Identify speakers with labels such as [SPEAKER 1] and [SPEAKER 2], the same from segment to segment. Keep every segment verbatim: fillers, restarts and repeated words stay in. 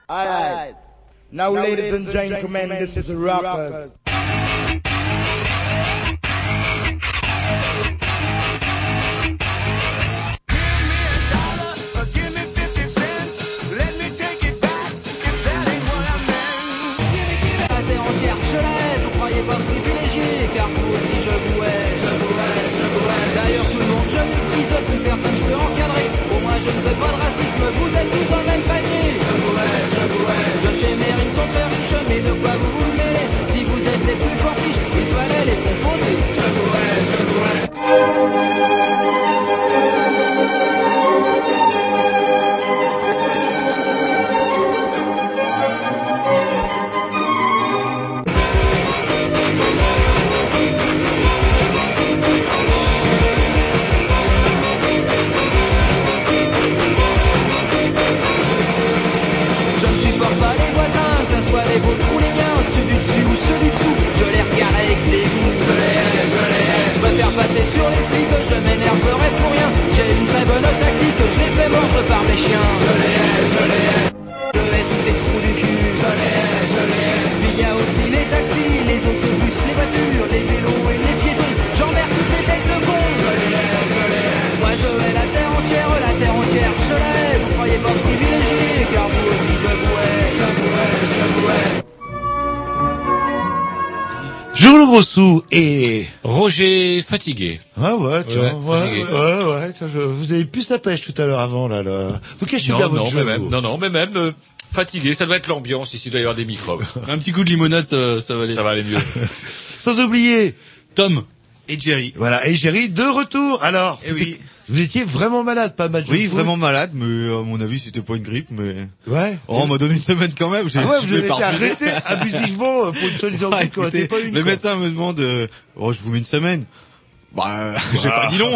[SPEAKER 1] Alright. Now, ladies and gentlemen, this is Rockers.
[SPEAKER 2] Pas privilégié, car vous aussi je vous hais, je vous hais, je vous hais. D'ailleurs tout le monde je méprise, plus personne je peux encadrer. Au moins je ne fais pas de racisme, vous êtes tous dans le même panier. Je vous hais, je vous hais. Je sais mes rimes sont très riches, mais de quoi vous vous mêlez? Si vous êtes les plus forts riches, il fallait les composer. Je vous hais, je vous hais. Les vôtres ou les miens, ceux du dessus ou ceux du dessous, je les regarde avec dégoût. Je les hais, je les hais. Je préfère passer sur les flics, je m'énerverai pour rien. J'ai une très bonne tactique, je les fais mordre par mes chiens. Je les hais, je les hais. Je hais tous ces trous du cul. Je les hais, je les hais. Il y a aussi les taxis, les autobus, les voitures, les vélos et les piétons. J'emmerde toutes ces têtes de cons. Je les hais, je les hais. Moi je hais la terre entière, la terre entière, je la hais. Vous croyez pas privilégié, car vous aussi je vous hais, je vous hais, je vous hais.
[SPEAKER 3] Joue le gros sou et
[SPEAKER 4] Roger fatigué.
[SPEAKER 3] Ah ouais, tiens,
[SPEAKER 4] ouais,
[SPEAKER 3] ouais,
[SPEAKER 4] fatigué.
[SPEAKER 3] ouais, ouais, tiens, je, vous avez plus sa pêche tout à l'heure avant là, là. Vous cachez
[SPEAKER 4] non,
[SPEAKER 3] bien votre
[SPEAKER 4] non,
[SPEAKER 3] jeu.
[SPEAKER 4] mais même, non, non, mais même euh, fatigué. Ça doit être l'ambiance ici, il doit y avoir des microbes.
[SPEAKER 5] Un petit coup de limonade, ça, ça va aller.
[SPEAKER 4] Ça va aller mieux.
[SPEAKER 3] Sans oublier
[SPEAKER 5] Tom
[SPEAKER 3] et Jerry. Voilà, et Jerry de retour. Alors,
[SPEAKER 6] eh oui.
[SPEAKER 3] Vous étiez vraiment malade, pas mal de
[SPEAKER 6] Oui,
[SPEAKER 3] jours.
[SPEAKER 6] vraiment malade, mais à mon avis, c'était pas une grippe, mais...
[SPEAKER 3] Ouais.
[SPEAKER 6] Oh, on m'a donné une semaine quand même.
[SPEAKER 3] Ah ouais, vous avez été arrêté abusivement pour une soi-disant grippe, quoi. T'es pas une,
[SPEAKER 6] le
[SPEAKER 3] quoi.
[SPEAKER 6] médecin me demande, euh, oh, je vous mets une semaine. Bah, j'ai pas dit non.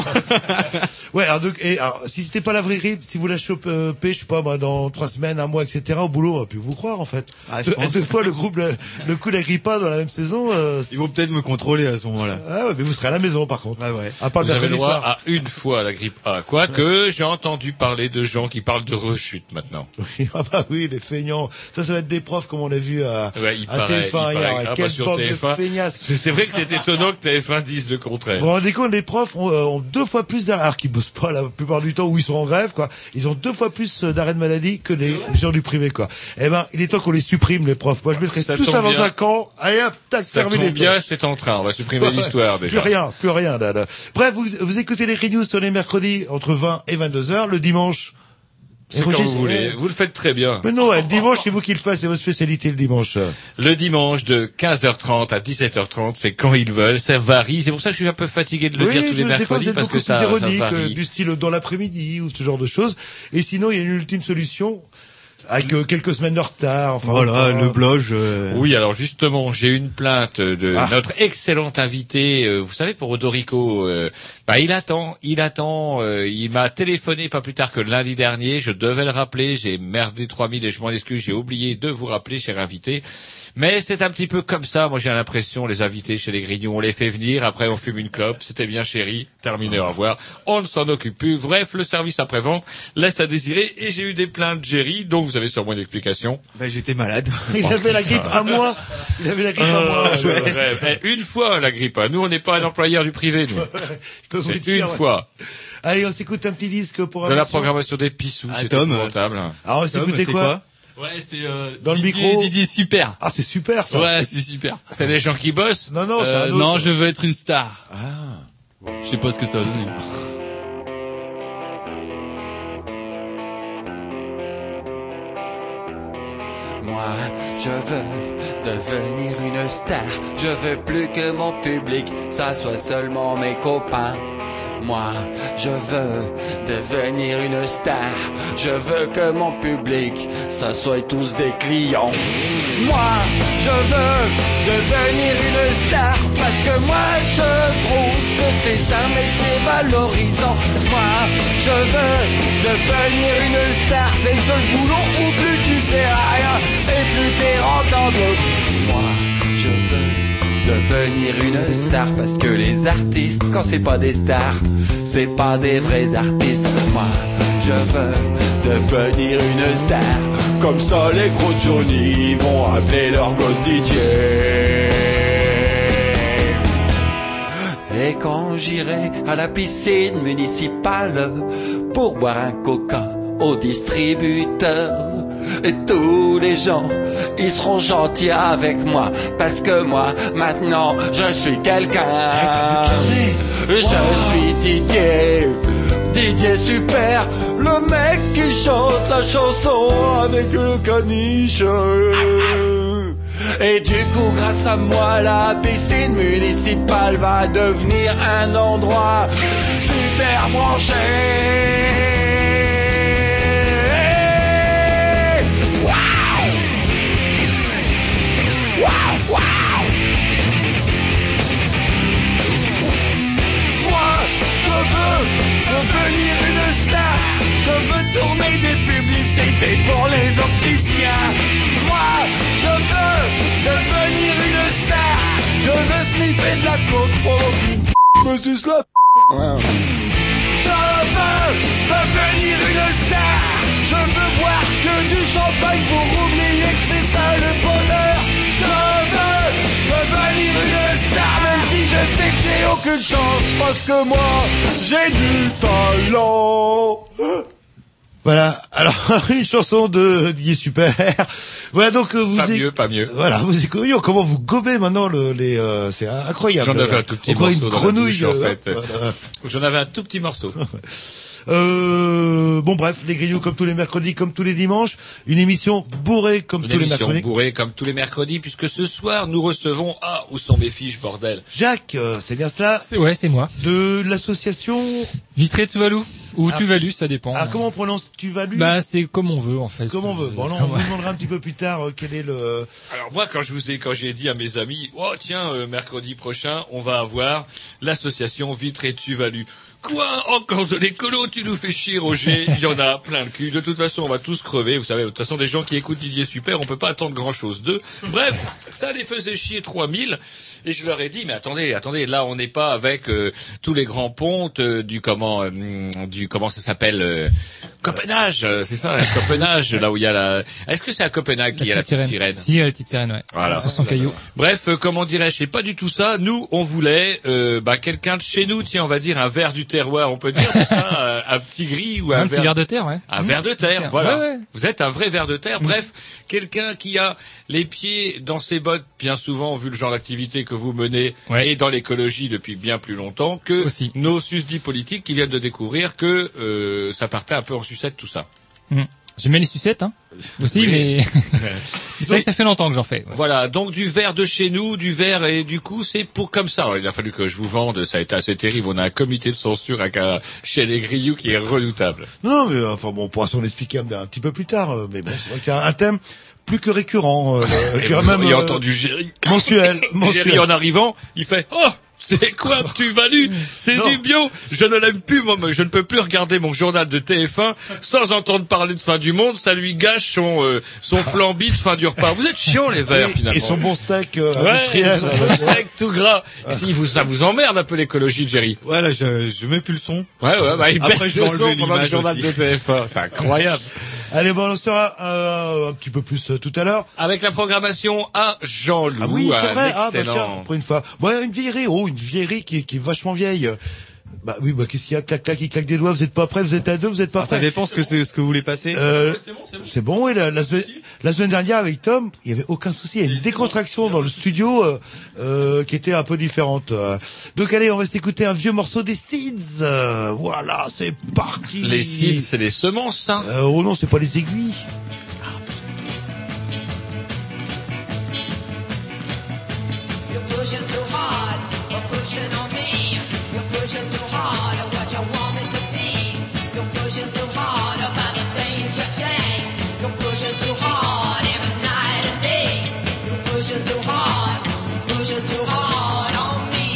[SPEAKER 3] Ouais, alors, donc, et, alors, si c'était pas la vraie grippe, si vous la chopez, je sais pas, moi, dans trois semaines, un mois, et cetera, au boulot, on va plus vous croire, en fait.
[SPEAKER 6] Ah, je
[SPEAKER 3] deux,
[SPEAKER 6] pense.
[SPEAKER 3] deux fois le groupe, le, le coup de la grippe dans la même saison, euh,
[SPEAKER 6] Ils vont peut-être me contrôler à ce moment-là.
[SPEAKER 3] Ah ouais, mais vous serez à la maison, par contre.
[SPEAKER 6] Ouais, ouais.
[SPEAKER 3] À part
[SPEAKER 4] Vous
[SPEAKER 3] le
[SPEAKER 4] avez le droit
[SPEAKER 3] soir.
[SPEAKER 4] à une fois la grippe A. Quoique, j'ai entendu parler de gens qui parlent de rechute maintenant.
[SPEAKER 3] Ah bah oui, les feignants. Ça, ça va être des profs, comme on l'a vu à,
[SPEAKER 4] Ouais, il
[SPEAKER 3] à
[SPEAKER 4] paraît,
[SPEAKER 3] T F un
[SPEAKER 4] il
[SPEAKER 3] hier.
[SPEAKER 4] paraît. Ah,
[SPEAKER 3] Quelle
[SPEAKER 4] bah, sur
[SPEAKER 3] bande
[SPEAKER 4] T F un.
[SPEAKER 3] de feignasses.
[SPEAKER 4] C'est c'est vrai que c'est étonnant que T F un dise le contraire.
[SPEAKER 3] Vous vous rendez compte, les profs ont, euh, ont deux fois plus d'arrêt, alors qu'ils bossent pas la plupart du temps, où ils sont en grève, quoi. Ils ont deux fois plus d'arrêt de maladie que les gens du privé, quoi. Eh ben, il est temps qu'on les supprime, les profs. Moi, je mettrais
[SPEAKER 4] Ça
[SPEAKER 3] tout ça
[SPEAKER 4] tombe
[SPEAKER 3] dans
[SPEAKER 4] bien.
[SPEAKER 3] un camp. Allez hop, tac,
[SPEAKER 4] Ça
[SPEAKER 3] terminé.
[SPEAKER 4] tombe bien, c'est en train. On va supprimer
[SPEAKER 3] Ouais,
[SPEAKER 4] l'histoire,
[SPEAKER 3] Plus
[SPEAKER 4] déjà.
[SPEAKER 3] rien, plus rien, là, là. Bref, vous, vous écoutez les News sur les mercredis entre vingt et vingt-deux heures, le dimanche.
[SPEAKER 4] C'est quand vous voulez. Vous le faites très bien.
[SPEAKER 3] Mais non, ouais, le dimanche, c'est vous qui le faites, c'est votre spécialité le dimanche.
[SPEAKER 4] Le dimanche de quinze heures trente à dix-sept heures trente, c'est quand ils veulent. Ça varie. C'est pour ça que je suis un peu fatigué de le
[SPEAKER 3] oui,
[SPEAKER 4] dire tous les
[SPEAKER 3] je- des fois,
[SPEAKER 4] mercredis
[SPEAKER 3] vous êtes
[SPEAKER 4] parce
[SPEAKER 3] beaucoup
[SPEAKER 4] que ça,
[SPEAKER 3] plus
[SPEAKER 4] ça
[SPEAKER 3] ironique, euh,
[SPEAKER 4] varie.
[SPEAKER 3] du style dans l'après-midi ou ce genre de choses. Et sinon, il y a une ultime solution avec euh, quelques semaines de retard. Enfin,
[SPEAKER 6] Voilà,
[SPEAKER 3] euh,
[SPEAKER 6] le bloge. euh,
[SPEAKER 4] Oui, alors justement, j'ai une plainte de
[SPEAKER 3] Ah.
[SPEAKER 4] notre excellent invité, euh, vous savez, pour Odorico. Euh, bah, il attend, il attend. euh, il m'a téléphoné pas plus tard que lundi dernier. Je devais le rappeler. J'ai merdé trois mille et je m'en excuse. J'ai oublié de vous rappeler, cher invité. Mais c'est un petit peu comme ça. Moi, j'ai l'impression, les invités chez les Grignons, on les fait venir. Après, on fume une clope. C'était bien, chéri. Terminé, au revoir. On ne s'en occupe plus. Bref, le service après-vente laisse à désirer. Et j'ai eu des plaintes, Jerry. Donc, vous avez sûrement une explication.
[SPEAKER 6] Ben, j'étais malade.
[SPEAKER 3] Il avait la grippe à moi. Il avait la grippe à moi.
[SPEAKER 4] Ah,
[SPEAKER 3] je-
[SPEAKER 4] le rêve. Eh, une fois la grippe. hein. Nous, on n'est pas un employeur du privé, nous.
[SPEAKER 3] je peux vous le
[SPEAKER 4] C'est
[SPEAKER 3] dire,
[SPEAKER 4] une
[SPEAKER 3] ouais.
[SPEAKER 4] fois.
[SPEAKER 3] Allez, on s'écoute un petit disque pour
[SPEAKER 4] De la
[SPEAKER 3] émission.
[SPEAKER 4] programmation des pissous,
[SPEAKER 6] Ah,
[SPEAKER 4] c'est
[SPEAKER 6] Tom,
[SPEAKER 4] épouvantable.
[SPEAKER 3] Alors, on
[SPEAKER 6] Tom,
[SPEAKER 3] s'écoutait
[SPEAKER 6] c'est
[SPEAKER 3] quoi,
[SPEAKER 5] Ouais, c'est euh,
[SPEAKER 3] Dans le
[SPEAKER 5] Didier,
[SPEAKER 3] micro.
[SPEAKER 5] Didier super.
[SPEAKER 3] Ah, c'est super, ça.
[SPEAKER 5] Ouais, c'est super.
[SPEAKER 4] C'est des gens qui bossent.
[SPEAKER 3] Non, non, c'est
[SPEAKER 5] Euh,
[SPEAKER 3] un autre.
[SPEAKER 5] non, je veux être une star.
[SPEAKER 3] Ah.
[SPEAKER 5] Je sais pas ce que ça va donner.
[SPEAKER 7] Moi, je veux devenir une star. Je veux plus que mon public, ça soit seulement mes copains. Moi, je veux devenir une star. Je veux que mon public, ça soit tous des clients. Moi, je veux devenir une star parce que moi, je trouve que c'est un métier valorisant. Moi, je veux devenir une star. C'est le seul boulot où plus tu sais à rien et plus t'es rentable. Moi, je veux devenir une star parce que les artistes, quand c'est pas des stars, c'est pas des vrais artistes. Moi, je je veux devenir une star. Comme ça les gros Johnny vont appeler leur gosse D J. Et quand j'irai à la piscine municipale pour boire un coca au distributeur, et tous les gens, ils seront gentils avec moi, parce que moi, maintenant, je suis quelqu'un. Je suis Didier, Didier Super, le mec qui chante la chanson avec le caniche. Et du coup, grâce à moi, la piscine municipale va devenir un endroit super branché. Wow, wow. Moi, je veux devenir une star. Je veux tourner des publicités pour les opticiens. Moi, je veux devenir une star. Je veux sniffer de la coke pendant qu'une p*** me suce la p***. Je veux devenir une star. Je veux boire que du champagne pour oublier que c'est ça le bonheur. Je veux devenir une star, même si je sais que j'ai aucune chance, parce que moi, j'ai du talent.
[SPEAKER 3] Voilà, alors une chanson de Didier Super. Voilà, donc vous
[SPEAKER 4] pas
[SPEAKER 3] éc...
[SPEAKER 4] mieux, pas mieux.
[SPEAKER 3] Voilà, vous écoutez comment vous gobez maintenant le, les euh, c'est incroyable.
[SPEAKER 4] J'en avais un tout petit
[SPEAKER 3] Encore
[SPEAKER 4] morceau
[SPEAKER 3] une
[SPEAKER 4] dans
[SPEAKER 3] grenouille
[SPEAKER 4] la bouche, en fait.
[SPEAKER 3] Euh, voilà.
[SPEAKER 4] J'en avais un tout petit morceau.
[SPEAKER 3] Euh, bon bref, les Grignoux comme tous les mercredis, comme tous les dimanches, une émission bourrée comme
[SPEAKER 4] Une
[SPEAKER 3] tous les
[SPEAKER 4] émission
[SPEAKER 3] mercredis.
[SPEAKER 4] bourrée comme tous les mercredis, puisque ce soir nous recevons ah où sont mes fiches bordel.
[SPEAKER 3] Jacques, euh, c'est bien cela.
[SPEAKER 8] C'est, ouais, c'est moi.
[SPEAKER 3] De l'association.
[SPEAKER 8] Vitré Tuvalu ou
[SPEAKER 3] Ah.
[SPEAKER 8] Tuvalu, ça dépend.
[SPEAKER 3] Ah, comment on prononce Tuvalu?
[SPEAKER 8] Bah, c'est comme on veut en fait.
[SPEAKER 3] Comme on veut. Bon, non, on vous demandera un petit peu plus tard euh, quel est le.
[SPEAKER 4] Alors moi, quand je vous ai, quand j'ai dit à mes amis, oh tiens, euh, mercredi prochain, on va avoir l'association Vitré Tuvalu. Quoi? Encore de l'écolo? Tu nous fais chier, Roger. Il y en a plein le cul. De toute façon, on va tous crever. Vous savez, de toute façon, des gens qui écoutent Didier Super, on peut pas attendre grand chose d'eux. Bref, ça les faisait chier trois mille. Et je leur ai dit, mais attendez, attendez, là, on n'est pas avec euh, tous les grands pontes euh, du comment, euh, du comment ça s'appelle, euh, Copenhague, euh, c'est ça, Copenhague, là où il y a la. Est-ce que c'est à Copenhague qu'il y a la petite sirène?
[SPEAKER 8] Si, la petite sirène, ouais.
[SPEAKER 4] Voilà.
[SPEAKER 8] Sur son caillou.
[SPEAKER 4] Bref, euh, comment dirais-je, c'est pas du tout ça. Nous, on voulait euh, bah, quelqu'un de chez nous, tiens, on va dire un verre du terroir, on peut dire c'est ça, un, un petit gris ou un,
[SPEAKER 8] Un
[SPEAKER 4] verre...
[SPEAKER 8] petit verre de terre, ouais.
[SPEAKER 4] Un
[SPEAKER 8] Mmh.
[SPEAKER 4] verre de terre, voilà.
[SPEAKER 8] Ouais, ouais.
[SPEAKER 4] Vous êtes un vrai verre de terre. Bref, quelqu'un qui a les pieds dans ses bottes, bien souvent, vu le genre d'activité que vous menez,
[SPEAKER 8] Ouais.
[SPEAKER 4] et dans l'écologie depuis bien plus longtemps, que
[SPEAKER 8] Aussi.
[SPEAKER 4] nos susdits politiques qui viennent de découvrir que euh, ça partait un peu en sucette tout ça.
[SPEAKER 8] Mmh. J'aime bien les sucettes, hein. Aussi,
[SPEAKER 4] Oui.
[SPEAKER 8] mais c'est vrai que ça fait longtemps que j'en fais. Ouais.
[SPEAKER 4] Voilà, donc du verre de chez nous, du verre, et du coup, c'est pour comme ça. Alors, il a fallu que je vous vende, ça a été assez terrible. On a un comité de censure avec un, chez les Grignoux qui est redoutable.
[SPEAKER 3] Non, mais euh, enfin bon, on pourra s'en expliquer un, un petit peu plus tard. euh, mais bon, c'est vrai que c'est un, un thème plus que récurrent. Euh,
[SPEAKER 4] Et
[SPEAKER 3] qui
[SPEAKER 4] vous
[SPEAKER 3] est même
[SPEAKER 4] auriez
[SPEAKER 3] euh,
[SPEAKER 4] entendu Géry.
[SPEAKER 3] mensuel, mensuel.
[SPEAKER 4] Géry en arrivant, il fait « Oh, c'est quoi Tuvalu? C'est
[SPEAKER 3] Non.
[SPEAKER 4] du bio. Je ne l'aime plus, moi. Je ne peux plus regarder mon journal de T F un sans entendre parler de fin du monde. Ça lui gâche son euh, son flambi de fin du repas. Vous êtes chiants, les verts,
[SPEAKER 3] Et-
[SPEAKER 4] finalement.
[SPEAKER 3] Et son bon steak euh,
[SPEAKER 4] Ouais,
[SPEAKER 3] industriel.
[SPEAKER 4] son bon steak tout gras. Si vous, ça vous emmerde un peu l'écologie, Jerry.
[SPEAKER 6] Voilà, je, je mets plus le son.
[SPEAKER 4] Ouais, ouais, bah, il
[SPEAKER 6] Après,
[SPEAKER 4] baisse
[SPEAKER 6] je
[SPEAKER 4] le
[SPEAKER 6] vais
[SPEAKER 4] son
[SPEAKER 6] enlever
[SPEAKER 4] pendant le
[SPEAKER 6] l'image
[SPEAKER 4] journal
[SPEAKER 6] aussi.
[SPEAKER 4] de T F un. C'est incroyable.
[SPEAKER 3] Allez, bon, on en sera euh, un petit peu plus euh, tout à l'heure.
[SPEAKER 4] Avec la programmation à Jean-Loup.
[SPEAKER 3] Ah oui, c'est
[SPEAKER 4] un
[SPEAKER 3] vrai. Ah, bah,
[SPEAKER 4] excellent.
[SPEAKER 3] tiens, pour une fois. Ouais, une vieillerie. Oh, une vieillerie qui, est- qui est vachement vieille. Bah oui, bah qu'est-ce qu'il y a? Clac, clac, il claque des doigts. Vous êtes pas prêts? Vous êtes à deux? Vous êtes pas
[SPEAKER 6] Ah, ça
[SPEAKER 3] prêts?
[SPEAKER 6] dépend ce que c'est, ce que vous voulez passer.
[SPEAKER 3] Euh,
[SPEAKER 5] C'est bon, c'est bon.
[SPEAKER 3] c'est bon, oui, la, la, semaine, la semaine dernière avec Tom, il y avait aucun souci, il y a une décontraction dans le studio euh, euh, qui était un peu différente. euh. Donc allez, on va s'écouter un vieux morceau des Seeds. Euh, voilà, c'est parti.
[SPEAKER 4] Les seeds, c'est les semences, ça.
[SPEAKER 3] Euh, oh non, c'est pas les aiguilles.
[SPEAKER 9] You're pushing too hard, you're pushing on me. You're pushing too hard at what you want me to be. You're pushing too hard about the things you say. You're pushing too hard every night and day. You're pushing too hard, pushing too hard on me.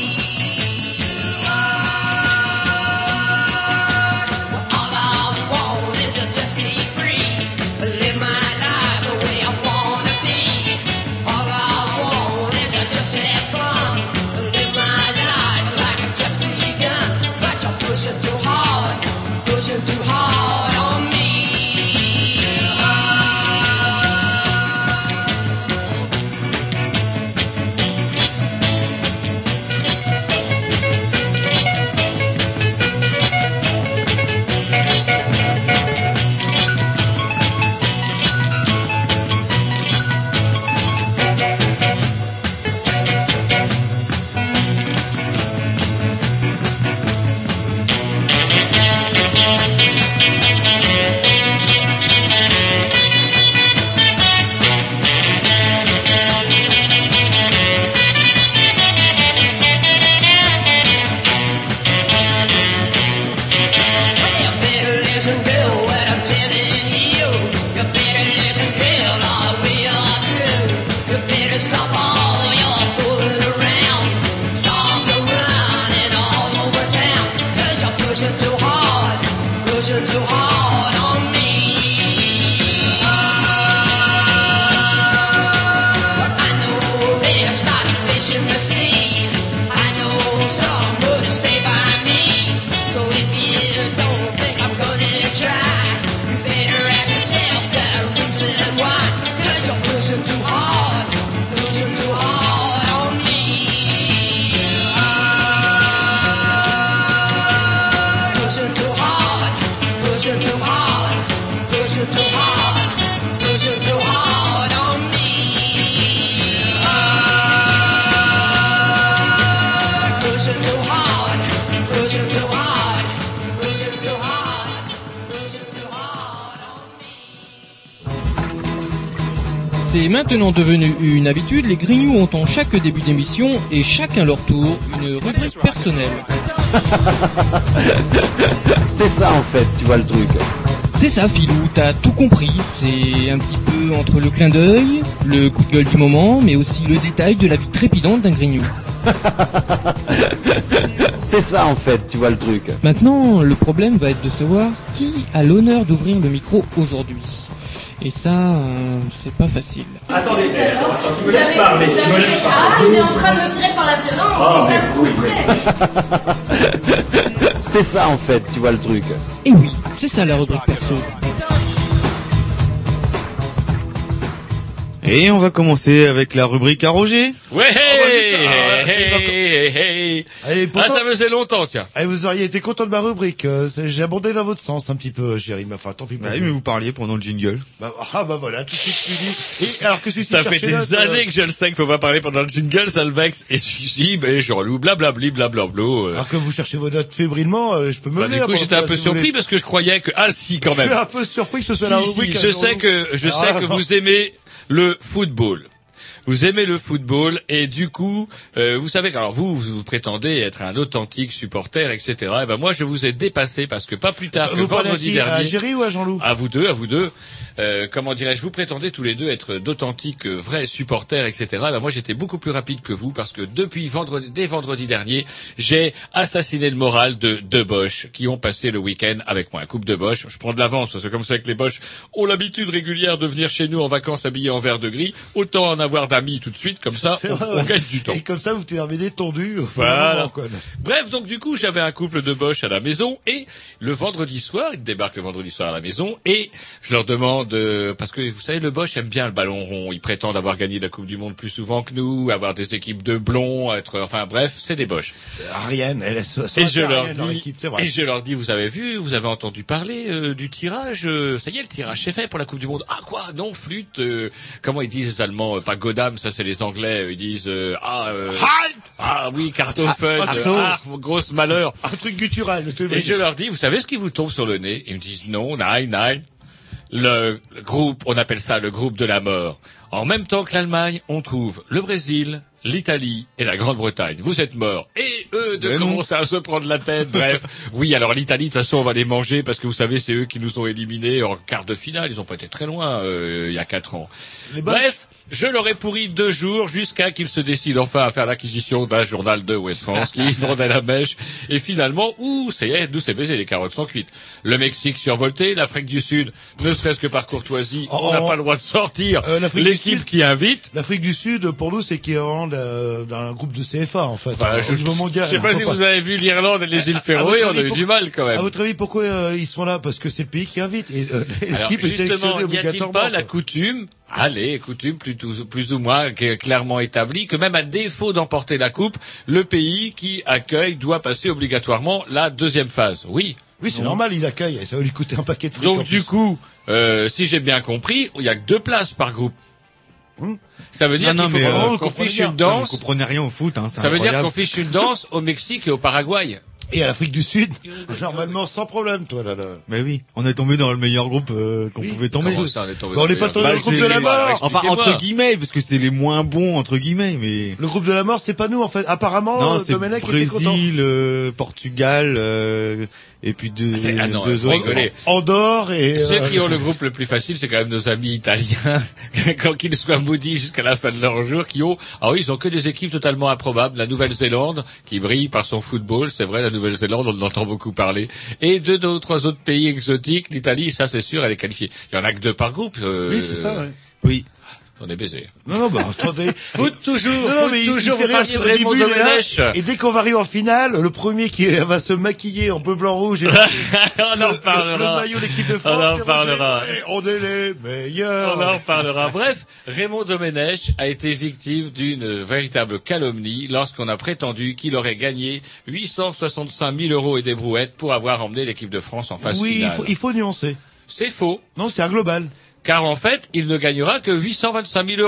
[SPEAKER 9] Well, all I want is to just be free, live my life the way I wanna be. All I want is to just have fun, live my life
[SPEAKER 10] C'est maintenant devenu une habitude, les Grignoux ont en chaque début d'émission, et chacun leur tour, une rubrique personnelle.
[SPEAKER 11] C'est ça en fait, tu vois le truc.
[SPEAKER 10] C'est ça, Philou, t'as tout compris. C'est un petit peu entre le clin d'œil, le coup de gueule du moment, mais aussi le détail de la vie trépidante d'un Grignou.
[SPEAKER 11] C'est ça en fait, tu vois le truc.
[SPEAKER 10] Maintenant, le problème va être de savoir qui a l'honneur d'ouvrir le micro aujourd'hui. Et ça, euh, c'est pas facile.
[SPEAKER 12] Attendez, attends, attends, tu me laisses parler, tu me laisses parler. Ah, il est en train de me tirer par la violence,
[SPEAKER 11] Oh,
[SPEAKER 12] et ça vous plaît.
[SPEAKER 11] C'est ça en fait, tu vois le truc.
[SPEAKER 10] Et oui, c'est ça la rubrique perso.
[SPEAKER 6] Et on va commencer avec la rubrique à Roger.
[SPEAKER 4] Ouais, hey,
[SPEAKER 3] Ah,
[SPEAKER 4] hey, hey, hey.
[SPEAKER 3] Allez,
[SPEAKER 4] Ah, ça faisait longtemps, tiens.
[SPEAKER 3] Eh, vous auriez été content de ma rubrique. euh, c'est- J'ai abondé dans votre sens un petit peu, chérie. Mais enfin, tant pis pour
[SPEAKER 6] Bah oui,
[SPEAKER 3] vous.
[SPEAKER 6] mais vous parliez pendant le jingle.
[SPEAKER 3] Bah, ah bah voilà, tout de suite tu dis. Et alors que celui-ci
[SPEAKER 4] Ça fait
[SPEAKER 3] cherchait
[SPEAKER 4] des
[SPEAKER 3] l'autre, euh,
[SPEAKER 4] années que je le sais qu'il faut pas parler pendant le jingle, ça le vexe. Et celui-ci, ben, je relou, blablabli, blablablo. Euh.
[SPEAKER 3] Alors que vous cherchez vos notes fébrilement, euh, je peux me
[SPEAKER 4] Bah,
[SPEAKER 3] lever,
[SPEAKER 4] du coup,
[SPEAKER 3] hein,
[SPEAKER 4] j'étais
[SPEAKER 3] pour
[SPEAKER 4] un peu
[SPEAKER 3] ça, si vous
[SPEAKER 4] surpris
[SPEAKER 3] voulez.
[SPEAKER 4] parce que je croyais que, ah si, quand
[SPEAKER 3] Je
[SPEAKER 4] même.
[SPEAKER 3] suis un peu surpris que ce soit
[SPEAKER 4] Si,
[SPEAKER 3] la
[SPEAKER 4] si,
[SPEAKER 3] rubrique.
[SPEAKER 4] je
[SPEAKER 3] à
[SPEAKER 4] sais
[SPEAKER 3] jour.
[SPEAKER 4] que, je
[SPEAKER 3] Ah,
[SPEAKER 4] sais que vous aimez le football. Vous aimez le football et du coup, euh, vous savez que alors vous, vous vous prétendez être un authentique supporter, et cetera. Et ben moi, je vous ai dépassé parce que pas plus tard que
[SPEAKER 3] Vous parlez à
[SPEAKER 4] vendredi
[SPEAKER 3] qui, à
[SPEAKER 4] dernier.
[SPEAKER 3] Géry ou à Jean-Loup?
[SPEAKER 4] À vous deux, à vous deux. Euh, comment dirais-je, vous prétendez tous les deux être d'authentiques euh, vrais supporters, et cetera. Ben moi, j'étais beaucoup plus rapide que vous parce que depuis vendredi, dès vendredi dernier, j'ai assassiné le moral de deux Boches qui ont passé le week-end avec moi. Un couple de Boches. Je prends de l'avance parce que comme c'est que les Boches ont l'habitude régulière de venir chez nous en vacances habillés en vert de gris, autant en avoir d'amis tout de suite. Comme ça,
[SPEAKER 3] C'est
[SPEAKER 4] on,
[SPEAKER 3] vrai,
[SPEAKER 4] on
[SPEAKER 3] ouais.
[SPEAKER 4] gagne du temps.
[SPEAKER 3] Et comme ça, vous terminez tendu. au
[SPEAKER 4] Voilà.
[SPEAKER 3] moment, quoi.
[SPEAKER 4] Bref, donc du coup, j'avais un couple de Boches à la maison et le vendredi soir, ils débarquent le vendredi soir à la maison et je leur demande, euh, parce que vous savez, le Boche aime bien le ballon rond, ils prétendent avoir gagné la Coupe du Monde plus souvent que nous, avoir des équipes de blonds, être, enfin bref, c'est des Boches.
[SPEAKER 3] Ariane, elle est so-
[SPEAKER 4] Et je leur
[SPEAKER 3] Ariane dans
[SPEAKER 4] dis,
[SPEAKER 3] l'équipe, c'est vrai.
[SPEAKER 4] et je leur dis, vous avez vu, vous avez entendu parler euh, du tirage, euh, ça y est, le tirage c'est fait pour la Coupe du Monde. Ah quoi, non, flûte, euh, comment ils disent les Allemands, euh, pas Godam, ça c'est les Anglais, euh, ils disent, euh, ah, euh, ah oui, Kartoffel,
[SPEAKER 3] Ah,
[SPEAKER 4] euh, ah, grosse malheur.
[SPEAKER 3] Un truc guttural. je te le
[SPEAKER 4] Et
[SPEAKER 3] dis.
[SPEAKER 4] je leur dis, vous savez ce qui vous tombe sur le nez? Ils me disent, non, nein, nein. Le, le groupe, on appelle ça le groupe de la mort. En même temps que l'Allemagne, on trouve le Brésil, l'Italie et la Grande-Bretagne. Vous êtes morts. Et eux de
[SPEAKER 6] Mais non.
[SPEAKER 4] commencer à se prendre la tête. Bref. Oui, alors l'Italie, de toute façon, on va les manger parce que vous savez, c'est eux qui nous ont éliminés en quart de finale. Ils ont pas été très loin, euh, il y a quatre ans.
[SPEAKER 3] Les Boches.
[SPEAKER 4] Bref. Je leur ai pourri deux jours jusqu'à qu'ils se décident enfin à faire l'acquisition d'un journal de West France qui vendait la mèche. Et finalement, ouh, ça y est, nous c'est baisé, les carottes sont cuites. Le Mexique survolté, l'Afrique du Sud, ne serait-ce que par courtoisie,
[SPEAKER 3] Oh,
[SPEAKER 4] on n'a
[SPEAKER 3] oh.
[SPEAKER 4] pas le droit de sortir.
[SPEAKER 3] Euh, l'Afrique du
[SPEAKER 4] L'équipe
[SPEAKER 3] Sud.
[SPEAKER 4] qui invite.
[SPEAKER 3] L'Afrique du Sud, pour nous, c'est équivalent d'un d'un groupe de C F A, en fait.
[SPEAKER 4] Enfin,
[SPEAKER 3] Au
[SPEAKER 4] je
[SPEAKER 3] niveau mondial.
[SPEAKER 4] sais pas
[SPEAKER 3] Faut
[SPEAKER 4] si vous avez vu l'Irlande et les îles
[SPEAKER 3] À
[SPEAKER 4] Féroé,
[SPEAKER 3] votre
[SPEAKER 4] on a
[SPEAKER 3] avis,
[SPEAKER 4] eu
[SPEAKER 3] pour-
[SPEAKER 4] du mal quand même.
[SPEAKER 3] À votre avis, pourquoi euh, ils sont là? Parce que c'est le pays qui invite. Et euh,
[SPEAKER 4] Alors,
[SPEAKER 3] l'équipe est
[SPEAKER 4] justement,
[SPEAKER 3] sélectionnée
[SPEAKER 4] n'y a-t-il
[SPEAKER 3] obligatoirement.
[SPEAKER 4] pas la
[SPEAKER 3] quoi.
[SPEAKER 4] coutume, allez, coutume plutôt, plus ou moins qui- clairement établie, que même à défaut d'emporter la coupe, le pays qui accueille doit passer obligatoirement la deuxième phase. Oui.
[SPEAKER 3] Oui, c'est normal, il accueille. Et ça va lui coûter un paquet de fric.
[SPEAKER 4] Donc
[SPEAKER 3] en
[SPEAKER 4] du
[SPEAKER 3] plus.
[SPEAKER 4] coup, euh, si j'ai bien compris, il y a que deux places par groupe.
[SPEAKER 3] Hum.
[SPEAKER 4] Ça veut dire
[SPEAKER 6] Non, non,
[SPEAKER 4] qu'il faut
[SPEAKER 6] mais,
[SPEAKER 4] vraiment
[SPEAKER 6] euh,
[SPEAKER 4] qu'on
[SPEAKER 3] vous comprenez
[SPEAKER 4] fiche
[SPEAKER 3] bien.
[SPEAKER 4] une
[SPEAKER 6] Non, vous
[SPEAKER 4] danse.
[SPEAKER 6] comprenez rien au foot, hein. c'est
[SPEAKER 4] Ça veut dire
[SPEAKER 6] incroyable.
[SPEAKER 4] qu'on fiche une danse au Mexique et au Paraguay.
[SPEAKER 3] Et à l'Afrique du Sud, normalement, sans problème, toi, là, là.
[SPEAKER 6] Mais oui, on est tombé dans le meilleur groupe euh, qu'on
[SPEAKER 3] Oui.
[SPEAKER 6] pouvait tomber.
[SPEAKER 4] Comment ça, on est tombé
[SPEAKER 3] Bah, on
[SPEAKER 4] dans
[SPEAKER 3] est pas
[SPEAKER 4] les-
[SPEAKER 3] tombé dans le
[SPEAKER 6] Bah,
[SPEAKER 3] groupe
[SPEAKER 6] c'est
[SPEAKER 3] de la
[SPEAKER 6] les-
[SPEAKER 3] mort.
[SPEAKER 6] Enfin,
[SPEAKER 4] Expliquez-moi.
[SPEAKER 6] entre guillemets, parce que c'est les moins bons, entre guillemets, mais...
[SPEAKER 3] Le groupe de la mort, c'est pas nous, en fait. Apparemment,
[SPEAKER 6] Non,
[SPEAKER 3] euh,
[SPEAKER 6] c'est
[SPEAKER 3] Domenech était content.
[SPEAKER 6] Brésil, euh, Portugal, euh, et puis deux,
[SPEAKER 4] C'est- ah non,
[SPEAKER 6] deux
[SPEAKER 4] vous
[SPEAKER 6] autres.
[SPEAKER 4] rigolez.
[SPEAKER 3] Andorre et...
[SPEAKER 4] Ceux
[SPEAKER 3] euh,
[SPEAKER 4] qui ont le groupe le plus facile, c'est quand même nos amis italiens, quand qu'ils soient maudits jusqu'à la fin de leur jour, qui ont, ah oui, ils ont que des équipes totalement improbables. La Nouvelle-Zélande, qui brille par son football, c'est vrai, la Nouvelle-Zélande, on en entend beaucoup parler. Et deux, deux ou trois autres pays exotiques, l'Italie, ça c'est sûr, elle est qualifiée. Il y en a que deux par groupe. euh,
[SPEAKER 3] Oui, c'est ça, ouais.
[SPEAKER 6] Oui.
[SPEAKER 4] On est baisé.
[SPEAKER 3] Non, non, bah, attendez.
[SPEAKER 4] Foot toujours,
[SPEAKER 3] Non, non,
[SPEAKER 4] foot
[SPEAKER 3] mais il-
[SPEAKER 4] toujours,
[SPEAKER 3] il fait
[SPEAKER 4] vous
[SPEAKER 3] rire,
[SPEAKER 4] parliez de
[SPEAKER 3] parce qu'au
[SPEAKER 4] Raymond
[SPEAKER 3] début, il est là,
[SPEAKER 4] Domenech.
[SPEAKER 3] Et dès qu'on va arriver en finale, le premier qui va se maquiller en bleu, blanc, rouge et
[SPEAKER 4] On en
[SPEAKER 3] le, le
[SPEAKER 4] parlera.
[SPEAKER 3] maillot de l'équipe de
[SPEAKER 4] On
[SPEAKER 3] France,
[SPEAKER 4] en
[SPEAKER 3] c'est
[SPEAKER 4] parlera.
[SPEAKER 3] Roger. On est les meilleurs.
[SPEAKER 4] On en reparlera. Bref, Raymond Domenech a été victime d'une véritable calomnie lorsqu'on a prétendu qu'il aurait gagné huit cent soixante-cinq mille euros et des brouettes pour avoir emmené l'équipe de France en phase
[SPEAKER 3] Oui, il
[SPEAKER 4] finale.
[SPEAKER 3] faut, il faut nuancer.
[SPEAKER 4] C'est faux,
[SPEAKER 3] Non, c'est un global.
[SPEAKER 4] car en fait, il ne gagnera que huit cent vingt-cinq mille euros.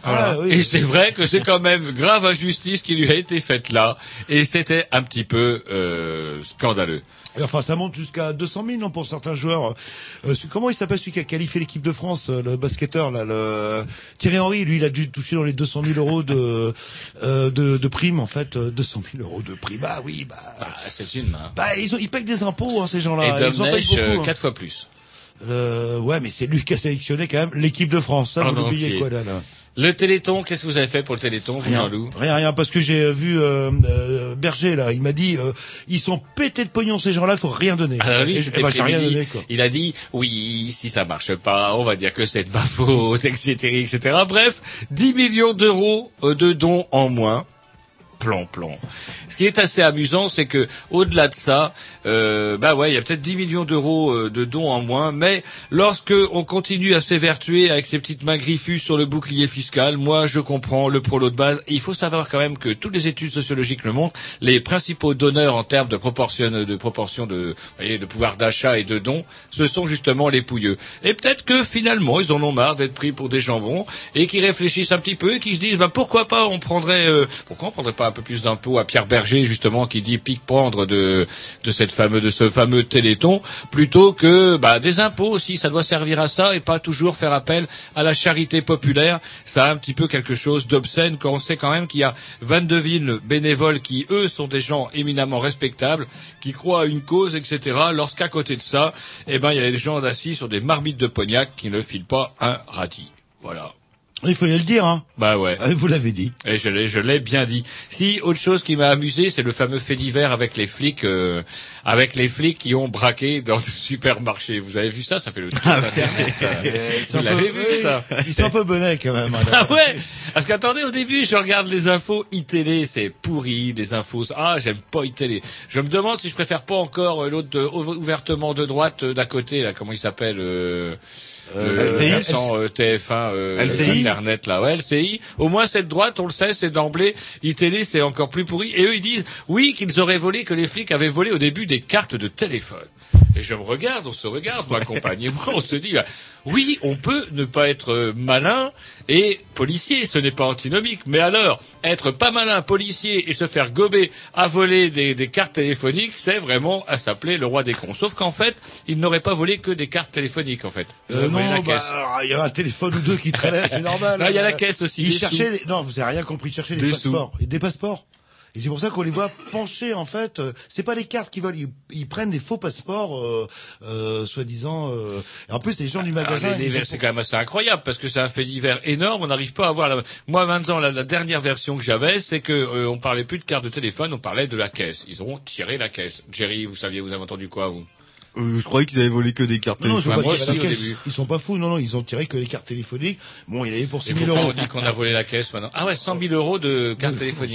[SPEAKER 3] Ah, oui.
[SPEAKER 4] Et c'est vrai que c'est quand même grave injustice qui lui a été faite là. Et c'était un petit peu euh, scandaleux.
[SPEAKER 3] Et enfin, ça monte jusqu'à deux cent mille, non, pour certains joueurs. Euh, comment il s'appelle celui qui a qualifié l'équipe de France, le basketteur, là, le Thierry Henry, lui, il a dû toucher dans les deux cent mille euros de, euh, de, de prime, en fait, deux cent mille euros de prime. Bah oui, bah.
[SPEAKER 4] Ah, c'est une main.
[SPEAKER 3] Bah, ils ont, ils payent des impôts, hein, ces gens-là.
[SPEAKER 4] Et
[SPEAKER 3] ils en payent beaucoup,
[SPEAKER 4] euh,
[SPEAKER 3] hein.
[SPEAKER 4] quatre fois plus.
[SPEAKER 3] Euh, ouais, mais c'est lui qui a sélectionné quand même l'équipe de France. Ça, vous l'oubliez quoi, là, là.
[SPEAKER 4] Le Téléthon, qu'est-ce que vous avez fait pour le Téléthon,
[SPEAKER 3] Rien,
[SPEAKER 4] Jean-Loup?
[SPEAKER 3] Rien, rien, parce que j'ai vu euh, euh, Berger là, il m'a dit, euh, ils sont pétés de pognon ces gens-là, il faut rien donner.
[SPEAKER 4] Alors lui,
[SPEAKER 3] Et,
[SPEAKER 4] c'était
[SPEAKER 3] eh ben, j'ai rien
[SPEAKER 4] Frémilly.
[SPEAKER 3] donné, quoi.
[SPEAKER 4] Il a dit, oui, si ça marche pas, on va dire que c'est de ma faute, et cetera, et cetera. Bref, dix millions d'euros de dons en moins. Plan, plan. Ce qui est assez amusant, c'est que au-delà de ça, euh, bah ouais, il y a peut-être dix millions d'euros euh, de dons en moins, mais lorsque on continue à s'évertuer avec ces petites mains griffues sur le bouclier fiscal, moi je comprends le prolo de base. Et il faut savoir quand même que toutes les études sociologiques le montrent, les principaux donneurs en termes de proportion de proportion de, vous voyez, de pouvoir d'achat et de dons, ce sont justement les pouilleux. Et peut-être que finalement ils en ont marre d'être pris pour des jambons et qu'ils réfléchissent un petit peu et qu'ils se disent, bah pourquoi pas on prendrait, euh, pourquoi on prendrait pas un peu plus d'impôts à Pierre Berger justement qui dit pique prendre de de cette fameux de ce fameux Téléthon plutôt que bah des impôts aussi, ça doit servir à ça et pas toujours faire appel à la charité populaire. Ça a un petit peu quelque chose d'obscène quand on sait quand même qu'il y a vingt-deux villes bénévoles qui eux sont des gens éminemment respectables, qui croient à une cause, et cetera. Lorsqu'à côté de ça, eh ben il y a des gens assis sur des marmites de cognac qui ne filent pas un radis. Voilà.
[SPEAKER 3] Il fallait le dire, hein.
[SPEAKER 4] Bah ouais.
[SPEAKER 3] Vous l'avez dit.
[SPEAKER 4] Et je l'ai, je l'ai bien dit. Si, autre chose qui m'a amusé, c'est le fameux fait divers avec les flics, euh, avec les flics qui ont braqué dans le supermarché. Vous avez vu ça? Ça fait le tour d'Internet. Vous l'avez vu, ça?
[SPEAKER 3] Ils sont un peu bonnets, quand même.
[SPEAKER 4] Ah ouais! Parce qu'attendez, au début, je regarde les infos iTélé, c'est pourri, les infos. Ah, j'aime pas iTélé. Je me demande si je préfère pas encore l'autre de, ouvertement de droite d'à côté, là, comment il s'appelle, euh,
[SPEAKER 6] Euh, L C I,
[SPEAKER 4] sans euh, T F un, euh,
[SPEAKER 6] L C I,
[SPEAKER 4] Internet là, ouais, L C I. Au moins cette droite, on le sait, c'est d'emblée. iTélé, c'est encore plus pourri. Et eux, ils disent oui qu'ils auraient volé, que les flics avaient volé au début des cartes de téléphone. Et je me regarde, on se regarde, ma compagne et moi, on se dit bah, oui, on peut ne pas être malin et policier, ce n'est pas antinomique. Mais alors, être pas malin, policier et se faire gober à voler des, des cartes téléphoniques, c'est vraiment à s'appeler le roi des cons. Sauf qu'en fait, il n'aurait pas volé que des cartes téléphoniques, en fait.
[SPEAKER 3] Euh, non,
[SPEAKER 4] la
[SPEAKER 3] bah,
[SPEAKER 4] caisse.
[SPEAKER 3] il y a un téléphone ou deux qui traînaient, c'est normal.
[SPEAKER 4] Là, il y a la caisse aussi.
[SPEAKER 3] Ils cherchaient, les... non, vous avez rien compris, ils cherchaient les
[SPEAKER 4] Des
[SPEAKER 3] passeports. Des passeports. Et c'est pour ça qu'on les voit pencher, en fait. Euh, c'est pas les cartes qu'ils volent, ils, ils prennent des faux passeports, euh, euh, soi-disant. Euh... Et en plus, les gens du magasin.
[SPEAKER 4] Alors, les, les, c'est quand même assez incroyable parce que c'est un fait divers énorme. On n'arrive pas à voir. La... Moi, maintenant, la, la dernière version que j'avais, c'est que euh, on parlait plus de carte de téléphone, on parlait de la caisse. Ils ont tiré la caisse. Jerry, vous saviez, vous avez entendu quoi, vous?
[SPEAKER 6] Euh, je croyais qu'ils avaient volé que des cartes
[SPEAKER 3] non,
[SPEAKER 6] téléphoniques.
[SPEAKER 3] Non, ils, aussi, ils sont pas fous, non, non, ils ont tiré que les cartes téléphoniques. Bon, il y avait pour six mille euros.
[SPEAKER 4] On dit qu'on a volé la caisse maintenant. Ah ouais, cent mille euros de cartes
[SPEAKER 3] oui,
[SPEAKER 4] téléphoniques.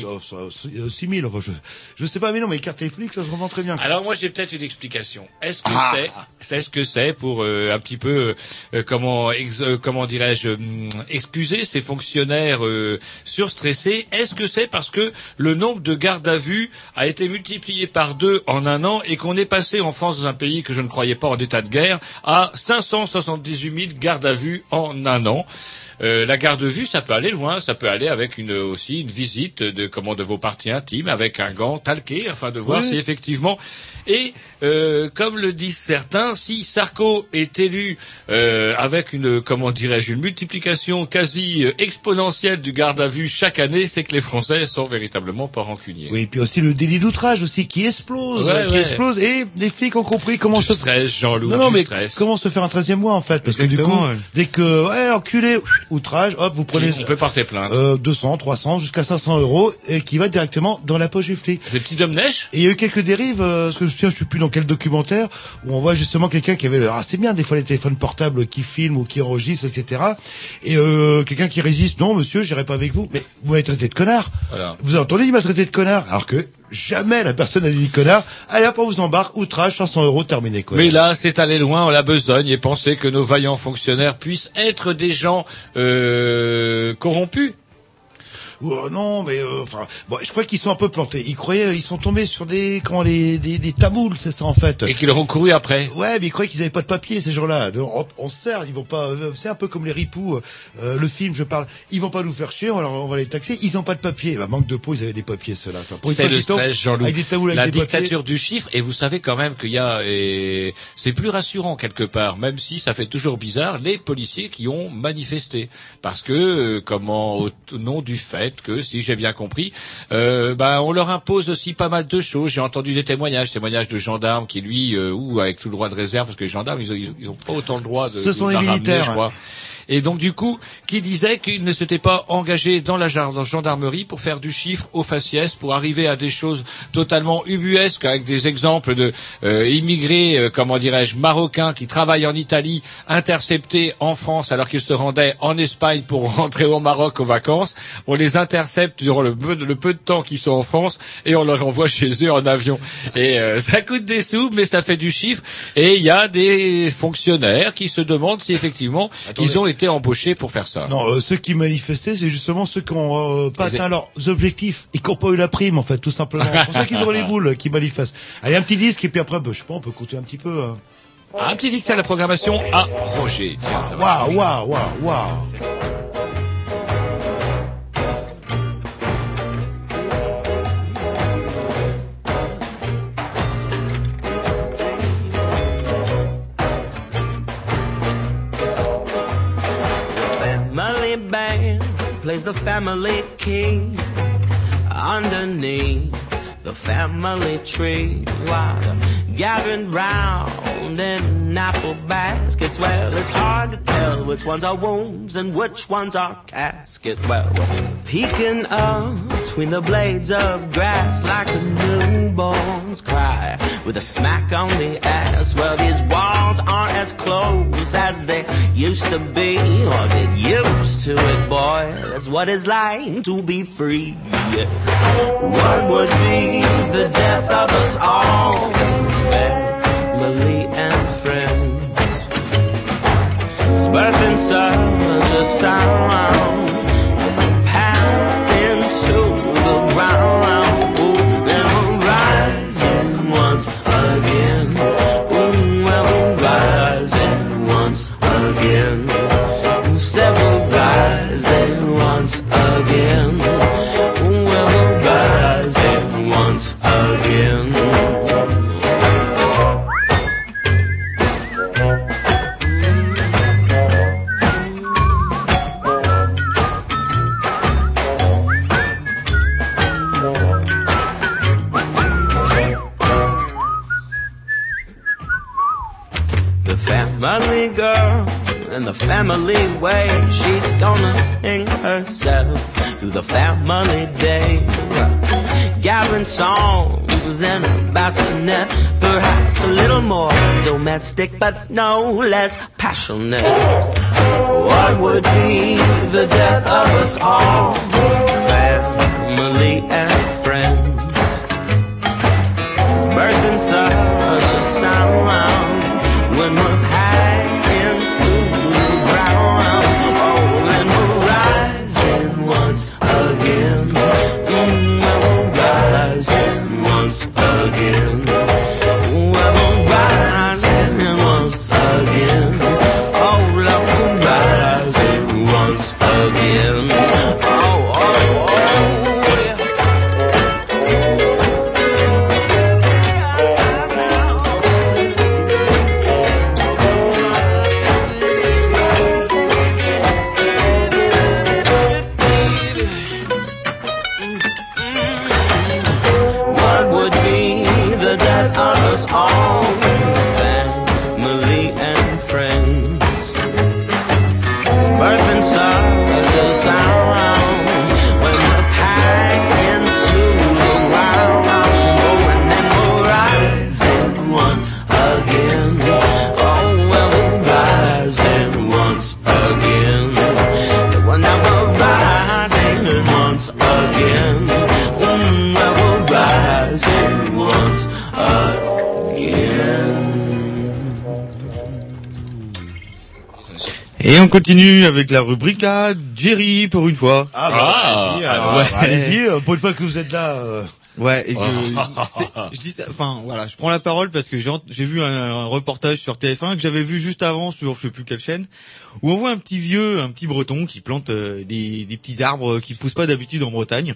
[SPEAKER 3] six mille, enfin, je, je sais pas, mais non, mais les cartes téléphoniques, ça se revend très bien.
[SPEAKER 4] Alors moi, j'ai peut-être une explication. Est-ce que
[SPEAKER 3] ah.
[SPEAKER 4] c'est, est-ce que c'est pour euh, un petit peu, euh, comment, ex, euh, comment dirais-je, euh, excuser ces fonctionnaires euh, surstressés? Est-ce que c'est parce que le nombre de gardes à vue a été multiplié par deux en un an et qu'on est passé en France dans un pays que je ne croyais pas en état de guerre à cinq cent soixante-dix-huit mille gardes à vue en un an. Euh, la garde vue, ça peut aller loin, ça peut aller avec une aussi une visite de comment de vos parties intimes avec un gant talqué afin de voir oui. si effectivement et euh, comme le disent certains, si Sarko est élu euh, avec une comment dirais-je une multiplication quasi exponentielle du garde à vue chaque année, c'est que les Français sont véritablement pas rancuniers.
[SPEAKER 3] Oui, et puis aussi le délit d'outrage aussi qui explose,
[SPEAKER 4] ouais,
[SPEAKER 3] qui
[SPEAKER 4] ouais.
[SPEAKER 3] explose et les flics ont compris comment
[SPEAKER 4] du
[SPEAKER 3] se
[SPEAKER 4] stress, Jean-Loup,
[SPEAKER 3] non, non,
[SPEAKER 4] du
[SPEAKER 3] mais
[SPEAKER 4] stress.
[SPEAKER 3] Comment se faire un treizième mois en fait parce
[SPEAKER 6] Exactement,
[SPEAKER 3] que du coup
[SPEAKER 6] ouais.
[SPEAKER 3] dès que ouais enculé outrage, hop, vous prenez
[SPEAKER 4] on peut porter plainte.
[SPEAKER 3] Euh, deux cents, trois cents, jusqu'à cinq cents euros, et qui va directement dans la poche du flic.
[SPEAKER 4] Des petits hommes-neige.
[SPEAKER 3] Et il y a eu quelques dérives, euh, parce que je sais, je suis plus dans quel documentaire, où on voit justement quelqu'un qui avait le, ah, c'est bien, des fois les téléphones portables qui filment ou qui enregistrent, et cetera. Et, euh, quelqu'un qui résiste, non, monsieur, j'irai pas avec vous, mais vous m'avez traité de connard.
[SPEAKER 4] Voilà.
[SPEAKER 3] Vous avez entendu, il m'a traité de connard. Alors que, jamais la personne n'a dit connard. Allez hop, on vous embarque, outrage, cinq cents euros, terminé, quoi.
[SPEAKER 4] Mais là, c'est aller loin, on la besogne et penser que nos vaillants fonctionnaires puissent être des gens, euh, corrompus.
[SPEAKER 3] Oh, non, mais euh, enfin, bon, je crois qu'ils sont un peu plantés. Ils croyaient, ils sont tombés sur des comment les des, des taboules, c'est ça en fait.
[SPEAKER 4] Et qu'ils leur ont couru après.
[SPEAKER 3] Ouais, mais ils croyaient qu'ils avaient pas de papier ces gens-là. On, on se sert, ils vont pas. C'est un peu comme les ripoux. Euh, le film, je parle. Ils vont pas nous faire chier. On, leur, on va les taxer. Ils ont pas de papier. Bah, manque de peau, ils avaient des papiers ceux-là. Enfin,
[SPEAKER 4] c'est le stress, Jean-Loup.
[SPEAKER 3] Avec des taboules, avec
[SPEAKER 4] la
[SPEAKER 3] des
[SPEAKER 4] dictature
[SPEAKER 3] papiers.
[SPEAKER 4] du chiffre. Et vous savez quand même qu'il y a. Et c'est plus rassurant quelque part, même si ça fait toujours bizarre, les policiers qui ont manifesté, parce que euh, comment au nom du fait que, si j'ai bien compris, euh, bah on leur impose aussi pas mal de choses. J'ai entendu des témoignages, témoignages de gendarmes qui lui, euh, ou avec tout le droit de réserve, parce que les gendarmes ils ont, ils ont pas autant le droit de.
[SPEAKER 3] Ce
[SPEAKER 4] de
[SPEAKER 3] sont les
[SPEAKER 4] la ramener,
[SPEAKER 3] militaires.
[SPEAKER 4] je crois. Et donc du coup, qui disait qu'il ne s'était pas engagé dans la gendarmerie pour faire du chiffre au faciès, pour arriver à des choses totalement ubuesques, avec des exemples de euh, immigrés, euh, comment dirais-je, marocains qui travaillent en Italie, interceptés en France alors qu'ils se rendaient en Espagne pour rentrer au Maroc aux vacances. On les intercepte durant le peu, le peu de temps qu'ils sont en France et on leur envoie chez eux en avion. Et euh, ça coûte des sous, mais ça fait du chiffre. Et il y a des fonctionnaires qui se demandent si effectivement Attendez. ils ont été été embauchés pour faire ça.
[SPEAKER 3] Non, euh, ceux qui manifestaient, c'est justement ceux qui ont euh, pas atteint leurs objectifs et qui n'ont pas eu la prime, en fait, tout simplement. C'est pour ça qu'ils ont les boules qui manifestent. Allez, un petit disque et puis après, bah, je sais pas, on peut compter un petit peu. Hein.
[SPEAKER 4] Un petit disque à la programmation à Roger.
[SPEAKER 3] Waouh, waouh, waouh, waouh.
[SPEAKER 13] Band plays the family key underneath the family tree while gathering round in apple baskets. Well, it's hard to tell which ones are wombs and which ones are caskets. Well, peeking up between the blades of grass like a newborn's cry with a smack on the ass. Well, these walls aren't as close as they used to be. Or get used to it, boy. That's what it's like to be free. What would be the death of us all? Family and friends. Birth in such a sound, packed into the ground. Ooh, and we're rising once again. Ooh, well, we're rising once again. Several rising once again. Ooh, well, we're rising once again. Family girl in the family way, she's gonna sing herself through the family day, gathering songs in a bassinet, perhaps a little more domestic but no less passionate. What would be the death of us all? Family and friends, birthing such a sound when we're packed into the ground. Oh, and we're rising once again. Mm, and we're rising once again. Oh, and we're rising once again. Oh, love, we're rising once again. Oh, oh, oh. All family and friends, birthing such a sound.
[SPEAKER 6] Et on continue avec la rubrique à Jerry pour une fois.
[SPEAKER 3] Ah, bah,
[SPEAKER 6] Ah,
[SPEAKER 3] allez-y, alors,
[SPEAKER 6] ouais.
[SPEAKER 3] bah, allez-y, euh, pour une fois que vous êtes là. Euh...
[SPEAKER 6] Ouais, et que c'est- je dis ça, enfin voilà, je prends la parole parce que j'ai ent- j'ai vu un, un reportage sur T F un que j'avais vu juste avant sur je sais plus quelle chaîne, où on voit un petit vieux, un petit breton qui plante euh, des, des petits arbres qui poussent pas d'habitude en Bretagne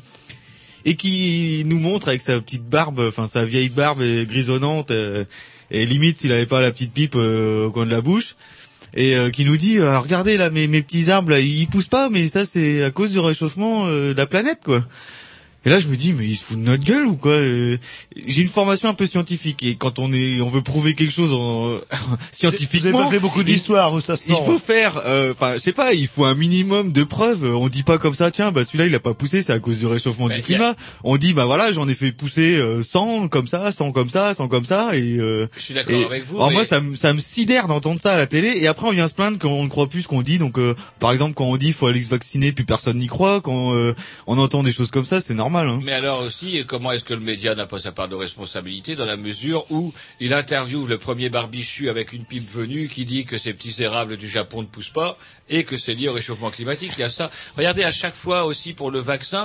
[SPEAKER 6] et qui nous montre avec sa petite barbe, enfin sa vieille barbe euh, grisonnante euh, et limite s'il avait pas la petite pipe euh, au coin de la bouche. Et euh, qui nous dit euh, regardez là mes, mes petits arbres là ils poussent pas mais ça c'est à cause du réchauffement euh, de la planète quoi. Et là, je me dis, mais il se fout de notre gueule ou quoi? euh, J'ai une formation un peu scientifique et quand on est, on veut prouver quelque chose en scientifiquement,
[SPEAKER 3] vous avez pas fait beaucoup d'histoire, où ça se
[SPEAKER 6] il
[SPEAKER 3] sent.
[SPEAKER 6] faut faire, enfin, euh, je sais pas, il faut un minimum de preuves. On dit pas comme ça, tiens, bah celui-là il a pas poussé, c'est à cause du réchauffement
[SPEAKER 4] bah,
[SPEAKER 6] du climat. A... On dit, bah voilà, j'en ai fait pousser euh, cent comme ça, cent comme ça, cent comme ça, et. Euh,
[SPEAKER 4] je suis d'accord
[SPEAKER 6] et...
[SPEAKER 4] avec vous.
[SPEAKER 6] Alors
[SPEAKER 4] mais...
[SPEAKER 6] moi, ça me, ça me sidère d'entendre ça à la télé, et après on vient se plaindre quand on ne croit plus ce qu'on dit. Donc, euh, par exemple, quand on dit faut aller se vacciner, puis personne n'y croit. Quand euh, on entend des choses comme ça, c'est normal. Hein.
[SPEAKER 4] Mais alors aussi, comment est-ce que le média n'a pas sa part de responsabilité dans la mesure où il interviewe le premier barbichu avec une pipe venue qui dit que ces petits érables du Japon ne poussent pas et que c'est lié au réchauffement climatique. Il y a ça. Regardez à chaque fois aussi pour le vaccin,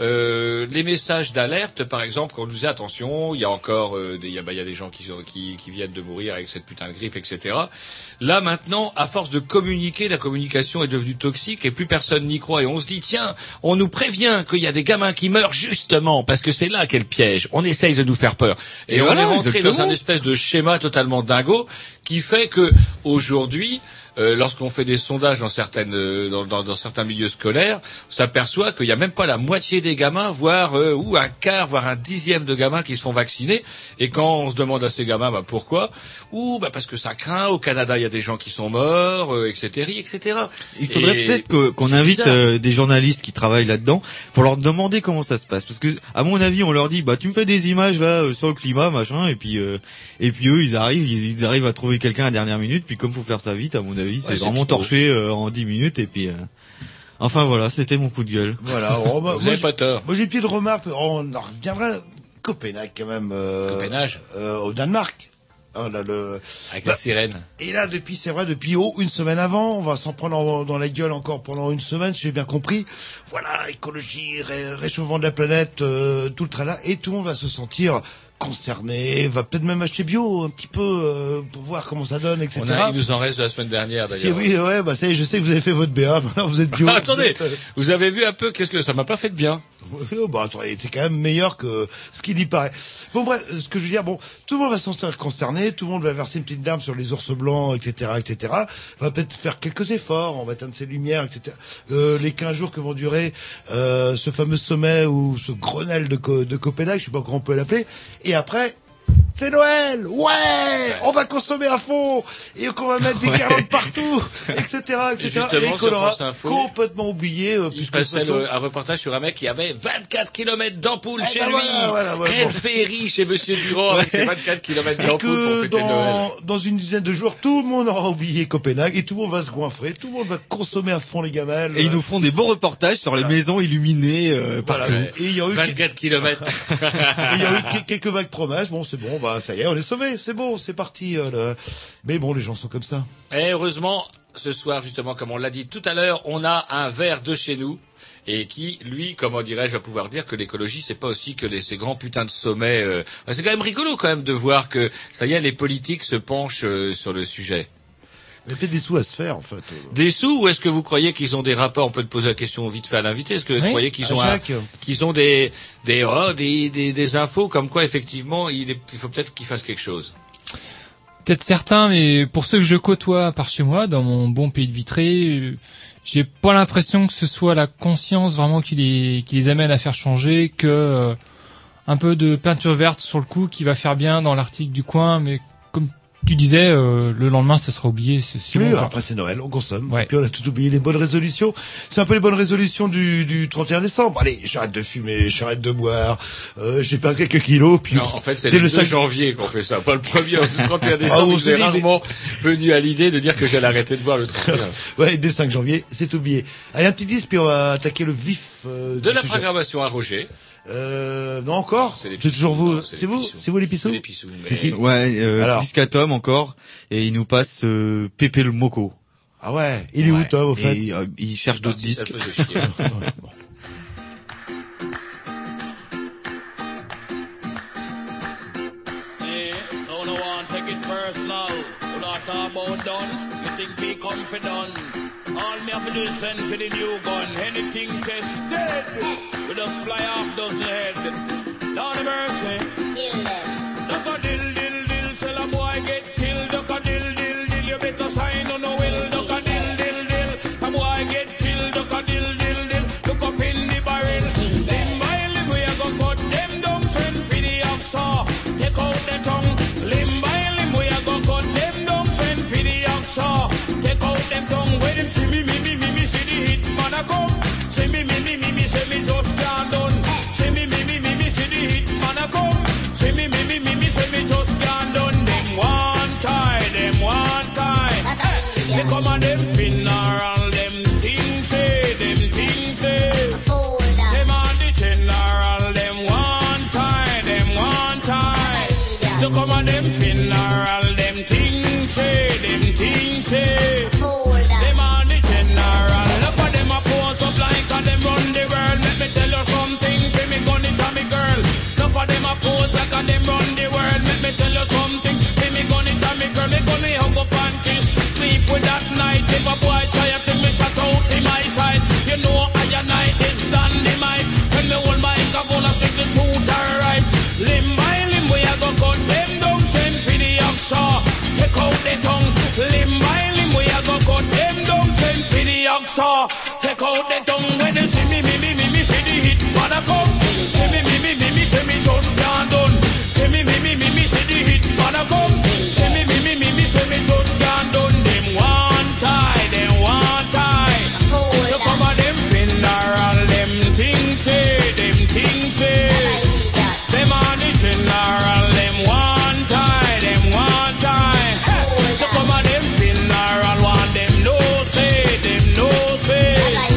[SPEAKER 4] euh, les messages d'alerte, par exemple, quand on nous dit attention, il y a encore euh, des, il y a, bah, il y a des gens qui, sont, qui, qui viennent de mourir avec cette putain de grippe, et cetera. Là maintenant, à force de communiquer, la communication est devenue toxique et plus personne n'y croit. Et on se dit tiens, on nous prévient qu'il y a des gamins qui meurent justement parce que c'est là qu'est le piège. On essaye de nous faire peur. Et, et on voilà, est rentré exactement. dans un espèce de schéma totalement dingo qui fait que aujourd'hui, euh, lorsqu'on fait des sondages dans certaines, euh, dans, dans, dans certains milieux scolaires, on s'aperçoit qu'il n'y a même pas la moitié des gamins, voire euh, ou un quart, voire un dixième de gamins qui se font vacciner. Et quand on se demande à ces gamins, bah pourquoi? Ou bah parce que ça craint. Au Canada, il y a des gens qui sont morts, euh, et cetera, et cetera.
[SPEAKER 6] Il faudrait
[SPEAKER 4] et
[SPEAKER 6] peut-être que, qu'on invite euh, des journalistes qui travaillent là-dedans pour leur demander comment ça se passe. Parce que, à mon avis, on leur dit, bah tu me fais des images là euh, sur le climat, machin, et puis euh, et puis eux, ils arrivent, ils, ils arrivent à trouver quelqu'un à la dernière minute. Puis comme faut faire ça vite, à mon avis, c'est ouais, vraiment c'est torché euh, en dix minutes. Et puis, euh... enfin voilà, c'était mon coup de gueule.
[SPEAKER 3] Voilà. Oh, bah,
[SPEAKER 4] vous
[SPEAKER 3] moi,
[SPEAKER 4] avez pas tort.
[SPEAKER 3] Moi, j'ai une petite remarque. On en reviendra. Copenhague quand même. Euh,
[SPEAKER 4] Copenhague.
[SPEAKER 3] Euh, au Danemark. Oh, là, le...
[SPEAKER 4] Avec
[SPEAKER 3] bah,
[SPEAKER 4] la sirène.
[SPEAKER 3] Et là, depuis, c'est vrai, depuis oh, une semaine avant, on va s'en prendre en, dans la gueule encore pendant une semaine, si j'ai bien compris. Voilà, écologie, ré, réchauffement de la planète, euh, tout le tralala, et tout le monde va se sentir concerné, va peut-être même acheter bio un petit peu euh, pour voir comment ça donne, et cetera.
[SPEAKER 4] On a, il nous en reste de la semaine dernière d'ailleurs.
[SPEAKER 3] Si oui, ouais, bah ça y est, je sais que vous avez fait votre B A, maintenant vous êtes bio.
[SPEAKER 4] Attendez,
[SPEAKER 3] vous, êtes...
[SPEAKER 4] vous avez vu un peu, qu'est-ce que ça m'a pas fait de bien.
[SPEAKER 3] Bah attendez, c'est quand même meilleur que ce qu'il y paraît. Bon bref, ce que je veux dire, bon, tout le monde va s'en sentir concerné, tout le monde va verser une petite larme sur les ours blancs, et cetera, et cetera. Va peut-être faire quelques efforts, on va éteindre ses lumières, et cetera. Euh, les quinze jours que vont durer euh, ce fameux sommet ou ce Grenelle de, Co- de Copenhague, je sais pas comment on peut l'appeler. Et après, c'est Noël, ouais, on va consommer à fond et qu'on va mettre des guirlandes partout, et cetera, et cetera.
[SPEAKER 4] Et, et qu'on aura
[SPEAKER 3] complètement oublié. Euh,
[SPEAKER 4] il passait façon... le, un reportage sur un mec qui avait vingt-quatre kilomètres d'ampoules eh chez ben lui.
[SPEAKER 3] Voilà, voilà, voilà,
[SPEAKER 4] Quelle
[SPEAKER 3] bon.
[SPEAKER 4] féerie chez Monsieur Durand avec ses vingt-quatre kilomètres d'ampoules pour fêter
[SPEAKER 3] dans,
[SPEAKER 4] Noël.
[SPEAKER 3] Dans une dizaine de jours, tout le monde aura oublié Copenhague et tout le monde va se goinfrer, tout le monde va consommer à fond les gamelles.
[SPEAKER 6] Et ils nous feront des beaux reportages sur voilà. les maisons illuminées euh, partout. Voilà.
[SPEAKER 3] Et il y a eu
[SPEAKER 4] vingt-quatre kilomètres.
[SPEAKER 3] Il y a eu quelques vagues promesses. Bon, c'est bon, bah ça y est, on est sauvés, c'est bon, c'est parti. Euh, le... Mais bon, les gens sont comme ça.
[SPEAKER 4] Et heureusement, ce soir, justement, comme on l'a dit tout à l'heure, on a un verre de chez nous. Et qui, lui, comment dirais-je, va pouvoir dire que l'écologie, c'est pas aussi que les, ces grands putains de sommets. Euh... C'est quand même rigolo, quand même, de voir que, ça y est, les politiques se penchent euh, sur le sujet.
[SPEAKER 3] Il y a peut-être des sous à se faire, en fait.
[SPEAKER 4] Des sous, ou est-ce que vous croyez qu'ils ont des rapports? On peut te poser la question vite fait à l'invité. Est-ce que oui, vous croyez qu'ils ont, un, qu'ils ont des, des, oh, des, des, des infos comme quoi, effectivement, il, est, il faut peut-être qu'ils fassent quelque chose?
[SPEAKER 8] Peut-être certains, mais pour ceux que je côtoie par chez moi, dans mon bon pays de Vitré, j'ai pas l'impression que ce soit la conscience vraiment qui les, qui les amène à faire changer, que euh, un peu de peinture verte sur le coup qui va faire bien dans l'article du coin, mais comme tu disais, euh, le lendemain, ça sera oublié. C'est, c'est
[SPEAKER 3] oui,
[SPEAKER 8] bon,
[SPEAKER 3] après c'est Noël, on consomme.
[SPEAKER 8] Ouais.
[SPEAKER 3] Et puis on a tout oublié, les bonnes résolutions. C'est un peu les bonnes résolutions du, du trente et un décembre. Allez, j'arrête de fumer, j'arrête de boire, euh, j'ai perdu quelques kilos. Puis
[SPEAKER 4] non, en fait, c'est le deux janvier qu'on fait ça, pas le premier. Le trente et un décembre, ah, je suis rarement mais... venu à l'idée de dire que j'allais arrêter de boire le trente et un.
[SPEAKER 3] Ouais, dès le cinq janvier, c'est oublié. Allez, un petit disque, puis on va attaquer le vif euh,
[SPEAKER 4] de la
[SPEAKER 3] sujet.
[SPEAKER 4] Programmation à Roger.
[SPEAKER 3] Euh, non encore. C'est, c'est toujours vous. Non, c'est, c'est vous. C'est vous les pissous.
[SPEAKER 4] C'est les pissous.
[SPEAKER 6] C'est qui? Ouais, euh, Discatom encore. Et il nous passe euh, Pépé le Moco.
[SPEAKER 3] Ah ouais. Il est où, Tom, au fait?
[SPEAKER 6] Et, euh, il cherche d'autres disques.
[SPEAKER 14] So no one take it personal. We not talk about done. You think me confident? All me have to do is send for the new gun. Anything test dead. We just fly off dozen head. Down the mercy.
[SPEAKER 12] Kill them.
[SPEAKER 14] Duck a dill dill dill. Sell a boy get killed. Duck a dill dill dill. You better sign on the will. Duck a dill dill dill. A boy get killed. Duck a dill dill dill. Look up in the barrel. Limb by limb we a go cut them down. Send for the oxa. Take out the tongue. Limb by limb we a go cut them down. Send for the oxa. Take out them tongue. When them see me me me me me see the hit man a come. See me me me me me say me just can't done. See me me me me me see the hit man a come. See me me me me me say me just can't done. Them one tie, them one tie. They come and them funeral, them things say, them things say. Them on the general, them one tie, them one tie. They come and them funeral, them things say, them things say. Them on the general, look for them a pose up like a them run the world. Let me tell you something, say me gun it to me girl. Look for them a pose like a them run the world. Let me tell you something, say me gun it to me girl. Me gun me hug up and kiss, sleep with that night. If a boy try to me shut out in my side, you know I and I is dynamite. When me hold my microphone and check the truth alright. Limb by limb we a go cut them down. Send for the oxa, take out the tongue. Limb by limb we a go cut them down. Send for the oxa, take out the tongue. When they see me me me me me see the hit man a come. See me me me me me see me just can't done. See me me me me me see the hit man a come. See me me me me me see me just can't done. Them one tie, them one tie. You come a them funeral, them things say, them things say. Them on the general, them one tie, them one tie. You come a them funeral, want them no say, them no say.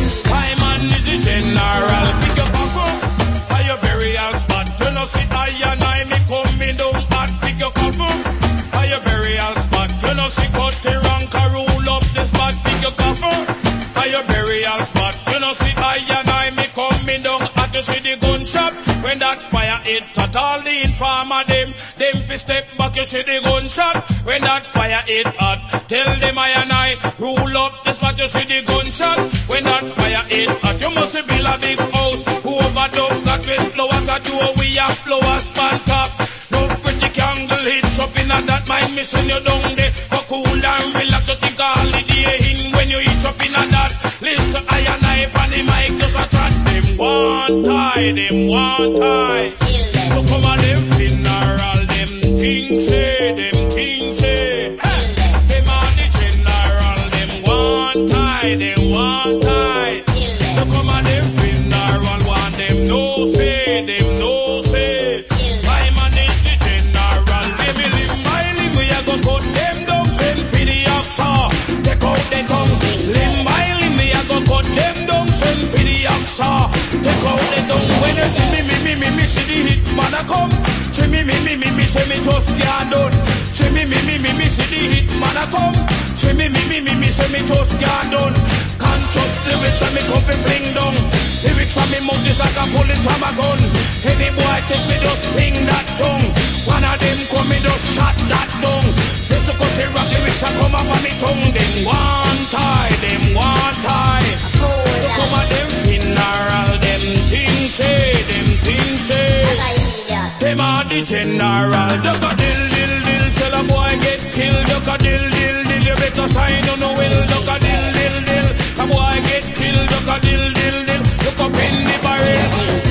[SPEAKER 14] My man is the general. Pick up a phone, by your burial spot. You know see I and I me coming down hot. Pick your coffin, by your burial spot. You know see cut the rank a rule up the spot. Pick your coffin, by your burial spot. You know see I and I me coming down hot. You see the gunshot when that fire hit at all the informer them. Them fi step back. You see the gunshot when that fire hit hot. Tell them I and I rule up the spot. You see the gunshot when that fire hit hot. You must build a big house overdub that with flowers a door. We have flowers span top. No pretty candle hit up in a that mind missing you down there. But cool and relax, you think a holiday in when you eat up in a that. Listen, I and I on the mic just a chat. Them one tie, them one tie. So come on them funeral, them things say, them things say. Them on the general, them one tie, them one tie. So come on them funeral, want them no say, them no say. My man is the general, let me live my limb, we a go cut them down, send for the oxa, take out the tongue. Limb by limb, we a go cut them down, send for the oxa, take out the tongue. When you see me, me, me, me, me, see the hit man a come. See me, me, me, me, me, say me just can't done. See me, me, me, me, me, see the hit man a come. See me, me, me, me, me, say me just can't done. Can't trust lyrics and me come fi fling down. Lyrics and me mouth is like a bullet from a gun. Any boy take me just fling that tongue. One of them come me just shot that down. They should cut the rap lyrics and come up on me tongue. Them one tie, them one tie. You come at them funeral, them things say, them things say. Them are the general. Duck a dill dill dill, sell a boy get killed. Duck a dill dill dill, you better sign on the will. Duck a dill dill dill, a boy get killed. Duck a dill dill dill, look up in the barrel.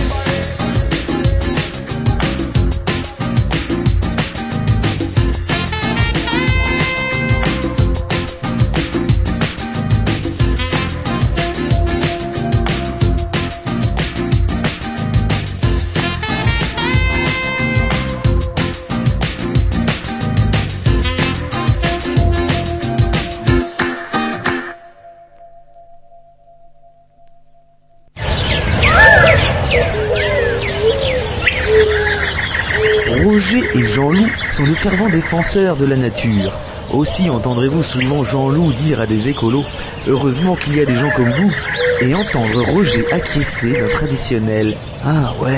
[SPEAKER 15] Roger et Jean-Loup sont de fervents défenseurs de la nature. Aussi entendrez-vous souvent Jean-Loup dire à des écolos « Heureusement qu'il y a des gens comme vous » et entendre Roger acquiescer d'un traditionnel « Ah ouais ».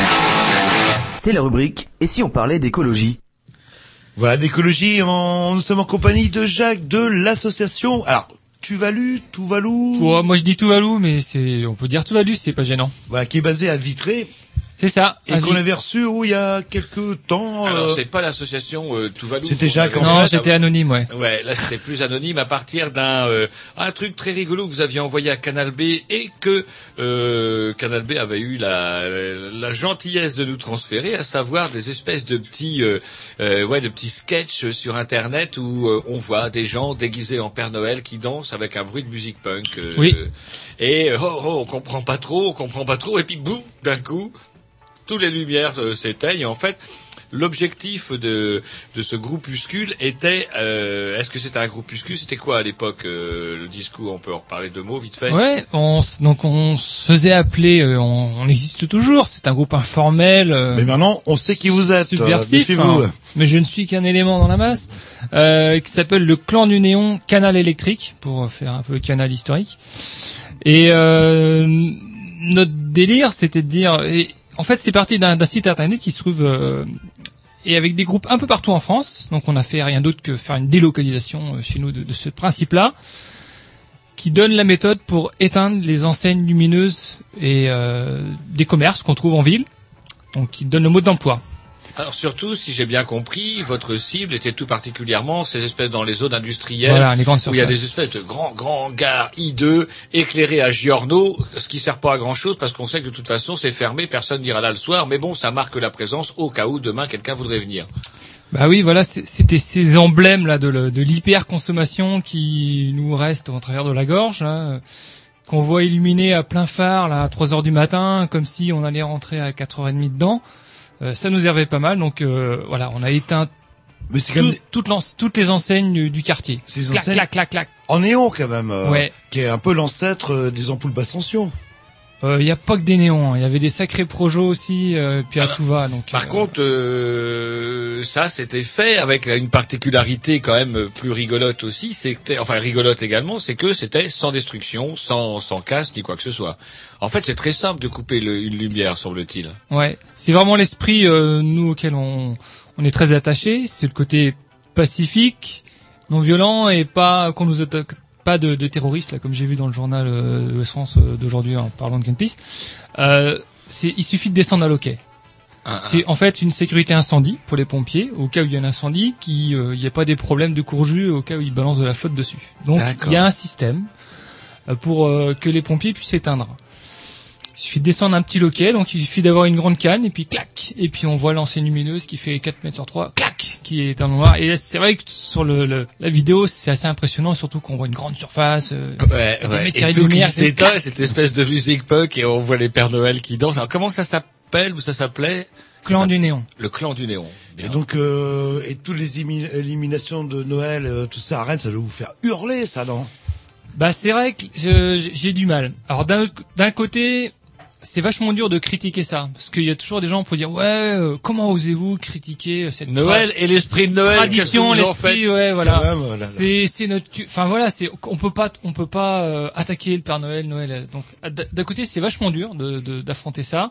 [SPEAKER 15] C'est la rubrique « Et si on parlait d'écologie ?»
[SPEAKER 3] Voilà, d'écologie, en... nous sommes en compagnie de Jacques de l'association... Alors, Tuvalu, Tuvalu...
[SPEAKER 8] Ouais, moi je dis Tuvalu, mais c'est, on peut dire Tuvalu, c'est pas gênant.
[SPEAKER 3] Voilà, qui est basé à Vitré.
[SPEAKER 8] C'est ça.
[SPEAKER 3] Et qu'on avait reçu, où il y a quelques temps...
[SPEAKER 4] Alors,
[SPEAKER 3] euh...
[SPEAKER 4] c'est pas l'association euh, Tuvalu.
[SPEAKER 3] C'était Jacques, en
[SPEAKER 8] Non,
[SPEAKER 3] fait.
[SPEAKER 8] j'étais anonyme, ouais.
[SPEAKER 4] Ouais, là c'était plus anonyme à partir d'un euh, un truc très rigolo que vous aviez envoyé à Canal B et que euh, Canal B avait eu la la gentillesse de nous transférer, à savoir des espèces de petits euh, euh, ouais de petits sketchs sur internet où euh, on voit des gens déguisés en Père Noël qui dansent avec un bruit de musique punk. Euh,
[SPEAKER 8] oui.
[SPEAKER 4] Et oh, oh on comprend pas trop, on comprend pas trop et puis boum d'un coup toutes les lumières euh, s'éteignent. En fait, l'objectif de de ce groupuscule était, euh, est-ce que c'était un groupuscule? C'était quoi à l'époque euh, le discours? On peut en reparler deux mots vite fait.
[SPEAKER 8] Ouais, on, s- donc on se faisait appeler, euh, on, on existe toujours. C'est un groupe informel. Euh,
[SPEAKER 3] Mais maintenant, on sait qui vous êtes.
[SPEAKER 8] Subversif.
[SPEAKER 3] Euh, méfiez-vous.
[SPEAKER 8] hein, mais je ne suis qu'un élément dans la masse. Euh, qui s'appelle le Clan du Néon, Canal électrique, pour faire un peu canal historique. Et euh, notre délire, c'était de dire. Et, en fait, c'est parti d'un, d'un site internet qui se trouve euh, et avec des groupes un peu partout en France. Donc, on a fait rien d'autre que faire une délocalisation euh, chez nous de, de ce principe-là, qui donne la méthode pour éteindre les enseignes lumineuses et euh, des commerces qu'on trouve en ville. Donc, qui donne le mode d'emploi.
[SPEAKER 4] Alors surtout, si j'ai bien compris, votre cible était tout particulièrement ces espèces dans les zones industrielles,
[SPEAKER 8] Voilà, les grandes
[SPEAKER 4] où il y a
[SPEAKER 8] surfaces.
[SPEAKER 4] des espèces de grands grands hangars hideux éclairés à Giorno, ce qui sert pas à grand chose parce qu'on sait que de toute façon c'est fermé, personne n'ira là le soir, mais bon, ça marque la présence au cas où demain quelqu'un voudrait venir.
[SPEAKER 8] Bah oui, voilà, c'est- c'était ces emblèmes là de, le- de l'hyper-consommation qui nous restent en travers de la gorge, là, qu'on voit illuminés à plein phare là à trois heures du matin, comme si on allait rentrer à quatre heures trente dedans. Euh, ça nous servait pas mal, donc euh, voilà, on a éteint
[SPEAKER 3] Mais c'est
[SPEAKER 8] tout-
[SPEAKER 3] quand même...
[SPEAKER 8] toutes, l'en- toutes les enseignes du, du quartier.
[SPEAKER 3] Ces
[SPEAKER 8] Clac,
[SPEAKER 3] enseignes
[SPEAKER 8] clac, clac, clac.
[SPEAKER 3] en néon, quand même. euh,
[SPEAKER 8] Ouais.
[SPEAKER 3] Qui est un peu l'ancêtre euh, des ampoules basse tension.
[SPEAKER 8] Il euh, y a pas que des néons, il y avait des sacrés projets aussi, euh, puis à tout va. Donc,
[SPEAKER 4] Par
[SPEAKER 8] euh,
[SPEAKER 4] contre, euh, ça c'était fait avec une particularité quand même plus rigolote aussi, c'était enfin rigolote également, c'est que c'était sans destruction, sans sans casse ni quoi que ce soit. En fait, c'est très simple de couper le, une lumière, semble-t-il.
[SPEAKER 8] Ouais, c'est vraiment l'esprit euh, nous auquel on on est très attachés, c'est le côté pacifique, non violent et pas qu'on nous attaque pas de, de terroristes là comme j'ai vu dans le journal euh, de France euh, d'aujourd'hui en parlant de Greenpeace. Euh, c'est il suffit de descendre à l'hockey.
[SPEAKER 4] Ah,
[SPEAKER 8] C'est en fait une sécurité incendie pour les pompiers au cas où il y a un incendie, qui euh, il n'y a pas des problèmes de courjus au cas où ils balancent de la flotte dessus. Donc
[SPEAKER 4] D'accord.
[SPEAKER 8] il y a un système euh, pour euh, que les pompiers puissent éteindre. Il suffit de descendre un petit loquet, donc il suffit d'avoir une grande canne, et puis clac, et puis on voit l'enseigne lumineuse qui fait quatre mètres sur trois, clac, qui est en noir. Et c'est vrai que sur le, le la vidéo, c'est assez impressionnant, surtout qu'on voit une grande surface, euh,
[SPEAKER 4] Ouais,
[SPEAKER 8] des
[SPEAKER 4] ouais.
[SPEAKER 8] mètres
[SPEAKER 4] Et
[SPEAKER 8] carrés de
[SPEAKER 4] tout qui
[SPEAKER 8] lumière,
[SPEAKER 4] s'éteint,
[SPEAKER 8] clac.
[SPEAKER 4] cette espèce de musique punk et on voit les Pères Noël qui dansent. Alors comment ça s'appelle ou ça s'appelait?
[SPEAKER 8] Clan
[SPEAKER 4] Ça-
[SPEAKER 8] du néon.
[SPEAKER 4] Le clan du néon. Bien.
[SPEAKER 3] Et donc, euh, et toutes les émi- éliminations de Noël, euh, tout ça à Rennes, ça doit vous faire hurler, ça, non?
[SPEAKER 8] Bah c'est vrai que je- j'ai du mal. Alors d'un d'un côté, c'est vachement dur de critiquer ça, parce qu'il y a toujours des gens pour dire ouais, euh, comment osez-vous critiquer cette
[SPEAKER 4] Noël et l'esprit de Noël,
[SPEAKER 8] tradition,
[SPEAKER 4] qu'est-ce que vous en
[SPEAKER 8] l'esprit,
[SPEAKER 4] faites
[SPEAKER 8] ouais, voilà.
[SPEAKER 3] Quand même, oh là là.
[SPEAKER 8] C'est c'est notre, tu- enfin voilà, c'est on peut pas on peut pas euh, attaquer le Père Noël, Noël. euh, Donc d- d'un côté, c'est vachement dur de de- d'affronter ça.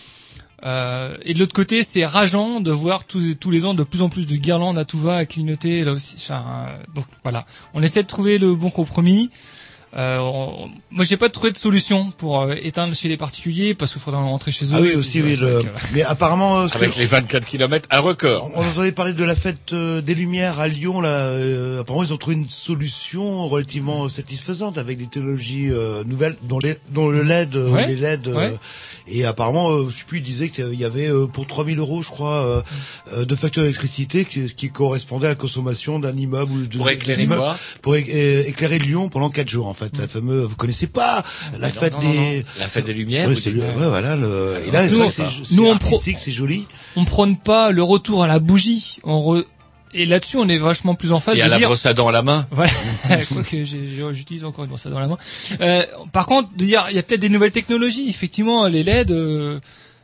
[SPEAKER 8] Euh, et de l'autre côté, c'est rageant de voir tous tous les ans de plus en plus de guirlandes à tout va à clignoter là aussi. Enfin, euh, donc voilà, on essaie de trouver le bon compromis. Euh, on- moi, j'ai pas trouvé de solution pour euh, éteindre chez les particuliers parce qu'il faudrait rentrer chez eux.
[SPEAKER 3] Ah oui, aussi, oui.
[SPEAKER 8] C'est vrai
[SPEAKER 3] Le...
[SPEAKER 8] que-
[SPEAKER 3] Mais apparemment, euh, ce
[SPEAKER 4] Avec
[SPEAKER 3] que-
[SPEAKER 4] les vingt-quatre kilomètres, un record.
[SPEAKER 3] on entendait parler de la fête euh, des Lumières à Lyon, là. euh, apparemment, ils ont trouvé une solution relativement satisfaisante avec des technologies euh, nouvelles, dont, les, dont le L E D, euh,
[SPEAKER 8] Ouais,
[SPEAKER 3] les L E D. euh,
[SPEAKER 8] ouais.
[SPEAKER 3] Et apparemment, euh, je sais plus, ils disaient qu'il y avait euh, pour trois mille euros, je crois, euh, euh, de facture d'électricité, qui- ce qui correspondait à la consommation d'un immeuble ou de
[SPEAKER 4] Pour éclairer
[SPEAKER 3] des immeubles,
[SPEAKER 4] quoi
[SPEAKER 3] pour é- é- éclairer Lyon pendant quatre jours, en fait. La fameuse, vous connaissez pas la
[SPEAKER 4] non,
[SPEAKER 3] fête
[SPEAKER 8] non, non,
[SPEAKER 3] des,
[SPEAKER 4] La fête des lumières.
[SPEAKER 3] Ouais,
[SPEAKER 4] vous
[SPEAKER 3] c'est
[SPEAKER 4] dites-
[SPEAKER 3] le- ouais, voilà. Le... Et là,
[SPEAKER 8] Nous,
[SPEAKER 3] c'est vrai
[SPEAKER 8] on-
[SPEAKER 3] que c'est
[SPEAKER 8] nous,
[SPEAKER 3] c'est
[SPEAKER 8] on pro-
[SPEAKER 3] artistique, c'est joli.
[SPEAKER 8] on prône pas le retour à la bougie. On re- Et là-dessus, on est vachement plus en phase
[SPEAKER 4] Et
[SPEAKER 8] de
[SPEAKER 4] à la
[SPEAKER 8] dire.
[SPEAKER 4] brosse à dents à la main.
[SPEAKER 8] Voilà. Quoique j'ai- j'ai- j'utilise encore une brosse à dents dans la main. Euh, par contre, de dire, il y a peut-être des nouvelles technologies. Effectivement, les L E D, euh,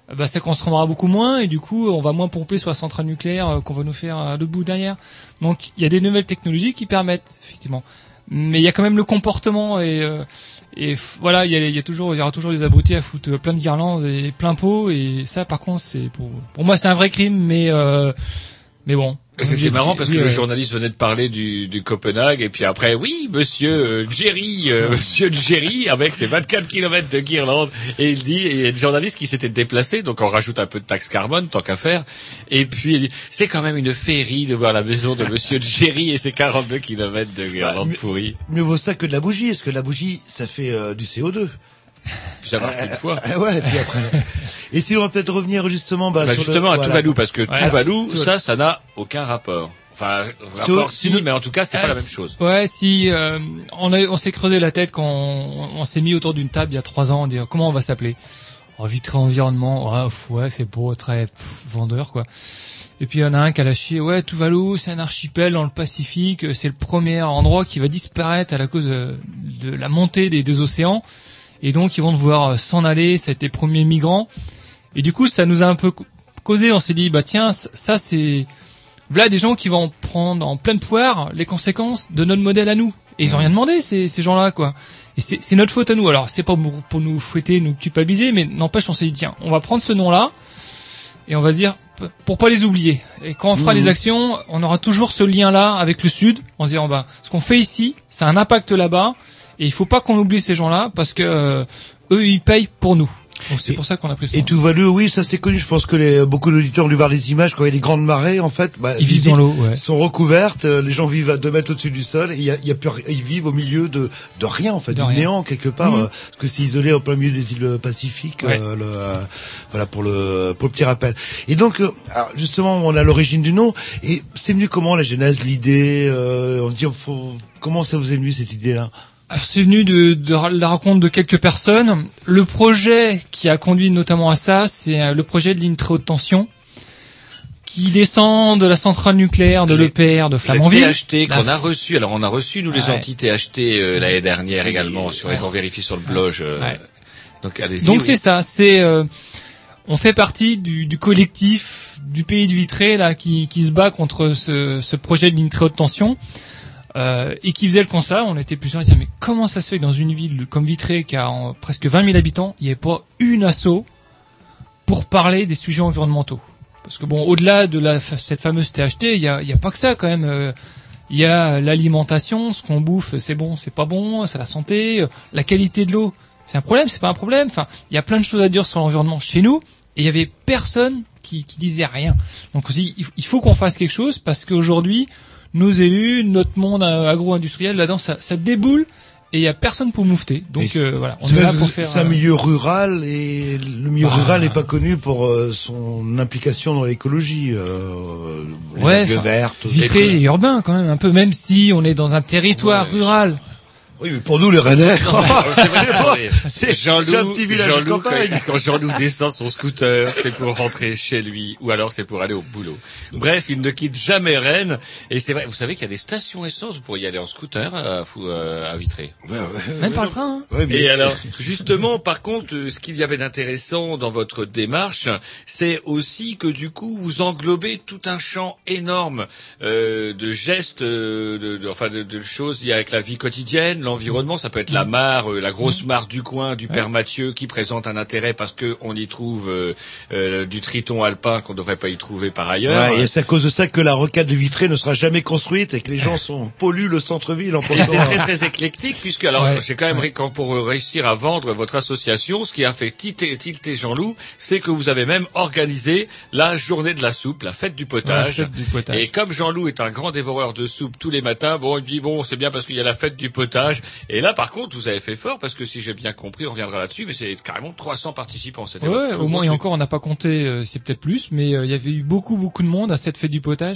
[SPEAKER 8] bah ça consommera beaucoup moins et du coup on va moins pomper sur la centrale nucléaire euh, qu'on va nous faire à l'autre bout derrière. Donc il y a des nouvelles technologies qui permettent effectivement, mais il y a quand même le comportement et euh, et f- voilà il y a il y a toujours il y aura toujours des abrutis à foutre plein de guirlandes et plein pot et ça par contre c'est pour pour moi c'est un vrai crime mais euh, mais bon.
[SPEAKER 4] C'était marrant parce que
[SPEAKER 8] oui,
[SPEAKER 4] le
[SPEAKER 8] ouais.
[SPEAKER 4] journaliste venait de parler du, du Copenhague et puis après, oui, monsieur euh, Jerry, euh, monsieur Jerry, avec ses vingt-quatre kilomètres de guirlande, et il dit, et il y a le journaliste qui s'était déplacé, donc on rajoute un peu de taxe carbone, tant qu'à faire, et puis il dit, c'est quand même une féerie de voir la maison de monsieur Jerry et ses quarante-deux kilomètres de guirlande
[SPEAKER 3] Bah,
[SPEAKER 4] pourrie.
[SPEAKER 3] Mieux vaut ça que de la bougie, parce que la bougie, ça fait euh, du C O deux.
[SPEAKER 4] J'ai remarqué une fois.
[SPEAKER 3] Euh, ouais, et puis après. Et si on va peut-être revenir justement, bah,
[SPEAKER 4] Bah
[SPEAKER 3] sur
[SPEAKER 4] justement
[SPEAKER 3] le,
[SPEAKER 4] à
[SPEAKER 3] voilà.
[SPEAKER 4] Tuvalu, parce que
[SPEAKER 8] Ouais.
[SPEAKER 4] Tuvalu,
[SPEAKER 3] Tuvalu.
[SPEAKER 4] ça, ça n'a aucun rapport. Enfin,
[SPEAKER 3] C'est-
[SPEAKER 4] rapport
[SPEAKER 3] c'est
[SPEAKER 4] si,
[SPEAKER 3] une-
[SPEAKER 4] mais en tout cas, c'est
[SPEAKER 8] Ah,
[SPEAKER 4] pas la même
[SPEAKER 8] c'est-
[SPEAKER 4] chose.
[SPEAKER 8] Ouais, si euh, on a, on s'est creusé la tête quand on, on s'est mis autour d'une table il y a trois ans, on dit comment on va s'appeler. Oh, Vitré Environnement, ouais, pff, ouais, c'est beau, très pff, vendeur quoi. Et puis il y en a un qui a lâché, ouais, Tuvalu, c'est un archipel dans le Pacifique, c'est le premier endroit qui va disparaître à la cause de, de la montée des, des océans, et donc ils vont devoir s'en aller, ça a été les premiers migrants. Et du coup, ça nous a un peu causé, on s'est dit, bah tiens, ça c'est voilà des gens qui vont prendre en pleine poire les conséquences de notre modèle à nous. Et ils ont rien demandé, ces, ces gens-là, quoi. Et c'est, c'est notre faute à nous. Alors, c'est pas pour, pour nous fouetter, nous culpabiliser, mais n'empêche, on s'est dit, tiens, on va prendre ce nom-là, et on va se dire, p- pour pas les oublier. Et quand on fera
[SPEAKER 3] Mmh.
[SPEAKER 8] les actions, on aura toujours ce lien-là avec le Sud, en se disant, bah, ce qu'on fait ici, ça a un impact là-bas, et il faut pas qu'on oublie ces gens-là, parce que, euh, eux, ils payent pour nous. Donc c'est
[SPEAKER 3] Et-
[SPEAKER 8] pour ça qu'on a pris ce
[SPEAKER 3] Et
[SPEAKER 8] nom.
[SPEAKER 3] Tuvalu, oui, ça c'est connu. Je pense que les, beaucoup d'auditeurs ont dû voir les images quand il y a les grandes marées, en fait. Bah,
[SPEAKER 8] Ils
[SPEAKER 3] les
[SPEAKER 8] vivent dans
[SPEAKER 3] îles
[SPEAKER 8] l'eau, ouais.
[SPEAKER 3] sont recouvertes, euh, les gens vivent à deux mètres au-dessus du sol, et il y a, il y a plus, ri- ils vivent au milieu de, de rien, en fait,
[SPEAKER 8] De
[SPEAKER 3] du
[SPEAKER 8] rien.
[SPEAKER 3] néant quelque part,
[SPEAKER 8] Mhm.
[SPEAKER 3] euh, parce que c'est isolé en plein milieu des îles Pacifiques.
[SPEAKER 8] Ouais.
[SPEAKER 3] euh, le, euh, voilà pour le pour le petit rappel. Et donc, euh, alors, justement, on a l'origine du nom. Et c'est venu comment la genèse, l'idée euh, On dit, faut, comment ça vous est venu cette idée-là?
[SPEAKER 8] Alors, c'est venu de, de la rencontre de quelques personnes. Le projet qui a conduit notamment à ça, c'est euh, le projet de ligne très haute tension qui descend de la centrale nucléaire de
[SPEAKER 4] Les-
[SPEAKER 8] l'E P R de
[SPEAKER 4] Le
[SPEAKER 8] Flamanville.
[SPEAKER 4] T H T qu'on
[SPEAKER 8] La-
[SPEAKER 4] a reçu, alors on a reçu nous les
[SPEAKER 8] Ouais.
[SPEAKER 4] anti-T H T euh, l'année dernière également, sur et
[SPEAKER 8] Ouais.
[SPEAKER 4] qu'on vérifie sur le blog. euh,
[SPEAKER 8] Ouais.
[SPEAKER 4] Donc allez-y.
[SPEAKER 8] Donc
[SPEAKER 4] oui.
[SPEAKER 8] c'est ça, c'est euh, on fait partie du, du collectif du pays de Vitré là qui, qui se bat contre ce, ce projet de ligne très haute tension euh, et qui faisait le constat. On était plusieurs à dire mais comment ça se fait que dans une ville comme Vitré qui a en- presque vingt mille habitants, il n'y ait pas une asso pour parler des sujets environnementaux. Parce que bon, au-delà de la, cette fameuse T H T, il y a, il y a pas que ça quand même. euh, Il y a l'alimentation, ce qu'on bouffe, c'est bon, c'est pas bon, c'est la santé, euh, la qualité de l'eau, c'est un problème, c'est pas un problème. Enfin, il y a plein de choses à dire sur l'environnement chez nous, et il y avait personne qui, qui disait rien. Donc aussi, il- il faut qu'on fasse quelque chose parce qu'aujourd'hui, nos élus, notre monde euh, agro-industriel là-dedans, ça, ça déboule. Et il y a personne pour moufter. Donc
[SPEAKER 3] Et
[SPEAKER 8] euh, voilà, on
[SPEAKER 3] c'est
[SPEAKER 8] est là
[SPEAKER 3] même-
[SPEAKER 8] pour faire.
[SPEAKER 3] C'est un
[SPEAKER 8] euh,
[SPEAKER 3] milieu rural et le milieu
[SPEAKER 8] Bah.
[SPEAKER 3] rural n'est pas connu pour euh, son implication dans l'écologie. Euh, les
[SPEAKER 8] Ouais,
[SPEAKER 3] algues
[SPEAKER 8] enfin,
[SPEAKER 3] vertes.
[SPEAKER 8] Vitré et urbain quand même un peu, même si on est dans un territoire
[SPEAKER 4] Ouais,
[SPEAKER 8] rural.
[SPEAKER 3] Oui, mais pour nous les Rennais,
[SPEAKER 4] Oh, c'est vrai,
[SPEAKER 3] c'est pas-
[SPEAKER 4] attendez.
[SPEAKER 3] c'est-
[SPEAKER 4] Jean-Loup,
[SPEAKER 3] c'est un petit village de
[SPEAKER 4] Jean-Loup, quand,
[SPEAKER 3] campagne.
[SPEAKER 4] quand Jean-Loup descend son scooter, c'est pour rentrer chez lui, ou alors c'est pour aller au boulot. Bref, il ne quitte jamais Rennes, et c'est vrai, vous savez qu'il y a des stations essence, vous pourriez y aller en scooter à, Fou- euh, à Vitré.
[SPEAKER 3] Ouais, ouais,
[SPEAKER 8] Même
[SPEAKER 3] ouais,
[SPEAKER 8] par
[SPEAKER 3] non.
[SPEAKER 8] le train. Hein.
[SPEAKER 3] Ouais, mais-
[SPEAKER 4] Et alors, justement, par contre, euh, ce qu'il y avait d'intéressant dans votre démarche, c'est aussi que du coup, vous englobez tout un champ énorme euh, de gestes, euh, de, de- enfin de, de choses liées avec la vie quotidienne, l'environnement. Ça peut être la mare, euh, la grosse mare du coin du Père Mathieu, qui présente un intérêt parce que on y trouve euh, euh, du triton alpin qu'on ne devrait pas y trouver par ailleurs.
[SPEAKER 3] Ouais, et c'est à cause de ça que la rocade de Vitré ne sera jamais construite et que les gens sont polluent le centre-ville en
[SPEAKER 4] Et
[SPEAKER 3] pensant.
[SPEAKER 4] c'est très très éclectique puisque alors
[SPEAKER 8] Ouais.
[SPEAKER 4] j'ai quand même ré- quand pour réussir à vendre votre association, ce qui a fait tilter, tilter Jean-Loup, c'est que vous avez même organisé la journée de la soupe, la fête du potage.
[SPEAKER 8] Ouais, fête du potage.
[SPEAKER 4] Et comme Jean-Loup est un grand dévoreur de soupe tous les matins, bon il dit bon c'est bien parce qu'il y a la fête du potage. Et là par contre vous avez fait fort parce que si j'ai bien compris, on reviendra là-dessus, mais c'est carrément trois cents participants. C'était votre
[SPEAKER 8] Ouais,
[SPEAKER 4] plus
[SPEAKER 8] au moins
[SPEAKER 4] gros
[SPEAKER 8] et
[SPEAKER 4] truc.
[SPEAKER 8] encore on n'a pas compté, euh, c'est peut-être plus, mais euh, il y avait eu beaucoup beaucoup de monde à cette fête du potage.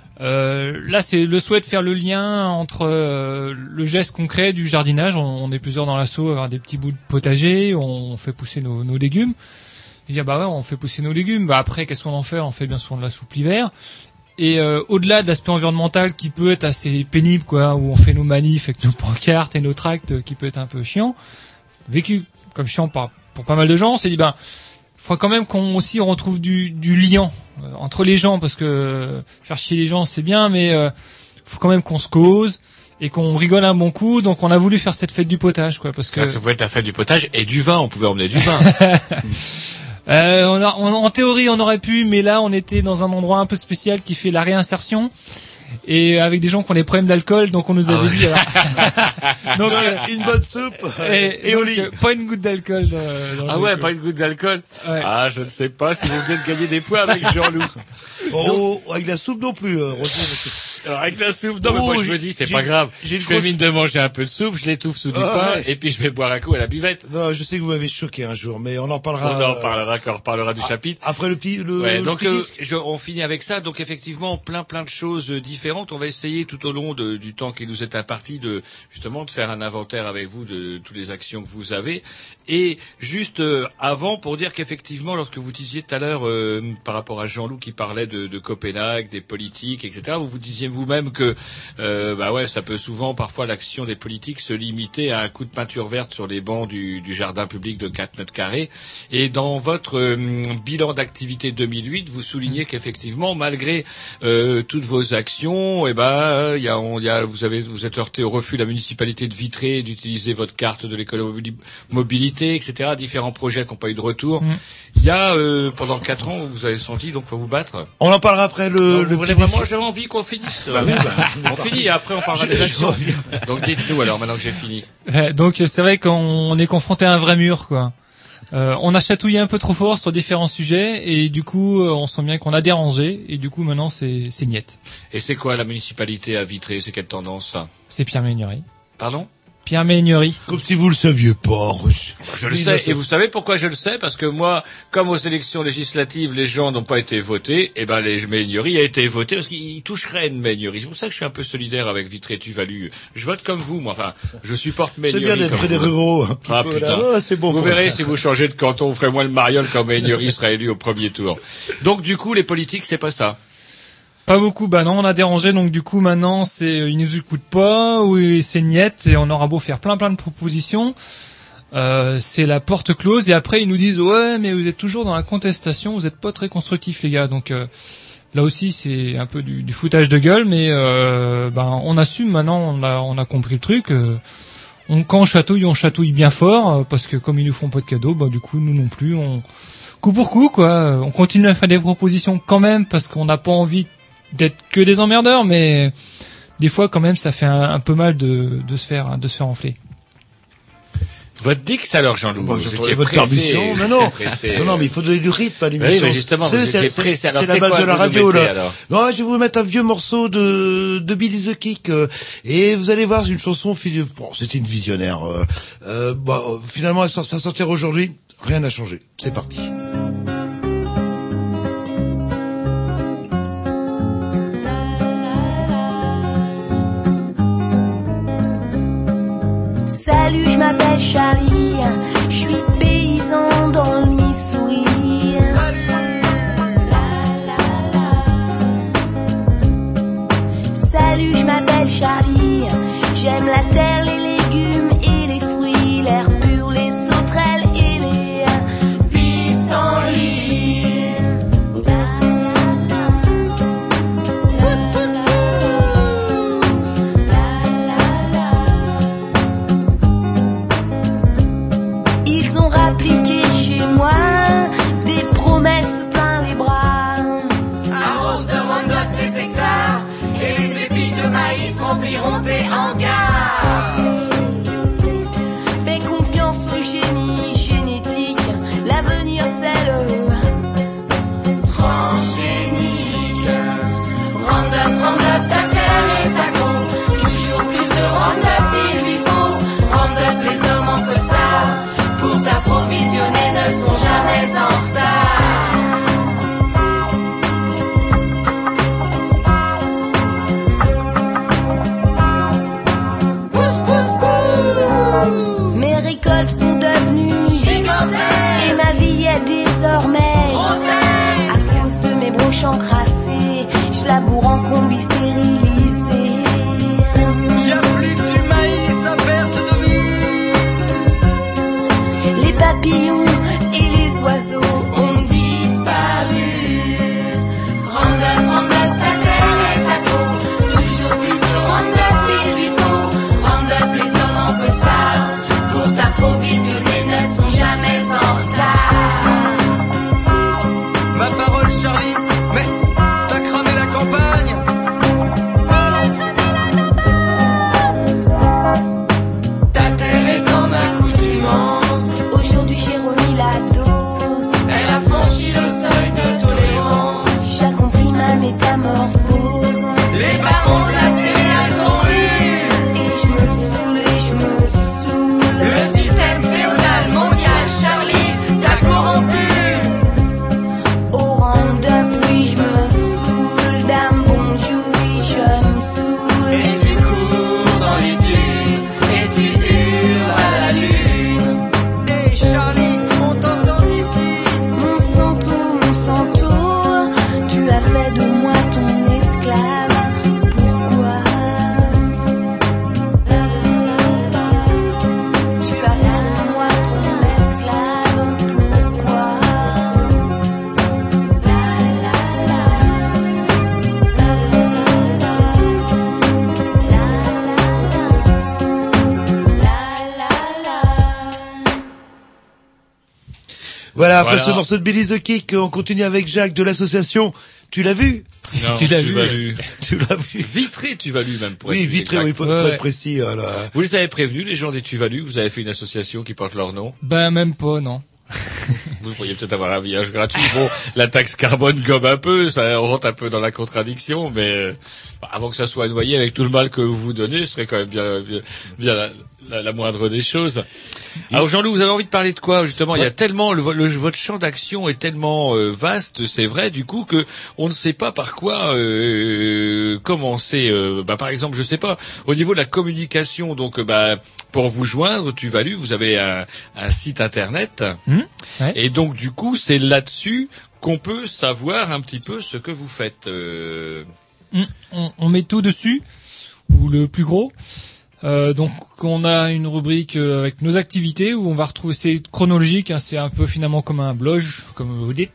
[SPEAKER 8] Euh, là, c'est le souhait de faire le lien entre euh, le geste concret du jardinage. On, on est plusieurs dans l'assaut à avoir des petits bouts de potager, on fait pousser nos, nos légumes. Il dit ah bah ouais, on fait pousser nos légumes. Bah après, qu'est-ce qu'on en fait? On fait bien souvent de la soupe l'hiver. Et euh, au-delà de l'aspect environnemental qui peut être assez pénible, quoi, où on fait nos manifs avec nos pancartes et nos tracts, qui peut être un peu chiant, vécu comme chiant par, pour pas mal de gens, on s'est dit ben faut quand même qu'on aussi on retrouve du, du lien euh, entre les gens, parce que euh, faire chier les gens c'est bien, mais euh, faut quand même qu'on se cause et qu'on rigole un bon coup. Donc on a voulu faire cette fête du potage, quoi, parce que
[SPEAKER 4] Ça, ça pouvait être la fête du potage et du vin. On pouvait emmener du vin.
[SPEAKER 8] euh, on a, on, en théorie on aurait pu, mais là on était dans un endroit un peu spécial qui fait la réinsertion. Et avec des gens qui ont des problèmes d'alcool, donc on nous avait
[SPEAKER 3] Ah ouais.
[SPEAKER 8] dit alors...
[SPEAKER 3] donc euh, une bonne soupe
[SPEAKER 8] et,
[SPEAKER 3] et
[SPEAKER 8] donc,
[SPEAKER 3] au lit.
[SPEAKER 8] euh, pas une goutte d'alcool. euh, dans le
[SPEAKER 4] Ah ouais,
[SPEAKER 8] truc,
[SPEAKER 4] pas une goutte d'alcool.
[SPEAKER 8] Ouais.
[SPEAKER 4] Ah, je ne sais pas si vous venez de gagner des points avec Jean-Loup.
[SPEAKER 3] Oh, avec la soupe non plus, euh, Roger. parce que-
[SPEAKER 4] Alors avec la soupe, non mais
[SPEAKER 3] Oh,
[SPEAKER 4] moi je
[SPEAKER 3] j'ai-
[SPEAKER 4] me dis c'est
[SPEAKER 3] j'ai-
[SPEAKER 4] pas grave.
[SPEAKER 3] j'ai une
[SPEAKER 4] Je fais
[SPEAKER 3] grosse-
[SPEAKER 4] mine de manger un peu de soupe, je l'étouffe sous du
[SPEAKER 3] Ah,
[SPEAKER 4] pain
[SPEAKER 3] ouais.
[SPEAKER 4] et puis je vais boire un coup à la buvette.
[SPEAKER 3] Non, je sais que vous m'avez choqué un jour, mais on en parlera.
[SPEAKER 4] On en
[SPEAKER 3] euh,
[SPEAKER 4] parlera quand on reparlera du chapitre.
[SPEAKER 3] Après le petit, le.
[SPEAKER 4] Ouais,
[SPEAKER 3] le
[SPEAKER 4] donc
[SPEAKER 3] petit
[SPEAKER 4] euh,
[SPEAKER 3] disque.
[SPEAKER 4] je- on finit avec ça. Donc effectivement, plein plein de choses euh, différentes. On va essayer tout au long de- du temps qui nous est imparti de justement de faire un inventaire avec vous de, toutes les actions que vous avez. Et juste euh, avant, pour dire qu'effectivement, lorsque vous disiez tout à l'heure euh, par rapport à Jean-Loup qui parlait de, de Copenhague, des politiques, et cetera. Vous vous disiez vous-même que euh, bah ouais, ça peut souvent parfois l'action des politiques se limiter à un coup de peinture verte sur les bancs du, du jardin public de quatre mètres carrés. Et dans votre euh, bilan d'activité deux mille huit, vous soulignez qu'effectivement, malgré euh, toutes vos actions, eh ben, il y a, on, y a, vous avez, vous êtes heurté au refus de la municipalité de Vitré d'utiliser votre carte de l'écolomobilité, et cetera. Différents projets qui n'ont pas eu de retour.
[SPEAKER 8] Mm.
[SPEAKER 4] Il y a euh, pendant quatre ans, vous avez senti, donc faut vous battre.
[SPEAKER 3] On en parlera après le.
[SPEAKER 4] Non,
[SPEAKER 3] le
[SPEAKER 4] vous voulez
[SPEAKER 3] petit
[SPEAKER 4] vraiment,
[SPEAKER 3] disque.
[SPEAKER 4] j'ai envie qu'on finisse.
[SPEAKER 3] Bah oui, bah,
[SPEAKER 4] on finit et après on parlera
[SPEAKER 3] Je-
[SPEAKER 4] des
[SPEAKER 3] je
[SPEAKER 4] actions.
[SPEAKER 3] reviens.
[SPEAKER 4] Donc dites-nous alors, maintenant que j'ai fini.
[SPEAKER 8] Ouais, donc c'est vrai qu'on est confronté à un vrai mur, quoi. Euh, on a chatouillé un peu trop fort sur différents sujets et du coup euh, on sent bien qu'on a dérangé et du coup maintenant c'est c'est niette.
[SPEAKER 4] Et c'est quoi la municipalité à Vitré? C'est quelle tendance ça?
[SPEAKER 8] C'est Pierre Méignery.
[SPEAKER 4] Pardon?
[SPEAKER 8] Pierre Méignery.
[SPEAKER 3] Comme si vous le saviez pas.
[SPEAKER 4] Je le sais. Et vous savez pourquoi je le sais? Parce que moi, comme aux élections législatives, les gens n'ont pas été votés, et ben les Méignery a été voté parce qu'il toucherait une Méignery. C'est pour ça que je suis un peu solidaire avec Vitré-Tuvalu. Je vote comme vous, moi. Enfin, je supporte
[SPEAKER 3] C'est
[SPEAKER 4] Méignery.
[SPEAKER 3] bien d'être
[SPEAKER 4] comme
[SPEAKER 3] près des
[SPEAKER 4] vous.
[SPEAKER 3] ruraux. un petit
[SPEAKER 4] Ah
[SPEAKER 3] peu,
[SPEAKER 4] putain.
[SPEAKER 3] là. Ah, c'est bon.
[SPEAKER 4] Vous
[SPEAKER 3] quoi.
[SPEAKER 4] verrez si vous changez de canton, vous ferez moins le mariole quand Méignery sera élu au premier tour. Donc du coup, les politiques, c'est pas ça.
[SPEAKER 8] Pas beaucoup, bah non, on a dérangé, donc du coup maintenant c'est ils nous écoutent pas, ou c'est niette, et on aura beau faire plein plein de propositions, euh, c'est la porte close, et après ils nous disent ouais mais vous êtes toujours dans la contestation, vous êtes pas très constructifs les gars, donc euh, là aussi c'est un peu du, du foutage de gueule, mais euh, ben on assume maintenant, on a on a compris le truc. Euh, on, quand on chatouille, on chatouille bien fort, euh, parce que comme ils nous font pas de cadeaux, bah du coup nous non plus, on coup pour coup quoi, on continue à faire des propositions quand même parce qu'on n'a pas envie d'être que des emmerdeurs, mais des fois quand même ça fait un, un peu mal de, de se faire de se faire enfler.
[SPEAKER 4] Votre Dix alors, Jean-Loup,
[SPEAKER 3] Bah,
[SPEAKER 4] vous
[SPEAKER 3] j'entendais
[SPEAKER 4] étiez
[SPEAKER 3] votre
[SPEAKER 4] pressé.
[SPEAKER 3] permission.
[SPEAKER 4] vous
[SPEAKER 3] Non, non.
[SPEAKER 4] étiez pressé.
[SPEAKER 3] Non, non, mais il faut donner du rythme à
[SPEAKER 4] Oui,
[SPEAKER 3] l'émission.
[SPEAKER 4] mais justement,
[SPEAKER 3] Vous savez,
[SPEAKER 4] vous étiez
[SPEAKER 3] c'est-
[SPEAKER 4] pressé.
[SPEAKER 3] c'est-
[SPEAKER 4] Alors,
[SPEAKER 3] c'est
[SPEAKER 4] c'est
[SPEAKER 3] la base
[SPEAKER 4] quoi
[SPEAKER 3] de la
[SPEAKER 4] que vous
[SPEAKER 3] radio,
[SPEAKER 4] nous mettez,
[SPEAKER 3] là.
[SPEAKER 4] alors
[SPEAKER 3] Non, je vais vous mettre un vieux morceau de, de Billy the Kick, euh, et vous allez voir, c'est une chanson, fi- bon, c'était une visionnaire, euh, euh, bah, euh, finalement, elle sort- ça sortira aujourd'hui. Rien n'a changé. C'est parti.
[SPEAKER 16] Salut, je m'appelle Charlie, je suis paysan dans le Missouri. Salut, je m'appelle Charlie, j'aime la terre, les légumes et les fruits, l'air pur, les sauterelles et les pissenlits. Ils ont rappliqué chez moi des promesses plein les bras.
[SPEAKER 9] Arrose de Roundup tes hectares et les épis de maïs rempliront tes hangars.
[SPEAKER 16] Fais confiance au génie génétique, l'avenir c'est le
[SPEAKER 9] Transgénique. Roundup, Roundup ta terre et ta gros. Toujours plus de Roundup il lui faut. Roundup les hommes en costard pour t'approvisionner ne sont jamais en retard. Pousse, pousse, pousse.
[SPEAKER 16] Mes récoltes sont devenues
[SPEAKER 9] Gigantesques.
[SPEAKER 16] et ma vie est désormais
[SPEAKER 9] Grotesque.
[SPEAKER 16] à cause de mes bronches encrassées. Je laboure en combi stérilisé.
[SPEAKER 9] Y a plus que du maïs à perte de vue.
[SPEAKER 16] Les papillons et les oiseaux
[SPEAKER 3] Voilà, après
[SPEAKER 4] Voilà.
[SPEAKER 3] ce morceau de Billy the Kick, on continue avec Jacques de l'association. Tu l'as vu?
[SPEAKER 4] Non,
[SPEAKER 3] Tu l'as
[SPEAKER 4] tu
[SPEAKER 3] vu?
[SPEAKER 4] vas lu.
[SPEAKER 3] Tu l'as vu?
[SPEAKER 4] Vitré, tu vas lu même pour
[SPEAKER 3] Oui,
[SPEAKER 4] être plus
[SPEAKER 3] Vitré,
[SPEAKER 4] exact.
[SPEAKER 3] oui, il faut, faut être précis. Voilà.
[SPEAKER 4] Vous les avez prévenus, les gens des Tuvalu, vous avez fait une association qui porte leur nom.
[SPEAKER 8] Ben même pas, non.
[SPEAKER 4] Vous pourriez peut-être avoir un village gratuit. Bon, la taxe carbone gomme un peu, ça rentre un peu dans la contradiction, mais euh, avant que ça soit noyé avec tout le mal que vous vous donnez, ce serait quand même bien, bien, bien la, la, la moindre des choses. Alors Jean-Loup, vous avez envie de parler de quoi justement? Il y a tellement le, le- votre champ d'action est tellement euh, vaste, c'est vrai, du coup que on ne sait pas par quoi euh, commencer. Euh, bah, par exemple, je sais pas, au niveau de la communication, donc euh, bah pour vous joindre, Tuvalu, vous avez un, un site internet,
[SPEAKER 8] Mmh, ouais.
[SPEAKER 4] et donc du coup c'est là-dessus qu'on peut savoir un petit peu ce que vous faites. Euh...
[SPEAKER 8] Mm, on, on met tout dessus, ou le plus gros. Euh, donc on a une rubrique euh, avec nos activités où on va retrouver, c'est chronologique, hein, c'est un peu finalement comme un blog, comme vous dites.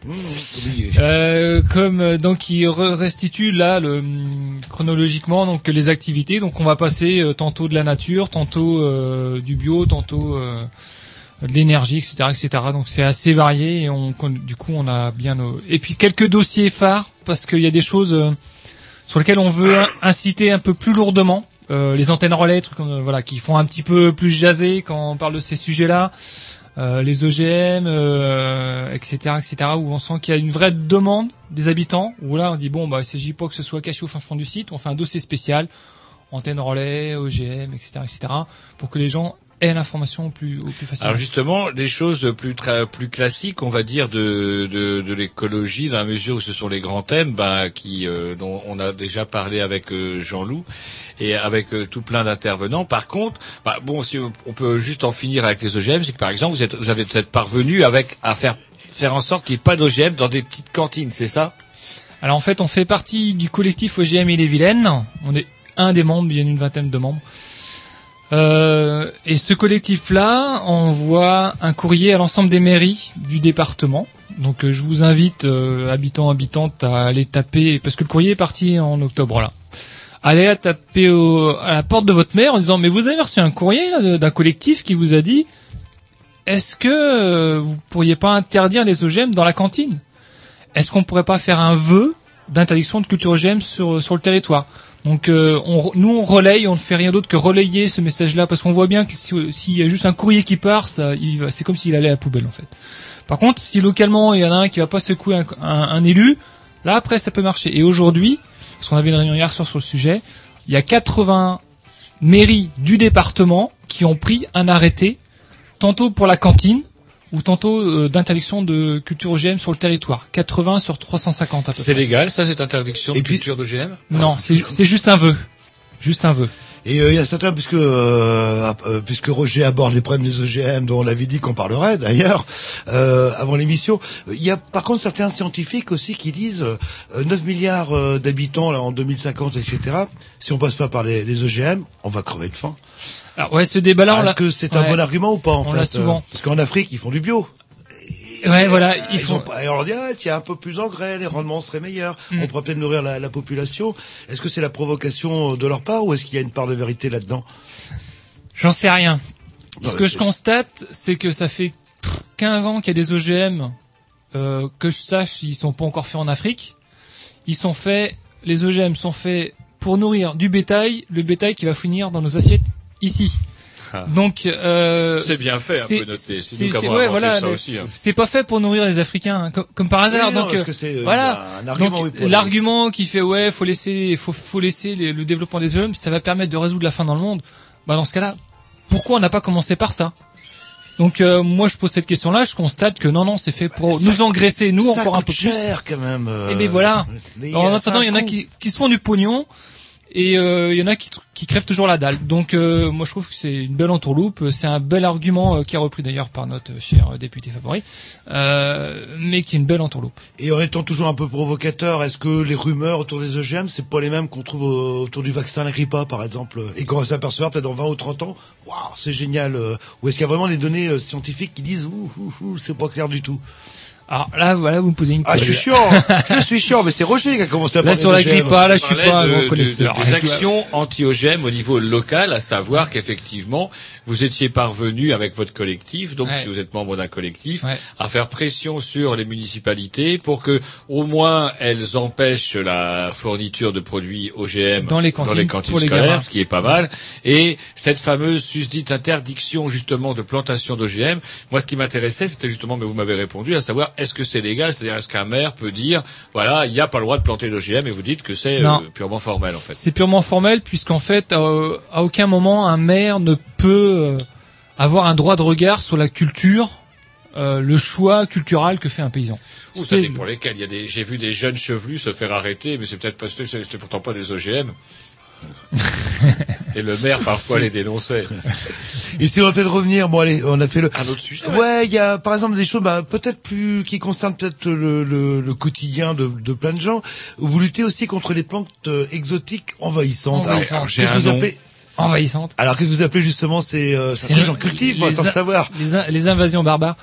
[SPEAKER 8] Euh, comme euh, donc il re- restitue là le, hum, chronologiquement donc les activités. Donc on va passer euh, tantôt de la nature, tantôt euh, du bio, tantôt euh, de l'énergie, et cetera, et cetera. Donc c'est assez varié et on du coup on a bien nos et puis quelques dossiers phares parce qu'il y a des choses euh, sur lesquelles on veut in- inciter un peu plus lourdement. Euh, les antennes relais, trucs euh, voilà, qui font un petit peu plus jaser quand on parle de ces sujets-là, euh, les O G M, euh, et cetera, et cetera, où on sent qu'il y a une vraie demande des habitants. Où là, on dit bon, bah, il s'agit pas que ce soit caché au fin fond du site, on fait un dossier spécial, antennes relais, O G M, et cetera, et cetera, pour que les gens aient l'information au plus, au plus facilement.
[SPEAKER 4] Alors justement, des choses plus tra- plus classiques, on va dire de de, de l'écologie, dans la mesure où ce sont les grands thèmes, bah, qui euh, dont on a déjà parlé avec euh, Jean-Loup et avec euh, tout plein d'intervenants. Par contre, bah, bon, si on peut juste en finir avec les O G M, c'est que par exemple, vous êtes vous avez peut-être parvenu avec à faire faire en sorte qu'il n'y ait pas d'O G M dans des petites cantines, c'est ça?
[SPEAKER 8] Alors en fait, on fait partie du collectif O G M Ille-et-Vilaine. On est un des membres, il y a une vingtaine de membres. Euh, et ce collectif-là envoie un courrier à l'ensemble des mairies du département. Donc euh, je vous invite, euh, habitants, habitantes, à aller taper, parce que le courrier est parti en octobre là. Allez à taper au, à la porte de votre maire en disant mais vous avez reçu un courrier là, de- d'un collectif qui vous a dit est-ce que euh, vous pourriez pas interdire les O G M dans la cantine? Est-ce qu'on pourrait pas faire un vœu d'interdiction de culture O G M sur sur le territoire? Donc euh, on, nous on relaye, on ne fait rien d'autre que relayer ce message-là parce qu'on voit bien que si- s'il y a juste un courrier qui part, ça, il va, c'est comme s'il allait à la poubelle en fait. Par contre, si localement il y en a un qui va pas secouer un, un, un élu, là après ça peut marcher. Et aujourd'hui, parce qu'on avait une réunion hier soir sur le sujet, il y a quatre-vingts mairies du département qui ont pris un arrêté, tantôt pour la cantine ou tantôt euh, d'interdiction de culture O G M sur le territoire. quatre-vingts sur trois cent cinquante à peu
[SPEAKER 4] C'est
[SPEAKER 8] près.
[SPEAKER 4] légal, ça, cette interdiction de culture d'O G M?
[SPEAKER 8] Non, c'est ju- c'est juste un vœu. Juste un vœu.
[SPEAKER 3] Et euh, il y a certains, puisque euh, euh, puisque Roger aborde les problèmes des O G M, dont on avait dit qu'on parlerait d'ailleurs euh, avant l'émission, il y a par contre certains scientifiques aussi qui disent euh, neuf milliards euh, d'habitants là en deux mille cinquante, et cetera. Si on passe pas par les, les O G M, on va crever de faim.
[SPEAKER 8] Alors ouais, ce débat-là,
[SPEAKER 3] Ah,
[SPEAKER 8] on l'a-
[SPEAKER 3] est-ce que c'est un
[SPEAKER 8] ouais.
[SPEAKER 3] bon argument ou pas en
[SPEAKER 8] On
[SPEAKER 3] fait
[SPEAKER 8] l'a souvent.
[SPEAKER 3] euh, Parce qu'en Afrique, ils font du bio.
[SPEAKER 8] Ouais, voilà,
[SPEAKER 3] Ils
[SPEAKER 8] ils font.
[SPEAKER 3] ont pas- et on leur dit, ah, tiens, un peu plus d'engrais, les rendements seraient meilleurs.
[SPEAKER 8] Mm.
[SPEAKER 3] On pourrait peut-être nourrir la, la population. Est-ce que c'est la provocation de leur part ou est-ce qu'il y a une part de vérité là-dedans?
[SPEAKER 8] J'en sais rien.
[SPEAKER 3] Non,
[SPEAKER 8] Ce
[SPEAKER 3] mais
[SPEAKER 8] que je
[SPEAKER 3] c'est-
[SPEAKER 8] constate, c'est que ça fait quinze ans qu'il y a des O G M, euh, que je sache, ils sont pas encore faits en Afrique. Ils sont faits, les O G M sont faits pour nourrir du bétail, le bétail qui va finir dans nos assiettes ici.
[SPEAKER 4] Ah.
[SPEAKER 8] Donc, euh,
[SPEAKER 4] C'est bien fait, un
[SPEAKER 8] c'est-
[SPEAKER 4] peu noté. C'est
[SPEAKER 8] c'est-
[SPEAKER 4] nous qui
[SPEAKER 8] c'est-
[SPEAKER 4] avons
[SPEAKER 8] ouais,
[SPEAKER 4] inventé
[SPEAKER 8] voilà,
[SPEAKER 4] ça
[SPEAKER 8] le-
[SPEAKER 4] aussi, hein.
[SPEAKER 8] C'est pas fait pour nourrir les Africains, hein, comme, comme par hasard.
[SPEAKER 3] Oui, non,
[SPEAKER 8] donc,
[SPEAKER 3] parce
[SPEAKER 8] euh,
[SPEAKER 3] que c'est, euh,
[SPEAKER 8] voilà.
[SPEAKER 3] un argument,
[SPEAKER 8] Donc,
[SPEAKER 3] oui, pour-
[SPEAKER 8] l'argument qui fait ouais, faut laisser, faut, faut laisser les- le développement des O G M, ça va permettre de résoudre la faim dans le monde. Bah dans ce cas-là, pourquoi on n'a pas commencé par ça? Donc euh, moi je pose cette question-là, je constate que non non, c'est fait pour
[SPEAKER 3] Ça-
[SPEAKER 8] nous engraisser, nous
[SPEAKER 3] ça
[SPEAKER 8] encore un
[SPEAKER 3] coûte
[SPEAKER 8] peu plus.
[SPEAKER 3] cher quand même. euh,
[SPEAKER 8] Et ben voilà.
[SPEAKER 3] mais
[SPEAKER 8] Alors, en
[SPEAKER 3] ça a
[SPEAKER 8] attendant,
[SPEAKER 3] un
[SPEAKER 8] il y en a
[SPEAKER 3] coût.
[SPEAKER 8] qui, qui se font du pognon et euh, il y en a qui, tr- qui crèvent toujours la dalle. Donc euh, moi je trouve que c'est une belle entourloupe, c'est un bel argument euh, qui est repris d'ailleurs par notre cher euh, député favori, euh, mais qui est une belle entourloupe.
[SPEAKER 3] Et en étant toujours un peu provocateur, est-ce que les rumeurs autour des O G M, c'est pas les mêmes qu'on trouve au- autour du vaccin la grippe A, par exemple, et qu'on va s'apercevoir peut-être dans vingt ou trente ans, waouh, c'est génial, euh, ou est-ce qu'il y a vraiment des données euh, scientifiques qui disent ouh, ouh, ouh, c'est pas clair du tout?
[SPEAKER 8] Alors là, voilà, vous me posez une
[SPEAKER 3] Ah, je
[SPEAKER 8] colle.
[SPEAKER 3] suis chiant. Je suis chiant, mais c'est Roger qui a commencé à
[SPEAKER 8] Là,
[SPEAKER 3] parler
[SPEAKER 8] sur la
[SPEAKER 3] d'O G M.
[SPEAKER 8] grippe, là, je suis
[SPEAKER 4] parlais
[SPEAKER 8] pas un
[SPEAKER 4] de-
[SPEAKER 8] grand
[SPEAKER 4] de-
[SPEAKER 8] connaisseur.
[SPEAKER 4] de- des actions anti-O G M au niveau local, à savoir qu'effectivement, vous étiez parvenu avec votre collectif, donc
[SPEAKER 8] Ouais.
[SPEAKER 4] si vous êtes membre d'un collectif,
[SPEAKER 8] Ouais.
[SPEAKER 4] à faire pression sur les municipalités pour que, au moins, elles empêchent la fourniture de produits O G M
[SPEAKER 8] Dans les cantines, pour les
[SPEAKER 4] scolaires,
[SPEAKER 8] gamins.
[SPEAKER 4] ce qui est pas mal. Et cette fameuse susdite interdiction, justement, de plantation d'O G M, moi, ce qui m'intéressait, c'était justement, mais vous m'avez répondu, à savoir, est-ce que c'est légal? C'est-à-dire, est-ce qu'un maire peut dire, voilà, il n'y a pas le droit de planter d'O G M, et vous dites que c'est euh,
[SPEAKER 8] Non.
[SPEAKER 4] purement formel, en fait.
[SPEAKER 8] C'est purement formel puisqu'en fait, euh, à aucun moment un maire ne peut euh, avoir un droit de regard sur la culture, euh, le choix culturel que fait un paysan.
[SPEAKER 4] Ou ça
[SPEAKER 8] C'est-
[SPEAKER 4] dépend lesquels. Il y a des, j'ai vu des jeunes chevelus se faire arrêter, mais c'est peut-être parce que c'était pourtant pas des O G M. Et le maire parfois les dénonçait.
[SPEAKER 3] Et si on va peut-être revenir, bon allez, on a fait le.
[SPEAKER 4] Un autre sujet.
[SPEAKER 3] Ouais, il y a par exemple des choses, bah, peut-être plus qui concernent peut-être le, le, le quotidien de, de plein de gens. Vous luttez aussi contre les plantes euh, exotiques envahissantes.
[SPEAKER 8] Envahissantes.
[SPEAKER 3] Alors,
[SPEAKER 8] J'ai
[SPEAKER 3] qu'est-ce que
[SPEAKER 8] un
[SPEAKER 3] vous
[SPEAKER 8] nom.
[SPEAKER 3] appelez
[SPEAKER 8] Envahissante.
[SPEAKER 3] Alors qu'est-ce que vous appelez justement ces euh,
[SPEAKER 8] C'est
[SPEAKER 3] c'est que
[SPEAKER 8] le-
[SPEAKER 3] j'en cultive,
[SPEAKER 8] les
[SPEAKER 3] moi, sans le
[SPEAKER 8] in-
[SPEAKER 3] savoir.
[SPEAKER 8] Les, in- les invasions barbares.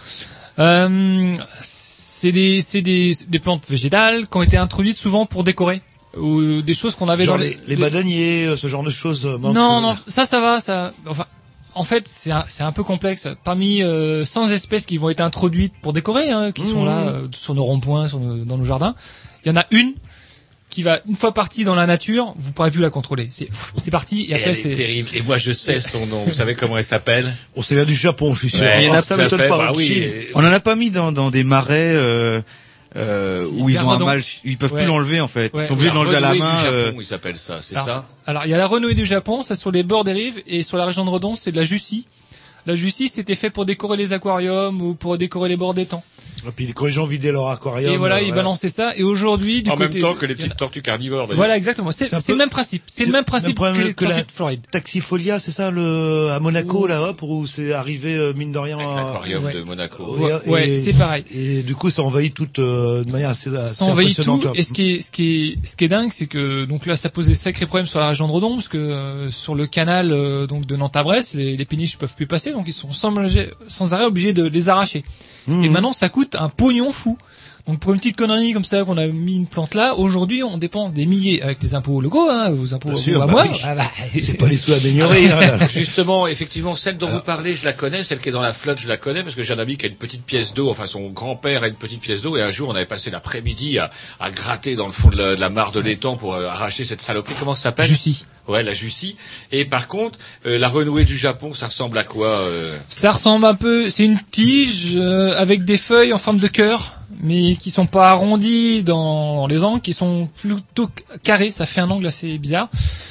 [SPEAKER 8] Euh, c'est des, c'est des, des plantes végétales qui ont été introduites souvent pour décorer. Ou des choses qu'on avait
[SPEAKER 3] Genre
[SPEAKER 8] dans
[SPEAKER 3] les, les badaniers, euh, ce genre de choses. euh, manquent,
[SPEAKER 8] Non,
[SPEAKER 3] euh,
[SPEAKER 8] non, ça, ça va, ça. Enfin, en fait, c'est un, c'est un peu complexe. Parmi euh, cent espèces qui vont être introduites pour décorer, hein, qui sont
[SPEAKER 3] Mmh.
[SPEAKER 8] là euh, sur nos ronds-points, sur nos- dans nos jardins, il y en a une qui va une fois partie dans la nature, vous pourrez plus la contrôler. C'est c'est parti et
[SPEAKER 4] Et
[SPEAKER 8] après
[SPEAKER 4] elle
[SPEAKER 8] c'est
[SPEAKER 4] est terrible. Et moi, je sais son nom. Vous savez comment elle s'appelle?
[SPEAKER 3] On s'est vient du Japon, je suis sûr.
[SPEAKER 4] Ouais,
[SPEAKER 6] Il y en a
[SPEAKER 3] ça
[SPEAKER 4] tout à
[SPEAKER 3] m'étonne
[SPEAKER 4] fait.
[SPEAKER 3] pas.
[SPEAKER 4] Bah
[SPEAKER 3] au
[SPEAKER 4] oui.
[SPEAKER 3] Chili.
[SPEAKER 4] Et-
[SPEAKER 6] On en a pas mis dans, dans des marais euh, euh,
[SPEAKER 8] C'est
[SPEAKER 6] où ils ont un
[SPEAKER 8] hyper
[SPEAKER 6] mal, ils peuvent
[SPEAKER 8] Ouais.
[SPEAKER 6] plus l'enlever en fait.
[SPEAKER 8] Ouais.
[SPEAKER 6] Ils sont obligés de l'enlever à la
[SPEAKER 4] renouée
[SPEAKER 6] main.
[SPEAKER 4] du
[SPEAKER 6] euh,
[SPEAKER 4] Japon, il s'appelle ça, c'est
[SPEAKER 8] alors,
[SPEAKER 4] ça?
[SPEAKER 8] alors, il y a la renouée du Japon, ça sur les bords des rives, et sur la région de Redon, c'est de la Jussie. La Jussie, c'était fait pour décorer les aquariums ou pour décorer les bords d'étangs.
[SPEAKER 3] Et puis quand les gens vidaient leur aquarium.
[SPEAKER 8] Et voilà,
[SPEAKER 3] euh,
[SPEAKER 8] ils balançaient ça. Et aujourd'hui, du
[SPEAKER 4] En
[SPEAKER 8] côté,
[SPEAKER 4] même temps que les
[SPEAKER 8] il y en a-
[SPEAKER 4] petites tortues carnivores, d'ailleurs.
[SPEAKER 8] Voilà, exactement. C'est
[SPEAKER 3] C'est un
[SPEAKER 8] c'est le
[SPEAKER 3] peu-
[SPEAKER 8] même principe. C'est le même principe que
[SPEAKER 3] problème
[SPEAKER 8] les
[SPEAKER 3] que la
[SPEAKER 8] tortues de Floride.
[SPEAKER 3] Taxifolia, c'est ça, le à Monaco là, hop, où c'est arrivé euh, mine de rien.
[SPEAKER 4] Avec
[SPEAKER 3] à-
[SPEAKER 4] l'aquarium
[SPEAKER 8] Ouais.
[SPEAKER 4] de Monaco.
[SPEAKER 3] Ouais,
[SPEAKER 8] Ouais, ouais,
[SPEAKER 3] et-
[SPEAKER 8] c'est pareil.
[SPEAKER 3] Et du coup, ça envahit tout euh, de manière assez, assez
[SPEAKER 8] Ça envahit tout.
[SPEAKER 3] impressionnante.
[SPEAKER 8] Et ce qui est, ce qui est, ce qui est dingue, c'est que donc là, ça pose des sacrés problèmes sur la région de Redon, parce que euh, sur le canal euh, donc de Nantes à Brest, les, les péniches peuvent plus passer, donc ils sont sans, sans arrêt obligés de les arracher.
[SPEAKER 3] Mmh.
[SPEAKER 8] Et maintenant, ça coûte un pognon fou. Donc pour une petite connerie comme ça qu'on a mis une plante là, aujourd'hui on dépense des milliers avec les impôts locaux, hein, vos impôts
[SPEAKER 3] Bien
[SPEAKER 8] à
[SPEAKER 3] sûr,
[SPEAKER 8] vous, à
[SPEAKER 3] bah
[SPEAKER 8] moi.
[SPEAKER 3] oui.
[SPEAKER 8] Ah bah,
[SPEAKER 3] C'est pas les sous améliorés. hein, là.
[SPEAKER 4] Justement, effectivement, celle dont vous parlez, je la connais, celle qui est dans la flotte, je la connais, parce que j'ai un ami qui a une petite pièce d'eau, enfin son grand-père a une petite pièce d'eau, et un jour on avait passé l'après-midi à, à gratter dans le fond de la, de la mare de l'étang pour euh, arracher cette saloperie. Comment ça s'appelle?
[SPEAKER 8] Jussie.
[SPEAKER 4] Ouais, la Jussie. Et par contre, euh, la renouée du Japon, ça ressemble à quoi euh
[SPEAKER 8] Ça ressemble un peu, c'est une tige euh, avec des feuilles en forme de cœur, mais qui sont pas arrondies dans les angles, qui sont plutôt carrés. Ça fait un angle assez bizarre.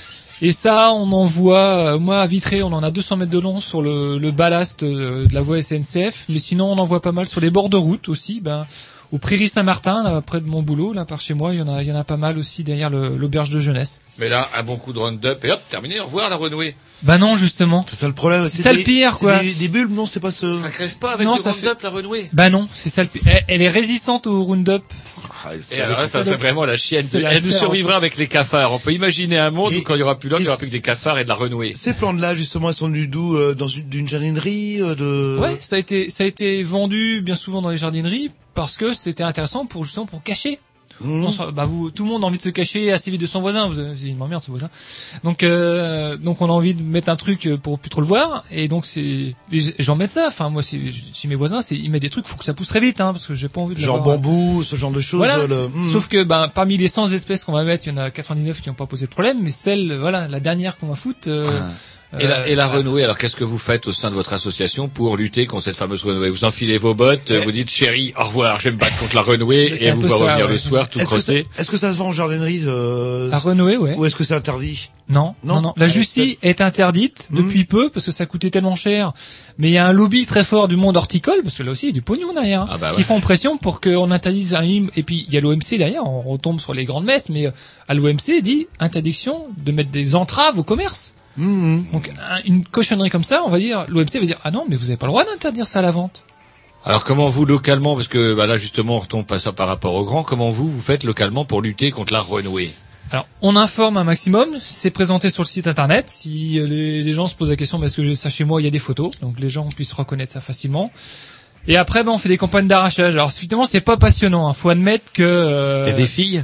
[SPEAKER 8] Et ça, on en voit, euh, moi à Vitré, on en a deux cents mètres de long sur le, le ballast euh, de la voie S N C F, mais sinon on en voit pas mal sur les bords de route aussi. Ben, au Prairie Saint-Martin, là près de mon boulot, là par chez moi, il y en a, il y en a pas mal aussi derrière le- l'auberge de jeunesse.
[SPEAKER 4] Mais là, un bon coup de Roundup, et hop, terminé, au revoir la renouée.
[SPEAKER 8] Bah non, justement.
[SPEAKER 3] C'est ça le problème.
[SPEAKER 8] C'est ça le
[SPEAKER 3] des-
[SPEAKER 8] pire,
[SPEAKER 3] c'est
[SPEAKER 8] quoi.
[SPEAKER 3] Des, des bulbes, non, c'est pas ce.
[SPEAKER 4] Ça crève pas avec
[SPEAKER 8] Non,
[SPEAKER 4] du
[SPEAKER 8] ça
[SPEAKER 4] Roundup, la renouée.
[SPEAKER 8] Bah non, c'est ça le pire. Elle, elle est résistante au Roundup.
[SPEAKER 3] Ah,
[SPEAKER 4] Et
[SPEAKER 3] c'est-
[SPEAKER 4] alors là, ça,
[SPEAKER 8] c'est
[SPEAKER 4] c'est
[SPEAKER 8] le-
[SPEAKER 4] vraiment la chienne.
[SPEAKER 8] c'est la
[SPEAKER 4] Elle nous
[SPEAKER 8] serre.
[SPEAKER 4] survivra avec les cafards. On peut imaginer un monde
[SPEAKER 3] Et-
[SPEAKER 4] où quand il y aura plus d'or, il y aura
[SPEAKER 3] et
[SPEAKER 4] plus que des cafards et de la renouée.
[SPEAKER 3] Ces plantes-là, justement, elles sont venues d'où euh, Dans une d'une jardinerie euh, de.
[SPEAKER 8] Ouais, ça a été ça a été vendu bien souvent dans les jardineries parce que c'était intéressant pour justement pour cacher.
[SPEAKER 3] Mmh.
[SPEAKER 8] Non, ça- bah vous, tout le monde a envie de se cacher assez vite de son voisin. Vous, c'est une m'emmerde ce voisin. Donc euh, donc on a envie de mettre un truc pour plus trop le voir et donc c'est les gens mettent ça. Enfin moi c'est chez mes voisins c'est ils mettent des trucs faut que ça pousse très vite hein parce que j'ai pas envie de
[SPEAKER 3] Genre
[SPEAKER 8] l'avoir.
[SPEAKER 3] bambou, ce genre de choses.
[SPEAKER 8] Voilà,
[SPEAKER 3] euh, le-
[SPEAKER 8] c'est-
[SPEAKER 3] mmh.
[SPEAKER 8] sauf que ben parmi les cent espèces qu'on va mettre, il y en a quatre-vingt-dix-neuf qui n'ont pas posé de problème, mais celle voilà la dernière qu'on va foutre. Euh,
[SPEAKER 4] Et la, et la
[SPEAKER 8] euh,
[SPEAKER 4] renouée, alors qu'est-ce que vous faites au sein de votre association pour lutter contre cette fameuse renouée? Vous enfilez vos bottes, vous dites chérie, au revoir, je vais me battre contre la renouée,
[SPEAKER 8] Mais c'est
[SPEAKER 4] et
[SPEAKER 8] un
[SPEAKER 4] vous
[SPEAKER 8] peu
[SPEAKER 4] va
[SPEAKER 8] ça,
[SPEAKER 4] revenir
[SPEAKER 8] ouais.
[SPEAKER 4] le soir tout
[SPEAKER 3] Est-ce que, ça,
[SPEAKER 4] crossé.
[SPEAKER 3] est-ce que ça se vend en jardinerie euh,
[SPEAKER 8] La renouée, ouais.
[SPEAKER 3] Ou est-ce que c'est interdit?
[SPEAKER 8] Non, non,
[SPEAKER 3] Non.
[SPEAKER 8] non. La
[SPEAKER 3] Ah,
[SPEAKER 8] Jussie est interdite
[SPEAKER 3] Mhm.
[SPEAKER 8] depuis peu parce que ça coûtait tellement cher. Mais il y a un lobby très fort du monde horticole parce que là aussi il y a du pognon derrière, hein,
[SPEAKER 4] Ah bah ouais.
[SPEAKER 8] qui font pression pour qu'on interdise un hymne. Et puis il y a l'O M C derrière. On retombe sur les grandes messes, mais euh, à l'O M C dit interdiction de mettre des entraves au commerce.
[SPEAKER 3] Mmh.
[SPEAKER 8] Donc un- une cochonnerie comme ça, on va dire, l'O M C va dire ah non mais vous avez pas le droit d'interdire ça à la vente.
[SPEAKER 4] Alors comment vous localement, parce que bah là justement on retombe pas ça par rapport au grand, comment vous vous faites localement pour lutter contre la renouée?
[SPEAKER 8] Alors, on informe un maximum, c'est présenté sur le site internet. Si euh, les, les gens se posent la question, mais est-ce que j'ai ça chez moi, il y a des photos, donc les gens puissent reconnaître ça facilement. Et après, ben, on fait des campagnes d'arrachage. Alors, effectivement, c'est pas passionnant. Hein. Faut admettre que. Euh...
[SPEAKER 4] Il y a des filles.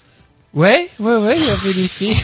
[SPEAKER 8] Ouais, ouais, ouais, il y avait des filles.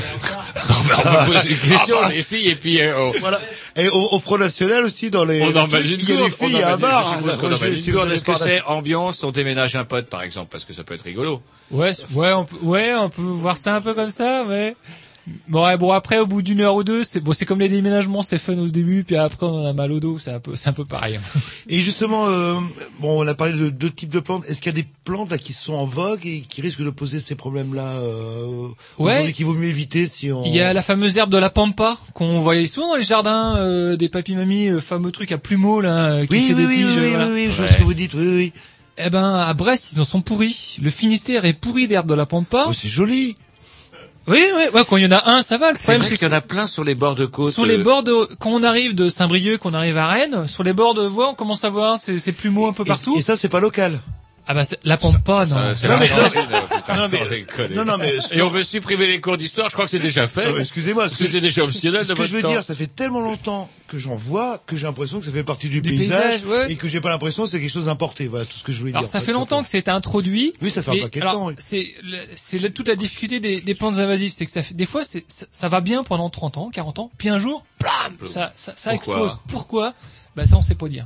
[SPEAKER 4] Non, mais on peut poser une question, les filles, et puis, euh, oh.
[SPEAKER 3] Voilà. Et au, au Front National aussi, dans les...
[SPEAKER 4] On emballe une
[SPEAKER 3] il y a des
[SPEAKER 4] gourde,
[SPEAKER 3] filles,
[SPEAKER 4] on
[SPEAKER 3] il y a un
[SPEAKER 4] emballe-
[SPEAKER 3] bar.
[SPEAKER 4] je suppose qu'on
[SPEAKER 3] Je-
[SPEAKER 4] emballe
[SPEAKER 3] je-
[SPEAKER 4] une gourde.
[SPEAKER 3] je-
[SPEAKER 4] Est-ce que
[SPEAKER 3] je-
[SPEAKER 4] c'est ambiance, on déménage un pote, par exemple, parce que ça peut être rigolo.
[SPEAKER 8] Ouais, c- ouais, on peut, ouais, on peut voir ça un peu comme ça, mais bon, ouais, bon après, au bout d'une heure ou deux, c'est bon, c'est comme les déménagements, c'est fun au début, puis après on a mal au dos, c'est un peu, c'est un peu pareil.
[SPEAKER 3] Et justement, euh, bon, on a parlé de deux types de plantes. Est-ce qu'il y a des plantes là qui sont en vogue et qui risquent de poser ces problèmes-là euh,
[SPEAKER 8] Ouais.
[SPEAKER 3] aujourd'hui qu'il vaut mieux éviter si on...
[SPEAKER 8] Il y a la fameuse herbe de la pampa qu'on voyait souvent dans les jardins euh, des papy-mamies, le fameux truc à plumeaux là, euh, qui
[SPEAKER 3] Oui,
[SPEAKER 8] fait
[SPEAKER 3] oui,
[SPEAKER 8] des
[SPEAKER 3] oui,
[SPEAKER 8] tiges.
[SPEAKER 3] oui,
[SPEAKER 8] voilà.
[SPEAKER 3] oui, oui, je vois ce que vous dites, oui, oui.
[SPEAKER 8] Eh ben, à Brest, ils en sont pourris. Le Finistère est pourri d'herbe de la pampa.
[SPEAKER 3] Oh, c'est joli.
[SPEAKER 8] Oui, oui, ouais, quand il y en a un, ça va. Le
[SPEAKER 4] C'est
[SPEAKER 8] problème,
[SPEAKER 4] vrai
[SPEAKER 8] c'est
[SPEAKER 4] qu'il y en a plein sur les bords de côte.
[SPEAKER 8] sur les
[SPEAKER 4] euh,
[SPEAKER 8] bords de, quand on arrive de Saint-Brieuc, qu'on arrive à Rennes, sur les bords de voie, on commence à voir ces, ces plumeaux un peu partout.
[SPEAKER 3] Et ça, c'est pas local.
[SPEAKER 8] Ah bah, c'est- la pampa, non.
[SPEAKER 4] ça, c'est
[SPEAKER 3] Non,
[SPEAKER 4] la
[SPEAKER 3] mais-
[SPEAKER 4] chance, euh, putain,
[SPEAKER 3] Non,
[SPEAKER 4] sans
[SPEAKER 3] mais-
[SPEAKER 4] déconner.
[SPEAKER 3] non, non, mais-
[SPEAKER 4] Et on veut supprimer les cours d'histoire, je crois que c'est déjà fait.
[SPEAKER 3] Non, mais excusez-moi, ce que
[SPEAKER 4] C'était déjà optionnel
[SPEAKER 3] Ce
[SPEAKER 4] de
[SPEAKER 3] que
[SPEAKER 4] votre
[SPEAKER 3] je veux
[SPEAKER 4] temps.
[SPEAKER 3] dire, ça fait tellement longtemps que j'en vois que j'ai l'impression que ça fait partie du,
[SPEAKER 8] Du
[SPEAKER 3] paysage,
[SPEAKER 8] paysage, ouais.
[SPEAKER 3] et que j'ai pas l'impression que c'est quelque chose d'importé. Voilà tout ce que je voulais
[SPEAKER 8] Alors
[SPEAKER 3] dire.
[SPEAKER 8] ça
[SPEAKER 3] en
[SPEAKER 8] fait
[SPEAKER 3] tout
[SPEAKER 8] longtemps
[SPEAKER 3] simplement.
[SPEAKER 8] que c'est introduit.
[SPEAKER 3] Oui, ça fait un
[SPEAKER 8] mais
[SPEAKER 3] paquet de
[SPEAKER 8] alors,
[SPEAKER 3] temps, oui.
[SPEAKER 8] C'est le- c'est le- toute la difficulté des, des plantes invasives, c'est que ça fait, des fois c'est, ça, ça va bien pendant trente ans, quarante ans, puis un jour, plam, ça, ça, ça
[SPEAKER 4] Pourquoi
[SPEAKER 8] explose. Pourquoi? Bah ça on sait pas dire.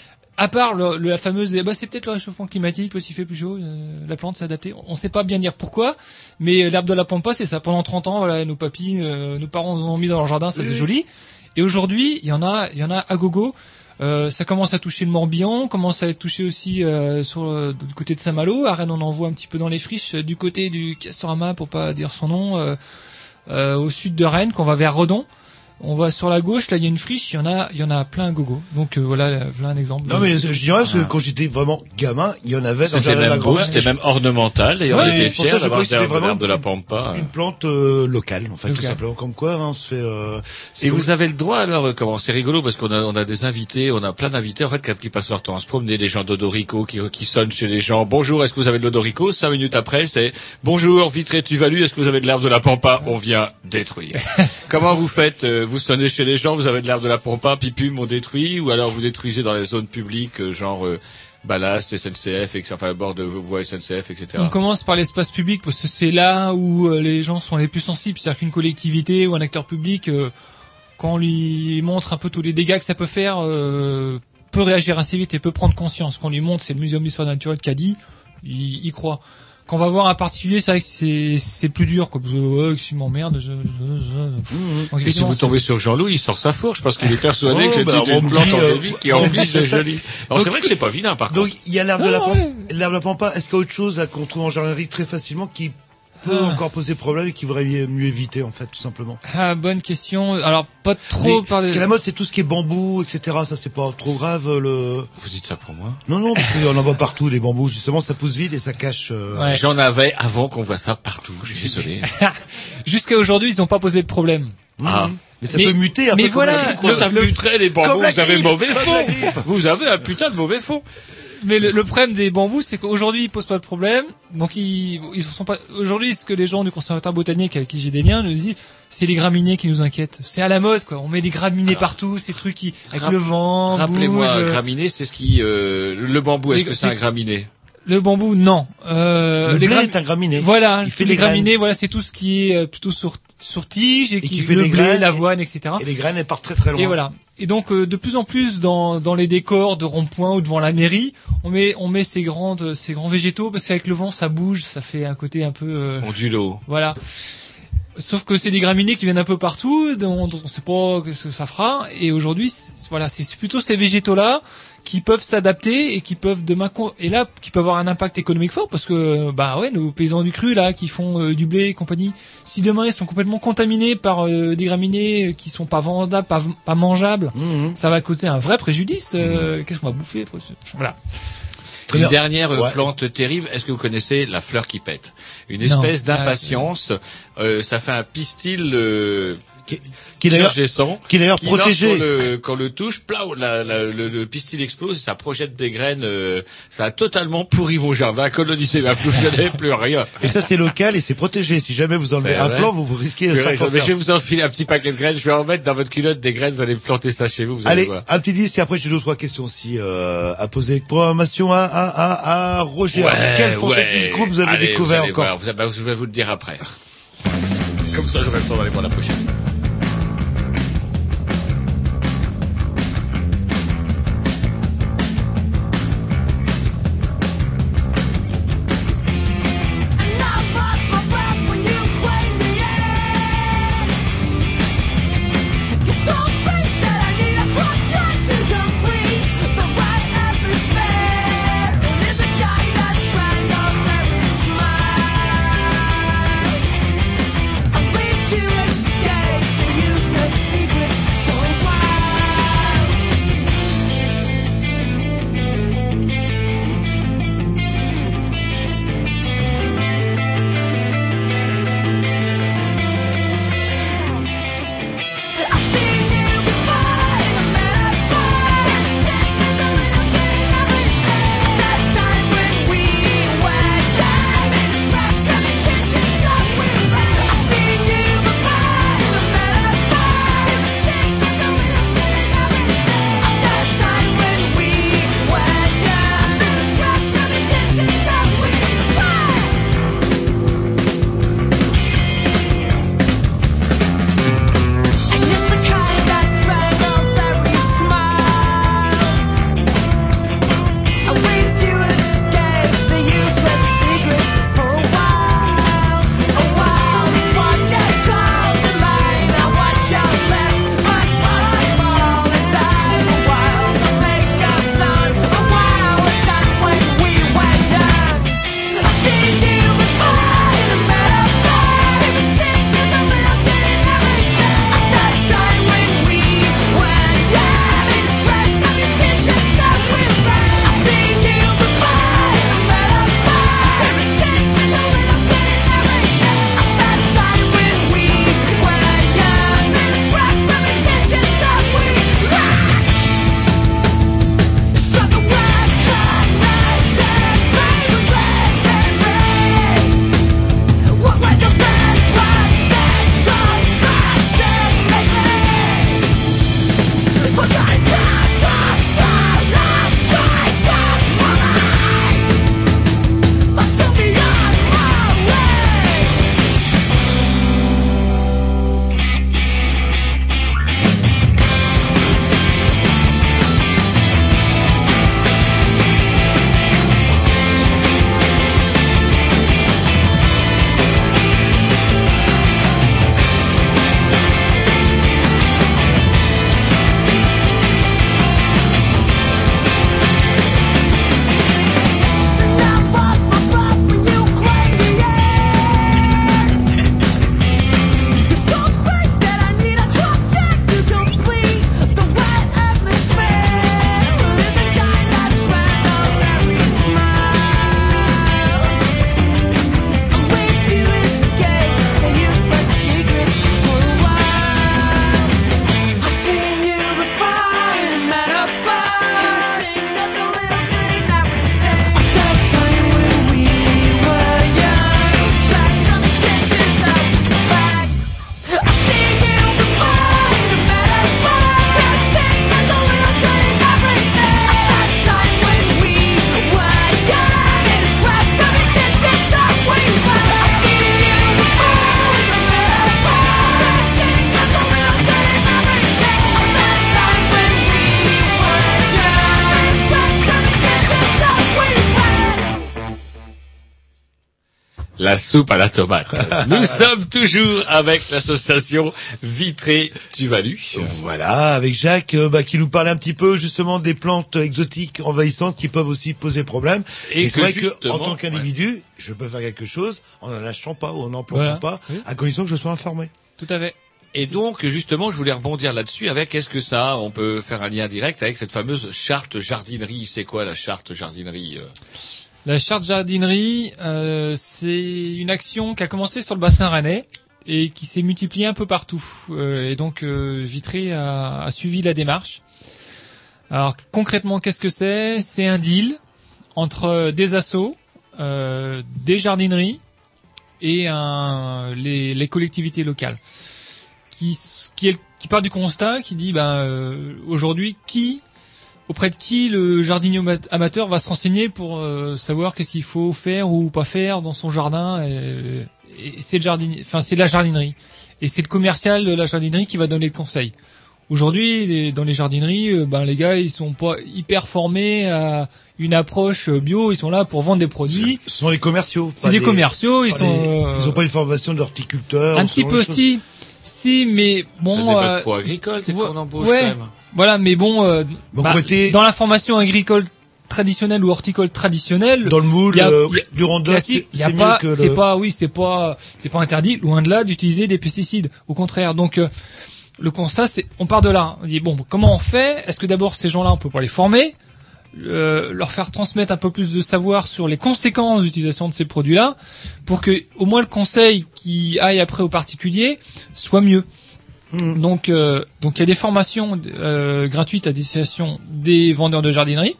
[SPEAKER 8] À part le, le- la fameuse, bah c'est peut-être le réchauffement climatique, parce qu'il fait plus chaud, euh, la plante s'est adaptée. On sait pas bien dire pourquoi, mais euh, l'herbe de la pampa c'est ça. Pendant trente ans, voilà, nos papis, euh, nos parents nous ont mis dans leur jardin, ça c'est joli. Et aujourd'hui, il y en a, il y en a à gogo. Euh, ça commence à toucher le Morbihan, commence à être touché aussi euh, sur euh, du côté de Saint-Malo. À Rennes, on en voit un petit peu dans les friches, euh, du côté du Castorama, pour pas dire son nom, euh, euh, au sud de Rennes, qu'on va vers Redon. On va sur la gauche, là il y a une friche, il y en a, il y en a plein à gogo. Donc euh, voilà, voilà un exemple.
[SPEAKER 3] Non mais je dirais parce que quand j'étais vraiment gamin, il y en avait dans le
[SPEAKER 4] C'était
[SPEAKER 3] jardin de la
[SPEAKER 4] même beau,
[SPEAKER 3] grand-mère.
[SPEAKER 4] c'était même ornemental, et on
[SPEAKER 3] Ouais,
[SPEAKER 4] était
[SPEAKER 3] pour
[SPEAKER 4] fiers
[SPEAKER 3] ça, je
[SPEAKER 4] d'avoir
[SPEAKER 3] crois que c'était
[SPEAKER 4] l'herbe
[SPEAKER 3] vraiment
[SPEAKER 4] de la pampa.
[SPEAKER 3] une plante euh, locale, en fait, tout
[SPEAKER 8] Locale.
[SPEAKER 3] simplement. Comme quoi, hein, on se fait. Euh, c'est
[SPEAKER 4] Et
[SPEAKER 3] comme-
[SPEAKER 4] vous avez le droit alors, euh, comment c'est rigolo parce qu'on a on a des invités, on a plein d'invités en fait qui, qui passent leur temps à se promener, des gens d'Odorico qui qui sonnent chez les gens. Bonjour, est-ce que vous avez de l'Odorico? Cinq minutes après, c'est bonjour, Vitré Tuvalu, est-ce que vous avez de l'herbe de la pampa? On vient détruire. Comment vous faites euh, Vous sonnez chez les gens, vous avez de l'herbe de la pampa, pipum, on détruit, ou alors vous détruisez dans les zones publiques, euh, genre euh, Ballast, S N C F, et enfin à bord de voies S N C F, et cetera.
[SPEAKER 8] On commence par l'espace public parce que c'est là où euh, les gens sont les plus sensibles. C'est-à-dire qu'une collectivité ou un acteur public, euh, quand on lui montre un peu tous les dégâts que ça peut faire, euh, peut réagir assez vite et peut prendre conscience. Quand on lui montre, c'est le Muséum d'histoire naturelle qui a dit, il y croit. Quand on va voir un particulier, c'est vrai que c'est c'est plus dur, quoi. Ouais, que s'il m'emmerde, je, je, je... Donc,
[SPEAKER 4] Et si vous
[SPEAKER 8] c'est-
[SPEAKER 4] tombez sur Jean-Louis, il sort sa fourche parce qu'il est persuadé
[SPEAKER 3] Oh,
[SPEAKER 4] que c'est
[SPEAKER 3] bah,
[SPEAKER 4] une
[SPEAKER 3] on me
[SPEAKER 4] plante
[SPEAKER 3] dit, euh,
[SPEAKER 4] endémique qui emplit de joli. Alors
[SPEAKER 3] Donc-
[SPEAKER 4] c'est vrai que c'est pas vilain par contre.
[SPEAKER 3] Donc il y a l'herbe de
[SPEAKER 8] Ah,
[SPEAKER 3] la pampa.
[SPEAKER 8] ouais.
[SPEAKER 3] L'herbe de la pampa. Est-ce qu'il y a autre chose là, qu'on trouve en jardinerie très facilement qui peut
[SPEAKER 8] Ah.
[SPEAKER 3] encore poser problème et qu'il vaudrait mieux, mieux éviter en fait, tout simplement?
[SPEAKER 8] Ah, bonne question. Alors, pas trop
[SPEAKER 3] Mais,
[SPEAKER 8] par
[SPEAKER 3] Ce
[SPEAKER 8] les...
[SPEAKER 3] qui est la mode, c'est tout ce qui est bambou, et cetera. Ça, c'est pas trop grave. euh, Le
[SPEAKER 4] Vous dites ça pour moi?
[SPEAKER 3] non, non, parce qu'on en voit partout des bambous. Justement, ça pousse vite et ça cache. euh,
[SPEAKER 8] Ouais.
[SPEAKER 4] J'en avais avant qu'on voit ça partout. Je suis désolé.
[SPEAKER 8] Jusqu'à aujourd'hui, ils n'ont pas posé de problème.
[SPEAKER 4] Ah.
[SPEAKER 3] Mais ça
[SPEAKER 8] Mais-
[SPEAKER 3] peut muter un
[SPEAKER 8] mais
[SPEAKER 3] peu. comme
[SPEAKER 8] voilà,
[SPEAKER 3] la grippe,
[SPEAKER 4] Pourquoi
[SPEAKER 8] le-
[SPEAKER 4] ça
[SPEAKER 8] le-
[SPEAKER 4] muterait les bambous?
[SPEAKER 3] Comme la
[SPEAKER 4] Vous avez
[SPEAKER 3] grippe,
[SPEAKER 4] mauvais
[SPEAKER 3] comme
[SPEAKER 4] fond.
[SPEAKER 3] la grippe.
[SPEAKER 4] Vous avez un putain de mauvais fond.
[SPEAKER 8] Mais le, le problème des bambous, c'est qu'aujourd'hui, ils posent pas de problème. Donc, ils, ils sont pas, aujourd'hui, ce que les gens du conservatoire botanique avec qui j'ai des liens nous disent, c'est les graminées qui nous inquiètent. C'est à la mode, quoi. On met des graminées partout, ces trucs qui, avec
[SPEAKER 4] Rapp-
[SPEAKER 8] le vent,
[SPEAKER 4] Rappelez-moi,
[SPEAKER 8] bouge.
[SPEAKER 4] graminé, c'est ce qui, euh, le bambou, est-ce
[SPEAKER 8] Les-
[SPEAKER 4] que c'est un
[SPEAKER 8] c'est-
[SPEAKER 4] graminé?
[SPEAKER 8] Le bambou, non. Euh,
[SPEAKER 3] Le
[SPEAKER 8] les
[SPEAKER 3] blé
[SPEAKER 8] gram-
[SPEAKER 3] est un graminé.
[SPEAKER 8] Voilà,
[SPEAKER 3] Il fait
[SPEAKER 8] tous
[SPEAKER 3] des
[SPEAKER 8] les
[SPEAKER 3] graines.
[SPEAKER 8] graminées, voilà, c'est tout ce qui est euh, plutôt sur, sur tige et,
[SPEAKER 3] qui
[SPEAKER 8] qui
[SPEAKER 3] fait
[SPEAKER 8] le
[SPEAKER 3] des
[SPEAKER 8] blé,
[SPEAKER 3] graines
[SPEAKER 8] l'avoine, et cetera.
[SPEAKER 3] Et les graines, elles partent très très loin.
[SPEAKER 8] Et voilà. Et donc euh, de plus en plus dans dans les décors de rond-point ou devant la mairie, on met on met ces grandes ces grands végétaux parce qu'avec le vent ça bouge, ça fait un côté un peu euh,
[SPEAKER 4] Ondulo.
[SPEAKER 8] voilà. Sauf que c'est des graminées qui viennent un peu partout, dont dont on sait pas ce que ça fera. Et aujourd'hui, c'est- voilà, c'est plutôt ces végétaux-là qui peuvent s'adapter et qui peuvent demain con- et là qui peuvent avoir un impact économique fort parce que bah ouais, nos paysans du cru là qui font euh, du blé et compagnie, si demain ils sont complètement contaminés par euh, des graminées qui sont pas vendables, pas, pas mangeables,
[SPEAKER 3] Mhm.
[SPEAKER 8] ça va causer un vrai préjudice. euh, Qu'est-ce qu'on va bouffer après ce- Voilà.
[SPEAKER 3] Très
[SPEAKER 4] Une
[SPEAKER 3] bien.
[SPEAKER 4] dernière euh,
[SPEAKER 3] Ouais.
[SPEAKER 4] plante terrible. Est-ce que vous connaissez la fleur qui pète? Une
[SPEAKER 8] Non.
[SPEAKER 4] espèce
[SPEAKER 8] Ah,
[SPEAKER 4] d'impatience. Euh, ça fait un pistil euh,
[SPEAKER 3] qui, qui d'ailleurs,
[SPEAKER 4] Gergesson,
[SPEAKER 3] qui est d'ailleurs
[SPEAKER 4] qui lance
[SPEAKER 3] protégé.
[SPEAKER 4] Quand le, quand le touche, plau, la, la, le, le pistil explose, et ça projette des graines. Euh, ça a totalement pourri mon jardin, colonisé ma pelouse, je n'avais plus rien.
[SPEAKER 3] Et ça, c'est local et c'est protégé. Si jamais vous enlevez
[SPEAKER 4] C'est
[SPEAKER 3] un
[SPEAKER 4] vrai.
[SPEAKER 3] plant, vous vous risquez de
[SPEAKER 4] Mais
[SPEAKER 3] ça.
[SPEAKER 4] je vais vous enfiler un petit paquet de graines, je vais en mettre dans votre culotte des graines, vous allez planter ça chez vous, vous allez
[SPEAKER 3] Allez,
[SPEAKER 4] voir.
[SPEAKER 3] un petit disque et après j'ai deux ou trois questions aussi euh, à poser. Programmation à, à, à, à Roger.
[SPEAKER 4] Ouais,
[SPEAKER 3] Alors, quel
[SPEAKER 4] ouais.
[SPEAKER 3] Fantasy Group vous avez
[SPEAKER 4] Allez,
[SPEAKER 3] découvert
[SPEAKER 4] vous allez
[SPEAKER 3] encore
[SPEAKER 4] voir, vous, bah, je vais vous le dire après. Comme ça, j'aurai le temps d'aller voir la prochaine.
[SPEAKER 9] To escape the useless secrets for a while. I've seen you before in a metaphor. Sickness, a little bit of everything. That time when we were young and struck from intentions that we ran. I've seen you before in a metaphor. Sickness, a little bit of everything. That time when we were young and struck from intentions that we ran. And it's the kind that strangles every smile. I wait to escape the useless secrets for a while. A while, one that calls to mind. I watch your lips, but while I'm all the time. A while, the makeup's on. A while, a time when we were young. I've seen you before in a metaphor. Sickness, a little bit in everything. That time when we were young and struck from intentions that we ran. I've seen you before in a metaphor. Sickness, a little bit in everything. That time when we were young and struck from intentions that we ran. So the word connection, baby, baby. What was the bad process? Transgression, baby. For thy blood was full of life and life. A so beyond my way. This cold space that I need a contact to complete the wet atmosphere. Is the kind that strangles every smile. A way to escape the useless secrets for a while. I've seen you before in a metaphor. Sickness, a little bit in everything. That time when we were young, struck from intentions that we lacked. I've seen you before in a metaphor. Sickness, a little bit in everything. That time when we were young and struck from intentions that we lacked. I've seen you before in a metaphor. Sickness, a little bit in everything. That time when we were young and struck from intentions that we lacked.
[SPEAKER 4] La soupe à la tomate. Nous sommes toujours avec l'association Vitré Tuvalu.
[SPEAKER 3] Voilà, avec Jacques, euh, bah, qui nous parlait un petit peu justement des plantes exotiques envahissantes qui peuvent aussi poser problème.
[SPEAKER 4] Et
[SPEAKER 3] c'est
[SPEAKER 4] que
[SPEAKER 3] vrai que
[SPEAKER 4] justement,
[SPEAKER 3] en tant qu'individu, je peux faire quelque chose en n'en achetant pas ou en n'en plantant
[SPEAKER 8] Voilà.
[SPEAKER 3] pas,
[SPEAKER 8] Oui.
[SPEAKER 3] à condition que je sois informé.
[SPEAKER 8] Tout à fait.
[SPEAKER 4] Et donc, justement, je voulais rebondir là-dessus avec, est-ce que ça, on peut faire un lien direct avec cette fameuse charte jardinerie? C'est quoi la charte jardinerie euh
[SPEAKER 8] La charte jardinerie, euh, c'est une action qui a commencé sur le bassin rennais et qui s'est multiplié un peu partout. Euh, et donc euh, Vitré a, a suivi la démarche. Alors concrètement, qu'est-ce que c'est ? C'est un deal entre des assos, euh, des jardineries et un, les, les collectivités locales, qui qui, est, qui part du constat qui dit ben euh, aujourd'hui qui auprès de qui le jardinier amateur va se renseigner pour euh, savoir qu'est-ce qu'il faut faire ou pas faire dans son jardin. Et, et c'est le jardinier, enfin c'est la jardinerie et c'est le commercial de la jardinerie qui va donner le conseil. Aujourd'hui, les, dans les jardineries, euh, ben les gars, ils sont pas hyper formés à une approche bio. Ils sont là pour vendre des produits.
[SPEAKER 3] Ce sont des commerciaux.
[SPEAKER 8] C'est des, des commerciaux. Ils sont.
[SPEAKER 3] Des,
[SPEAKER 8] euh,
[SPEAKER 3] ils ont pas une formation d'horticulteur.
[SPEAKER 8] Un petit peu si, si, mais bon.
[SPEAKER 4] C'est des bacs
[SPEAKER 8] euh,
[SPEAKER 4] pro agricoles, t'es qu'on embauche
[SPEAKER 8] ouais,
[SPEAKER 4] quand même.
[SPEAKER 8] Voilà, mais bon. Euh,
[SPEAKER 3] bon
[SPEAKER 8] bah,
[SPEAKER 3] côté...
[SPEAKER 8] Dans la formation agricole traditionnelle ou horticole traditionnelle,
[SPEAKER 3] dans le moule
[SPEAKER 8] y a,
[SPEAKER 3] euh,
[SPEAKER 8] y a,
[SPEAKER 3] du Roundup, c'est,
[SPEAKER 8] y a
[SPEAKER 3] c'est
[SPEAKER 8] pas,
[SPEAKER 3] mieux que
[SPEAKER 8] c'est
[SPEAKER 3] le...
[SPEAKER 8] pas, oui, c'est pas, c'est pas interdit, loin de là, d'utiliser des pesticides. Au contraire, donc. Euh, le constat, c'est, on part de là. On dit bon, comment on fait ? Est-ce que d'abord ces gens-là, on peut pas les former, euh, leur faire transmettre un peu plus de savoir sur les conséquences d'utilisation de ces produits-là, pour que au moins le conseil qui aille après aux particuliers soit mieux. Mmh. Donc, euh, donc il y a des formations euh, gratuites à destination des vendeurs de jardinerie.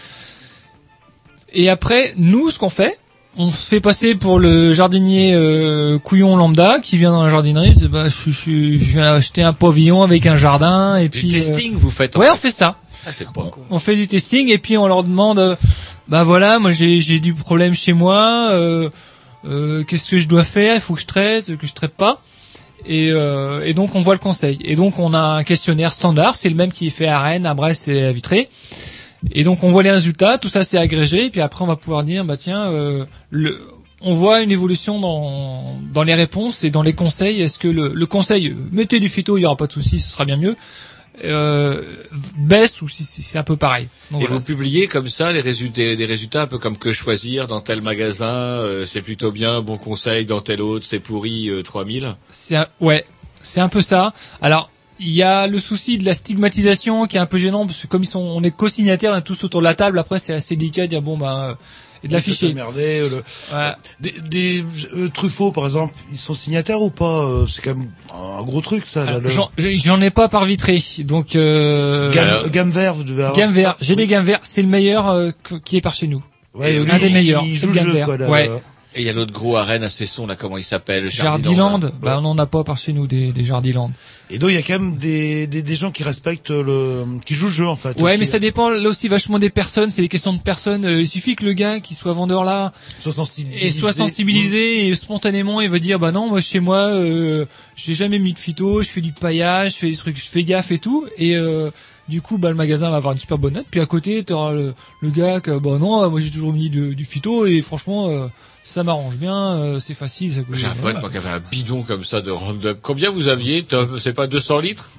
[SPEAKER 8] Et après, nous, ce qu'on fait. On se fait passer pour le jardinier euh, couillon lambda qui vient dans la jardinerie. Il dit, bah, je, je, je viens acheter un pavillon avec un jardin et
[SPEAKER 4] du
[SPEAKER 8] puis.
[SPEAKER 4] Du testing, euh... vous faites.
[SPEAKER 8] Ouais, fait. on fait ça.
[SPEAKER 4] Ah, c'est pas con.
[SPEAKER 8] On fait du testing et puis on leur demande, euh, bah voilà, moi j'ai j'ai du problème chez moi. Euh, euh, qu'est-ce que je dois faire ? Il faut que je traite, que je traite pas. Et, euh, et donc on voit le conseil. Et donc on a un questionnaire standard, c'est le même qui est fait à Rennes, à Brest et à Vitré. Et donc on voit les résultats, tout ça c'est agrégé, et puis après on va pouvoir dire bah tiens, euh, le, on voit une évolution dans dans les réponses et dans les conseils. Est-ce que le, le conseil mettez du phyto, il y aura pas de souci, ce sera bien mieux, euh, baisse ou si, si c'est un peu pareil. Donc,
[SPEAKER 4] et
[SPEAKER 8] voilà.
[SPEAKER 4] Vous publiez comme ça les résultats, des résultats un peu comme que choisir dans tel magasin, euh, c'est plutôt bien, bon conseil dans tel autre, c'est pourri, euh, trois mille.
[SPEAKER 8] C'est un, ouais, c'est un peu ça. Alors il y a le souci de la stigmatisation qui est un peu gênant parce que comme ils sont, on est co-signataires, on est tous autour de la table. Après, c'est assez délicat de dire bon ben et de l'afficher.
[SPEAKER 3] Merder, le... ouais. Des, des euh, Truffaut par exemple, ils sont signataires ou pas euh, c'est quand même un gros truc ça.
[SPEAKER 8] Alors,
[SPEAKER 3] là, le...
[SPEAKER 8] j'en, j'en ai pas par Vitré, donc. Euh...
[SPEAKER 3] Gamme, Alors... gamme vert, vous devez avoir.
[SPEAKER 8] Gamme vert, j'ai
[SPEAKER 3] oui.
[SPEAKER 8] des gammes verts, c'est le meilleur euh, qui est par chez nous.
[SPEAKER 3] Ouais,
[SPEAKER 8] un
[SPEAKER 3] lui,
[SPEAKER 8] des meilleurs.
[SPEAKER 3] Il
[SPEAKER 8] c'est
[SPEAKER 3] joue
[SPEAKER 8] le
[SPEAKER 3] le jeu
[SPEAKER 8] vert.
[SPEAKER 3] quoi. Là,
[SPEAKER 8] ouais.
[SPEAKER 3] Là.
[SPEAKER 4] Et il y a l'autre gros à Rennes à Cesson, là, comment il s'appelle?
[SPEAKER 8] Jardiland. Bah, on n'en a pas par chez nous, des, des Jardiland.
[SPEAKER 3] Et donc, il y a quand même des, des, des gens qui respectent le, qui jouent le jeu, en fait.
[SPEAKER 8] Ouais,
[SPEAKER 3] qui...
[SPEAKER 8] mais ça dépend, là aussi, vachement des personnes, c'est des questions de personnes. Euh, il suffit que le gars qui soit vendeur là,
[SPEAKER 3] soit sensibilisé.
[SPEAKER 8] Et soit sensibilisé, mmh. et spontanément, il va dire, bah non, moi, chez moi, euh, j'ai jamais mis de phyto, je fais du paillage, je fais des trucs, je fais gaffe et tout, et, euh, du coup, bah, le magasin va avoir une super bonne note. Puis à côté, t'auras le, le gars que, bah non, moi j'ai toujours mis de, du phyto et franchement, euh, ça m'arrange bien, euh, c'est facile. Ça
[SPEAKER 4] j'ai un pote, moi, qui avait un bidon comme ça de Roundup. Combien vous aviez, Tom? C'est pas deux cents litres?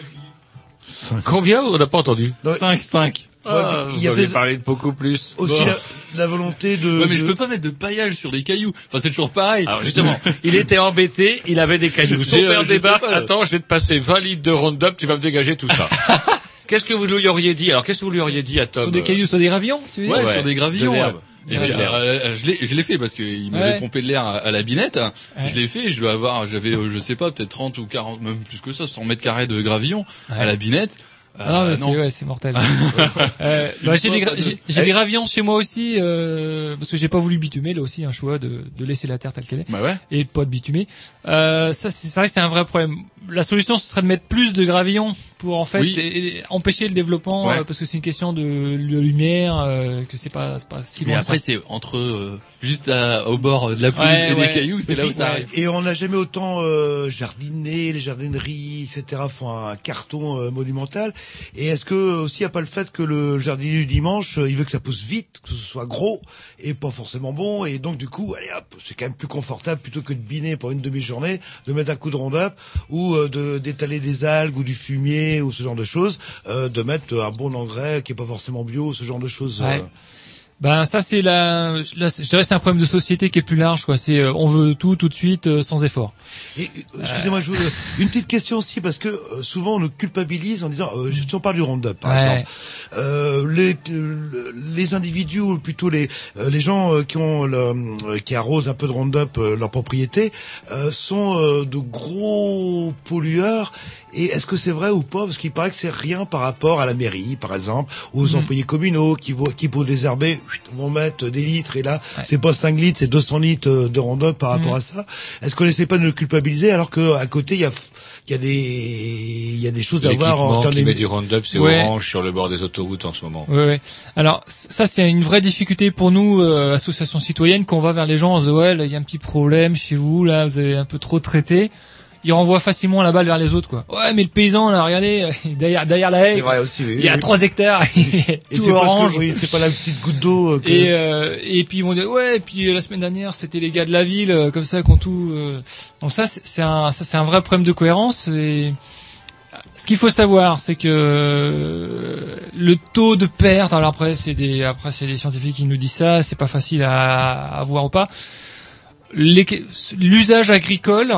[SPEAKER 4] cinq. Combien? On n'a pas entendu.
[SPEAKER 5] cinq, cinq.
[SPEAKER 4] Ah,
[SPEAKER 3] il y
[SPEAKER 4] avait
[SPEAKER 3] avait
[SPEAKER 4] parlé de beaucoup plus.
[SPEAKER 3] Aussi bon. la, la volonté de.
[SPEAKER 5] Ouais, mais
[SPEAKER 3] de...
[SPEAKER 5] je peux pas mettre de paillage sur les cailloux. Enfin, c'est toujours pareil.
[SPEAKER 4] Alors justement, il était embêté, il avait des cailloux. Son père débarque. Attends, je vais te passer vingt litres de Roundup, tu vas me dégager tout ça. Qu'est-ce que vous lui auriez dit? Alors, qu'est-ce que vous lui auriez dit à Tom?
[SPEAKER 8] Sur des cailloux, sur des gravillons, tu veux dire?
[SPEAKER 5] Ouais,
[SPEAKER 4] ouais,
[SPEAKER 5] sur des gravillons.
[SPEAKER 4] De
[SPEAKER 5] ouais. Et puis, euh, je l'ai, je l'ai fait parce qu'il m'avait
[SPEAKER 8] ouais.
[SPEAKER 5] pompé de l'air à, à la binette.
[SPEAKER 8] Ouais.
[SPEAKER 5] Je l'ai fait. Je dois avoir, j'avais, euh, je sais pas, peut-être trente ou quarante, même plus que ça, cent mètres carrés de gravillons ouais. à la binette.
[SPEAKER 8] Euh, ah non, mais non. c'est, ouais, c'est mortel. euh, bah, j'ai des, gra- j'ai, j'ai des gravillons chez moi aussi, euh, parce que j'ai pas voulu bitumer, là aussi, un choix de, de laisser la terre telle qu'elle est.
[SPEAKER 5] Bah ouais.
[SPEAKER 8] Et pas de bitumer. Euh, ça, c'est, c'est vrai que c'est un vrai problème. La solution, ce serait de mettre plus de gravillons pour, en fait,
[SPEAKER 5] oui.
[SPEAKER 8] et, et empêcher le développement, ouais. euh, parce que c'est une question de, de lumière, euh, que c'est pas, c'est pas si loin.
[SPEAKER 5] Mais après,
[SPEAKER 8] ça.
[SPEAKER 5] c'est entre, euh, juste à, au bord de la pelouse
[SPEAKER 8] ouais,
[SPEAKER 5] et
[SPEAKER 8] ouais.
[SPEAKER 5] des cailloux, c'est
[SPEAKER 3] et
[SPEAKER 5] là
[SPEAKER 3] puis,
[SPEAKER 5] où ça
[SPEAKER 3] ouais.
[SPEAKER 5] arrive.
[SPEAKER 3] Et on n'a jamais autant, euh, jardiné, les jardineries, et cetera font un carton, euh, monumental. Et est-ce que, aussi, il n'y a pas le fait que le jardinier du dimanche, il veut que ça pousse vite, que ce soit gros et pas forcément bon, et donc du coup, allez hop, c'est quand même plus confortable plutôt que de biner pour une demi-journée, de mettre un coup de Roundup ou euh, de d'étaler des algues ou du fumier ou ce genre de choses, euh, de mettre un bon engrais qui est pas forcément bio, ce genre de choses.
[SPEAKER 8] Ouais.
[SPEAKER 3] Euh...
[SPEAKER 8] Ben ça c'est la, là, je dirais c'est un problème de société qui est plus large quoi. C'est euh, on veut tout tout de suite euh, sans effort.
[SPEAKER 3] Et, excusez-moi, je veux, une petite question aussi parce que euh, souvent on nous culpabilise en disant euh, si on parle du Roundup par
[SPEAKER 8] Ouais.
[SPEAKER 3] exemple, euh, les euh, les individus ou plutôt les euh, les gens euh, qui ont le, euh, qui arrosent un peu de Roundup euh, leur propriété euh, sont euh, de gros pollueurs. Et est-ce que c'est vrai ou pas? Parce qu'il paraît que c'est rien par rapport à la mairie, par exemple, aux
[SPEAKER 8] Mhm.
[SPEAKER 3] employés communaux qui vont, qui pour désherber, chut, vont mettre des litres et là,
[SPEAKER 8] Ouais.
[SPEAKER 3] c'est pas cinq litres, c'est deux cents litres euh, de Roundup par rapport
[SPEAKER 8] Mhm.
[SPEAKER 3] à ça. Est-ce qu'on n'essaie pas de le culpabiliser alors que à côté il y a, il y a des, il y a des choses à voir en
[SPEAKER 4] L'équipement
[SPEAKER 3] termes
[SPEAKER 4] qui met
[SPEAKER 3] de...
[SPEAKER 4] du Roundup, c'est
[SPEAKER 8] Ouais.
[SPEAKER 4] Orange sur le bord des autoroutes en ce moment.
[SPEAKER 8] Ouais, ouais. Alors ça c'est une vraie difficulté pour nous, euh, associations citoyennes, qu'on va vers les gens en disant ouais là il y a un petit problème chez vous, là vous avez un peu trop traité. Ils renvoient facilement la balle vers les autres quoi. Ouais mais le paysan là regardez derrière derrière la haie.
[SPEAKER 3] C'est vrai aussi, oui,
[SPEAKER 8] il y a
[SPEAKER 3] oui.
[SPEAKER 8] trois hectares,
[SPEAKER 3] Et
[SPEAKER 8] tout
[SPEAKER 3] c'est parce
[SPEAKER 8] orange.
[SPEAKER 3] que, oui, c'est pas la petite goutte d'eau euh, que...
[SPEAKER 8] Et euh, et puis ils vont dire ouais et puis euh, la semaine dernière c'était les gars de la ville euh, comme ça qu'on tout. Euh... Donc ça c'est c'est un ça c'est un vrai problème de cohérence et ce qu'il faut savoir c'est que euh, le taux de perte alors après c'est des après c'est des scientifiques qui nous disent ça c'est pas facile à, à voir ou pas. Les, l'usage agricole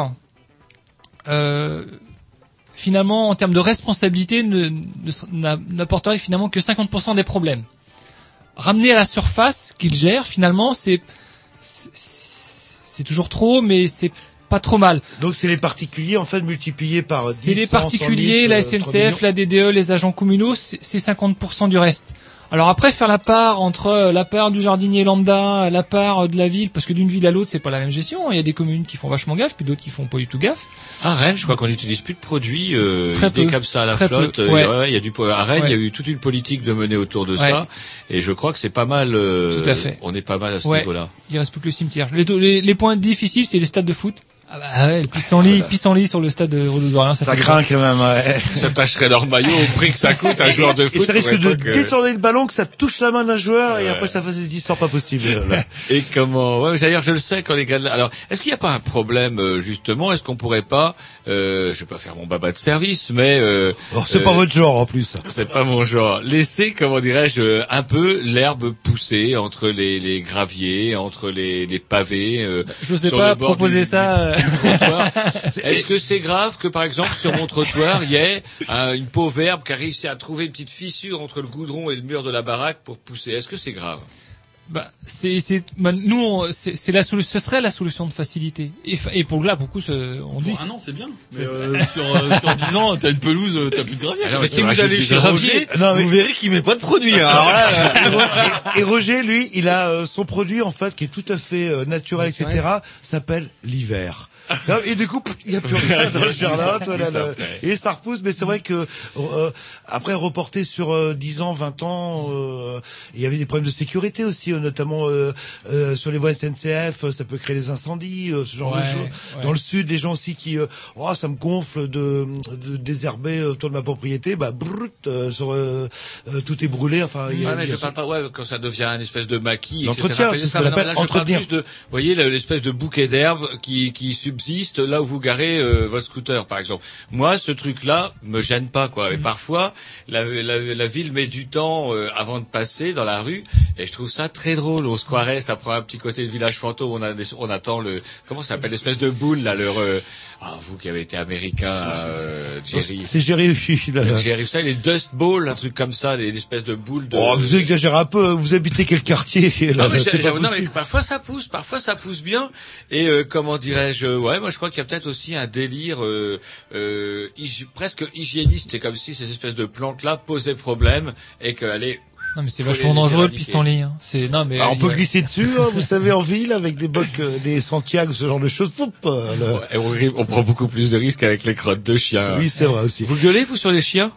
[SPEAKER 8] euh, finalement en termes de responsabilité ne, ne, n'apporterait finalement que cinquante pour cent des problèmes. Ramener à la surface qu'il gère finalement c'est c'est, c'est toujours trop mais c'est pas trop mal.
[SPEAKER 3] Donc c'est les particuliers en fait multipliés par dix,
[SPEAKER 8] C'est les
[SPEAKER 3] cent,
[SPEAKER 8] particuliers,
[SPEAKER 3] cent mille,
[SPEAKER 8] la
[SPEAKER 3] euh,
[SPEAKER 8] S N
[SPEAKER 3] trois
[SPEAKER 8] C F,
[SPEAKER 3] millions.
[SPEAKER 8] la D D E, les agents communaux, c'est c'est cinquante pour cent du reste. Alors après faire la part entre euh, la part du jardinier lambda, la part euh, de la ville, parce que d'une ville à l'autre c'est pas la même gestion. Il y a des communes qui font vachement gaffe, puis d'autres qui font pas du tout gaffe.
[SPEAKER 4] À Rennes, je crois qu'on n'utilise plus de produits, euh,
[SPEAKER 8] Très
[SPEAKER 4] ils
[SPEAKER 8] peu.
[SPEAKER 4] décapent ça à la
[SPEAKER 8] Très
[SPEAKER 4] flotte.
[SPEAKER 8] peu,
[SPEAKER 4] euh,
[SPEAKER 8] ouais.
[SPEAKER 4] ouais, il y a du, à Rennes, il y a
[SPEAKER 8] Ouais.
[SPEAKER 4] eu toute une politique de mener autour de
[SPEAKER 8] Ouais.
[SPEAKER 4] ça. Et je crois que c'est pas mal, euh,
[SPEAKER 8] Tout à fait.
[SPEAKER 4] on est pas mal à ce
[SPEAKER 8] Ouais.
[SPEAKER 4] niveau-là.
[SPEAKER 8] Il reste plus que le cimetière. Les, les, les points difficiles c'est les stades de foot. Ah bah ouais, le pissenlit, pissenlit sur le stade de Rodez-Dorian, ça,
[SPEAKER 3] Ça
[SPEAKER 8] fait
[SPEAKER 3] craint quand même, ouais.
[SPEAKER 4] Ça tâcherait leur maillot au prix que ça coûte un joueur de foot.
[SPEAKER 3] Et ça risque
[SPEAKER 4] pour
[SPEAKER 3] de
[SPEAKER 4] époque, euh,
[SPEAKER 3] détourner le ballon, que ça touche la main d'un joueur et
[SPEAKER 4] Ouais.
[SPEAKER 3] après ça fasse des histoires pas possibles. là.
[SPEAKER 4] Et comment ouais, d'ailleurs, je le sais quand les gars. de la- Alors, est-ce qu'il n'y a pas un problème euh, justement? Est-ce qu'on pourrait pas, euh, je vais pas faire mon baba de service, mais euh,
[SPEAKER 3] Oh, c'est
[SPEAKER 4] euh,
[SPEAKER 3] pas votre genre en plus.
[SPEAKER 4] c'est pas mon genre. Laisser, comment dirais-je, euh, un peu l'herbe pousser entre les, les graviers, entre les, les pavés. Euh,
[SPEAKER 8] Je sais
[SPEAKER 4] sur
[SPEAKER 8] pas
[SPEAKER 4] le bord
[SPEAKER 8] proposer
[SPEAKER 4] du-
[SPEAKER 8] ça. euh.
[SPEAKER 4] du trottoir. Est-ce que c'est grave que par exemple sur mon trottoir il y ait euh, une pauvre herbe qui a réussi à trouver une petite fissure entre le goudron et le mur de la baraque pour pousser? Est-ce que c'est grave?
[SPEAKER 8] Bah, c'est, c'est, bah, nous, on- c'est, c'est la solution, ce serait la solution de facilité. Et, fa- et pour là, beaucoup, se- on dit.
[SPEAKER 5] Pour un an, c'est bien. Mais euh, sur, euh, sur dix ans, t'as une pelouse, euh, t'as plus de gravier.
[SPEAKER 4] Ah non,
[SPEAKER 6] Mais
[SPEAKER 4] c'est
[SPEAKER 6] si
[SPEAKER 4] vrai,
[SPEAKER 6] vous
[SPEAKER 4] j'ai
[SPEAKER 6] allez
[SPEAKER 4] plus
[SPEAKER 6] chez
[SPEAKER 4] de
[SPEAKER 6] Roger,
[SPEAKER 3] Non, mais-
[SPEAKER 6] vous verrez qu'il met pas de produit. hein. Alors là, euh,
[SPEAKER 3] Et Roger, lui, il a euh, son produit en fait qui est tout à fait euh, naturel, et cetera. S'appelle l'hiver. Et du coup, il n'y a plus rien dans le jardin. toi, là, là. Et ça repousse, mais c'est vrai que euh, après reporter sur euh, dix ans, vingt ans, euh, il y avait des problèmes de sécurité aussi, euh, notamment euh, euh, sur les voies S N C F. euh, Ça peut créer des incendies, euh, ce genre
[SPEAKER 8] Ouais,
[SPEAKER 3] de choses.
[SPEAKER 8] ouais.
[SPEAKER 3] Dans le sud, des gens aussi qui, euh, oh, ça me gonfle de, de désherber autour de ma propriété. Bah, brut, euh, sur, euh, euh, tout est brûlé. Enfin, il y a-
[SPEAKER 4] Ah, mais
[SPEAKER 3] il y a
[SPEAKER 4] je parle pas, ouais, quand ça devient une espèce de maquis,
[SPEAKER 3] L'entretien,
[SPEAKER 4] et cetera.
[SPEAKER 3] c'est ce
[SPEAKER 4] Ça,
[SPEAKER 3] qu'on
[SPEAKER 4] mais non,
[SPEAKER 3] appelle
[SPEAKER 4] là, je parle
[SPEAKER 3] entretenir.
[SPEAKER 4] juste de, vous voyez, le- l'espèce de bouquet d'herbe qui, qui subsiste là où vous garez euh, votre scooter, par exemple. Moi, ce truc-là me gêne pas, quoi. Et parfois, la, la, la ville met du temps euh, avant de passer dans la rue, et je trouve ça très drôle. On se croirait, ça prend un petit côté de village fantôme. On, a des- on attend le, comment ça s'appelle, l'espèce de boule là, leur. Euh, ah, vous qui avez été américain, euh, Jerry.
[SPEAKER 3] C'est Jerry, là.
[SPEAKER 4] Jerry, ça, les Dust Balls, un truc comme ça, des, des espèces de boules de.
[SPEAKER 3] Oh, vous exagérez un peu. Vous habitez quel quartier là,
[SPEAKER 4] Ah, mais
[SPEAKER 3] c'est
[SPEAKER 4] j'ai-
[SPEAKER 3] pas
[SPEAKER 4] j'ai- non, mais
[SPEAKER 3] possible.
[SPEAKER 4] parfois ça pousse, parfois ça pousse bien. Et euh, comment dirais-je, ouais, moi je crois qu'il y a peut-être aussi un délire euh, euh, hygi- presque hygiéniste. C'est comme si ces espèces de plantes-là posaient problème et que allez.
[SPEAKER 8] Non, mais c'est
[SPEAKER 4] faut
[SPEAKER 8] vachement
[SPEAKER 4] les laisser
[SPEAKER 8] dangereux le
[SPEAKER 4] éradiquer.
[SPEAKER 8] pissenlit. Hein. C'est non, mais.
[SPEAKER 3] Bah, on
[SPEAKER 8] il-
[SPEAKER 3] peut glisser dessus, hein, vous savez, en ville, avec des bocs, euh, des Santiago, ce genre de choses. Foup, euh, le-
[SPEAKER 4] Ouais, et on, ri- on prend beaucoup plus de risques avec les crottes de chiens.
[SPEAKER 3] Oui, c'est vrai aussi.
[SPEAKER 4] Vous gueulez vous sur les chiens?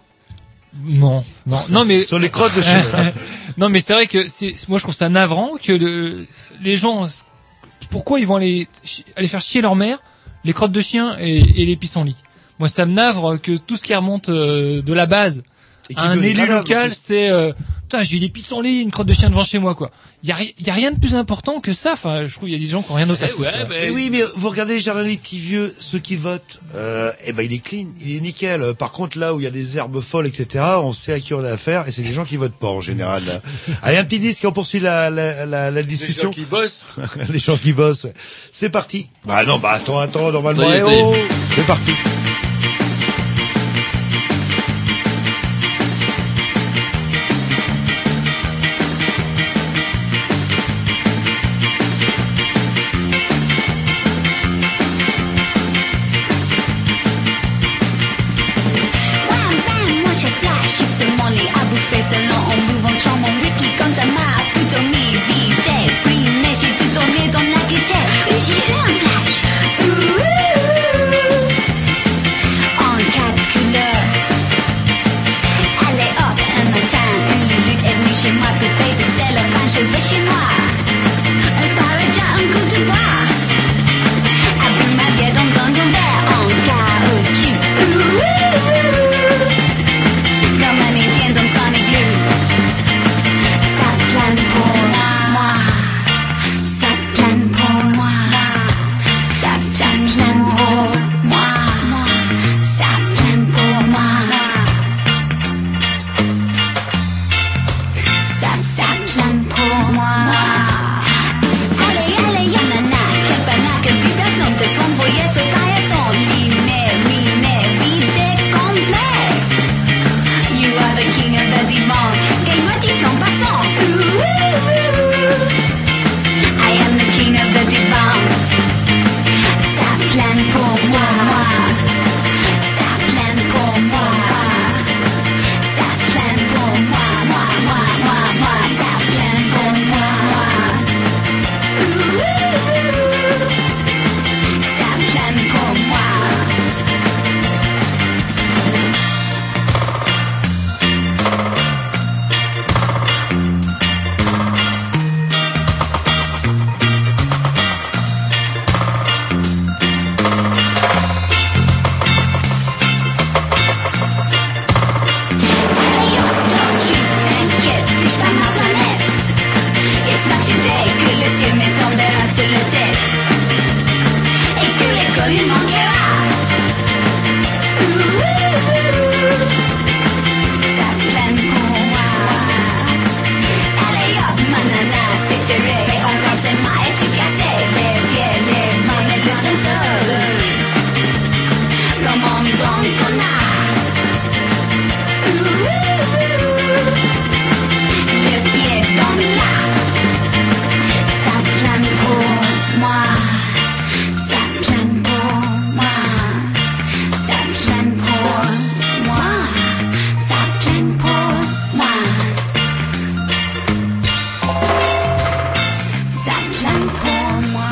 [SPEAKER 8] Non, non, non, mais.
[SPEAKER 3] Sur les crottes de chien.
[SPEAKER 8] Non, mais c'est vrai que c'est, moi je trouve ça navrant que le, les gens, pourquoi ils vont aller, chi- aller faire chier leur mère, les crottes de chien et, et les pissenlits. Moi, ça me navre que tout ce qui remonte euh, de la base
[SPEAKER 3] Et qui
[SPEAKER 8] à un
[SPEAKER 3] veut des
[SPEAKER 8] élu
[SPEAKER 3] cadavres, en
[SPEAKER 8] local,
[SPEAKER 3] plus.
[SPEAKER 8] c'est euh, putain, j'ai des pissenlits, une crotte de chien devant chez moi, quoi. Il y a, ri- y a rien de plus important que ça. Enfin, je trouve il y a des gens qui ont rien d'autre à foutre. quoi.
[SPEAKER 3] Mais oui, mais vous regardez les jardins des petits vieux, ceux qui votent, euh, eh ben il est clean, il est nickel. Par contre, là où il y a des herbes folles, et cetera, on sait à qui on a affaire, et c'est des gens qui votent pas en général. Là. Allez, un petit disque et on poursuit la, la, la, la discussion.
[SPEAKER 4] Les gens qui bossent.
[SPEAKER 3] Les gens qui bossent, ouais. C'est parti. Bah non, bah attends, attends, normalement,
[SPEAKER 4] Ça y est,
[SPEAKER 3] eh
[SPEAKER 4] ça y est.
[SPEAKER 3] oh, c'est parti.
[SPEAKER 16] Wham bam, moi je splash, shit c'est molly, à bouffer selon on move, on tremble, on whisky quand ta main, plutôt mi vite, brûlé, j'ai tout donné dans la guitare, et j'ai eu un flash, ouh, en quatre couleurs, allez hop, un matin, une lutte est venue chez moi, poupée de cellophane, cheveux chinois, un sparadrap, un coup de bois, à bout ma gueule dans un verre, en caoutchouc, ouh, comme un indien dans son igloo. Ça plane pour moi, ça plane pour moi, ça, ça plane pour moi, ça plane pour moi, ça, ça plane pour moi. Allez, allez, yanana, que banana, que vibration de son voyage au paillasson, liné, miné, vide, complet. You are the king of the divan. Quel maudit en passant. Ooh, I am the king of the divan. Ça plane pour moi. Ça plane pour moi. Ça plane pour moi. Moi, moi, moi, moi. Ça plane pour moi. Ooh, ça plane pour moi. Allez hop, tranquille, t'inquiète, touche pas ma planète. It's not today que le ciel me tombera sur la tête. Et que l'école lui manquera. Ouh, ça plane pour moi. Allez hop, manana, c'est terré. Et on danse ma et tu cassé. Les pieds, les mains et le sensor. Comme un grand connard. Le pied dans le plat. Ça plane pour moi. Ça plane pour moi. Ça plane pour moi. Ça plane pour moi. Ça plane pour moi.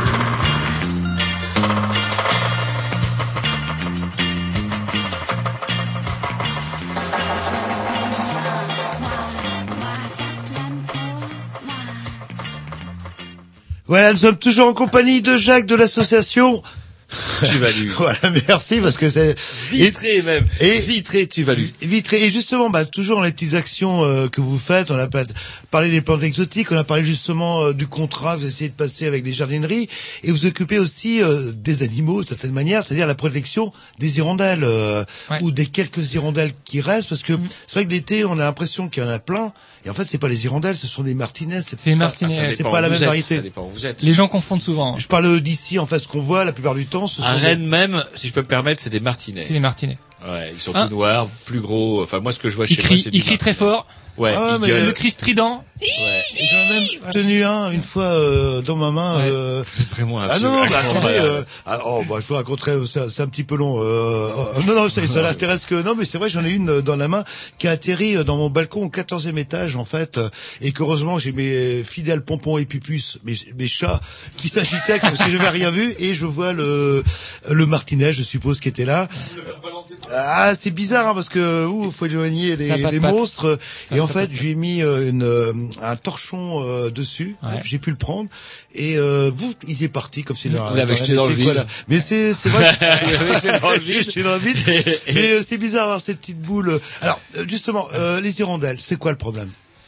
[SPEAKER 3] Voilà, nous sommes toujours en compagnie de Jacques de l'association.
[SPEAKER 4] Tu vas lui.
[SPEAKER 3] Voilà, merci parce que c'est
[SPEAKER 4] Vitré même.
[SPEAKER 3] Et
[SPEAKER 4] Vitré, tu vas lui.
[SPEAKER 3] Vitré. Et justement, bah toujours dans les petites actions euh, que vous faites, on a pas- parlé des plantes exotiques, on a parlé justement euh, du contrat que vous essayez de passer avec les jardineries, et vous occupez aussi euh, des animaux de certaine manière, c'est-à-dire la protection des hirondelles euh, ou des quelques hirondelles qui restent, parce que c'est vrai que l'été, on a l'impression qu'il y en a plein. Et en fait, c'est pas les hirondelles, ce sont des martinets. C'est
[SPEAKER 8] C'est les
[SPEAKER 3] pas-
[SPEAKER 8] martinets.
[SPEAKER 3] ah,
[SPEAKER 8] Ça
[SPEAKER 3] c'est
[SPEAKER 8] dépend
[SPEAKER 3] pas la
[SPEAKER 8] où
[SPEAKER 3] même
[SPEAKER 8] vous êtes,
[SPEAKER 3] variété.
[SPEAKER 8] ça dépend où vous êtes. Les gens confondent souvent.
[SPEAKER 3] Je parle d'ici, en fait, ce qu'on voit la plupart du temps, ce sont
[SPEAKER 4] À
[SPEAKER 3] des-
[SPEAKER 4] Rennes même, si je peux me permettre, c'est des martinets.
[SPEAKER 8] C'est les martinets.
[SPEAKER 4] Ouais, ils sont
[SPEAKER 8] Hein
[SPEAKER 4] tout noirs, plus gros. Enfin, moi, ce que je vois
[SPEAKER 8] Ils
[SPEAKER 4] chez moi,
[SPEAKER 8] crient,
[SPEAKER 4] c'est
[SPEAKER 8] ils
[SPEAKER 4] du
[SPEAKER 8] crient très fort.
[SPEAKER 4] Ouais,
[SPEAKER 3] Ah,
[SPEAKER 4] ils
[SPEAKER 3] mais
[SPEAKER 4] gueulent.
[SPEAKER 8] Le cri strident.
[SPEAKER 3] J'en ai même tenu un une fois euh, dans ma main. Euh...
[SPEAKER 4] C'est vraiment un
[SPEAKER 3] Ah
[SPEAKER 4] vieux-
[SPEAKER 3] non, bah,
[SPEAKER 4] un
[SPEAKER 3] attendez.
[SPEAKER 4] malade.
[SPEAKER 3] Euh... Ah, oh, bah, il faut raconter. euh, C'est c'est un petit peu long. Euh... euh, Non, non, ça, ça l'intéresse que non, mais c'est vrai, j'en ai une euh, dans la main qui a atterri euh, dans mon balcon au quatorzième étage en fait, euh, et qu'heureusement j'ai mes fidèles pompons et pupus, mes, mes chats qui s'agitaient parce que je n'avais rien vu, et je vois le le martinet, je suppose, qui était là. Ah, c'est bizarre hein, parce que ouh, faut éloigner
[SPEAKER 8] Ça a
[SPEAKER 3] des,
[SPEAKER 8] pas de
[SPEAKER 3] des
[SPEAKER 8] pattes.
[SPEAKER 3] monstres.
[SPEAKER 8] Ça
[SPEAKER 3] Et
[SPEAKER 8] a
[SPEAKER 3] en
[SPEAKER 8] pas
[SPEAKER 3] fait,
[SPEAKER 8] de
[SPEAKER 3] j'ai mis euh, une euh, un torchon euh, dessus. Hop, j'ai pu le prendre et euh, vous, il est parti comme si
[SPEAKER 4] Vous l'avez jeté dans le
[SPEAKER 3] était, quoi,
[SPEAKER 4] vide.
[SPEAKER 3] là. Mais c'est c'est vrai.
[SPEAKER 4] Vous l'avez jeté dans le vide.
[SPEAKER 3] Jeté dans le vide. Mais euh, c'est bizarre d'avoir ces petites boules. Alors euh, justement, euh, les hirondelles, c'est quoi le problème?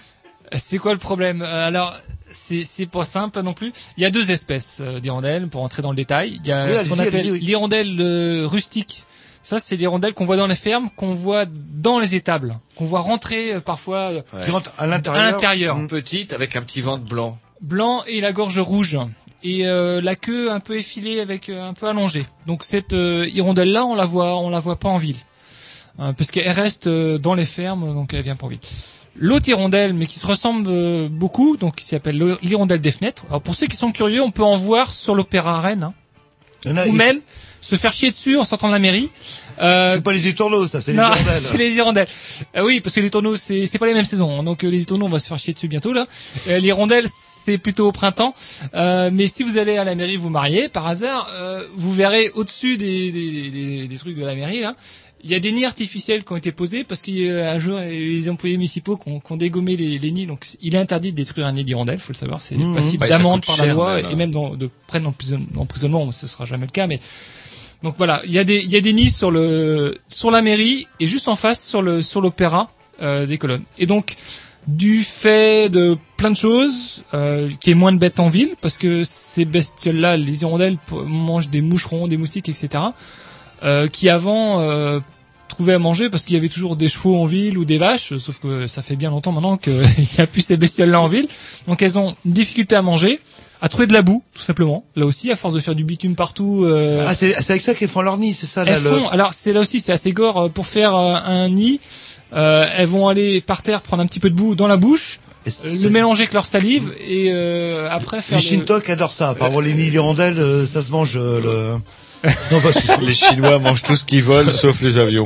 [SPEAKER 8] C'est quoi le problème? Alors, c'est c'est pas simple non plus. Il y a deux espèces euh, d'hirondelles, pour entrer dans le détail. Il y a
[SPEAKER 3] Oui,
[SPEAKER 8] ce qu'on
[SPEAKER 3] allez-y,
[SPEAKER 8] appelle
[SPEAKER 3] allez-y, oui.
[SPEAKER 8] l'hirondelle euh, rustique. Ça, c'est l'hirondelle qu'on voit dans les fermes, qu'on voit dans les étables, qu'on voit rentrer euh, parfois euh,
[SPEAKER 4] Ouais.
[SPEAKER 3] Qui rentre à
[SPEAKER 8] à
[SPEAKER 3] l'intérieur.
[SPEAKER 8] l'intérieur.
[SPEAKER 4] Petite avec un petit ventre blanc.
[SPEAKER 8] Blanc et la gorge rouge. Et euh, la queue un peu effilée avec euh, un peu allongée. Donc cette euh, hirondelle là, on la voit, on la voit pas en ville, Hein, parce qu'elle reste euh, dans les fermes, donc elle vient pas en ville. L'autre hirondelle, mais qui se ressemble euh, beaucoup, donc qui s'appelle le- l'hirondelle des fenêtres. Alors pour ceux qui sont curieux, on peut en voir sur l'Opéra à Rennes, hein,
[SPEAKER 3] Il y en a-
[SPEAKER 8] ou
[SPEAKER 3] il-
[SPEAKER 8] même se faire chier dessus en sortant de la mairie. Euh,
[SPEAKER 3] C'est pas les étourneaux, ça, c'est les
[SPEAKER 8] non,
[SPEAKER 3] hirondelles.
[SPEAKER 8] c'est les hirondelles. Euh, oui, parce que les tourneaux, c'est c'est pas les mêmes saisons. hein. Donc euh, les tourneaux, on va se faire chier dessus bientôt là. Euh, les hirondelles, c'est plutôt au printemps. Euh, mais si vous allez à la mairie vous marier, par hasard, euh, vous verrez au-dessus des, des, des, des trucs de la mairie là. Il y a des nids artificiels qui ont été posés parce qu'un jour les employés municipaux qui ont, qui ont dégommé les, les nids. Donc il est interdit de détruire un nid d'hirondelle, faut le savoir. C'est
[SPEAKER 3] Mmh.
[SPEAKER 8] passible
[SPEAKER 4] Ouais, ça
[SPEAKER 8] d'amende
[SPEAKER 4] coûte
[SPEAKER 8] par la
[SPEAKER 4] cher,
[SPEAKER 8] loi
[SPEAKER 4] même, hein.
[SPEAKER 8] et même dans, de peine d'emprisonnement. d'emprisonnement, ce sera jamais le cas, mais donc voilà, il y a des il y a des nids sur le sur la mairie et juste en face sur le sur l'opéra euh, des colonnes. Et donc du fait de plein de choses, euh, qu'il y ait moins de bêtes en ville, parce que ces bestioles-là, les hirondelles, p- mangent des moucherons, des moustiques, et cetera. Euh, qui avant euh, trouvaient à manger parce qu'il y avait toujours des chevaux en ville ou des vaches, sauf que ça fait bien longtemps maintenant qu'il n'y a plus ces bestioles-là en ville. Donc elles ont une difficulté à manger, à trouver de la boue, tout simplement. Là aussi, à force de faire du bitume partout. Euh,
[SPEAKER 3] Ah, c'est c'est avec ça qu'elles font leur nid, c'est ça, là,
[SPEAKER 8] elles
[SPEAKER 3] le-
[SPEAKER 8] font. Alors c'est là aussi, c'est assez gore euh, pour faire euh, un nid. Euh, elles vont aller par terre prendre un petit peu de boue dans la bouche,
[SPEAKER 3] Et
[SPEAKER 8] euh,
[SPEAKER 3] c'est-
[SPEAKER 8] le mélanger avec leur salive et euh, après faire.
[SPEAKER 3] Les
[SPEAKER 8] le-
[SPEAKER 3] Shintok adorent ça. Apparemment, les nids d'hirondelles, euh, ça se mange, euh, le... Non, parce que
[SPEAKER 6] Les Chinois mangent tout ce qu'ils volent, sauf les avions.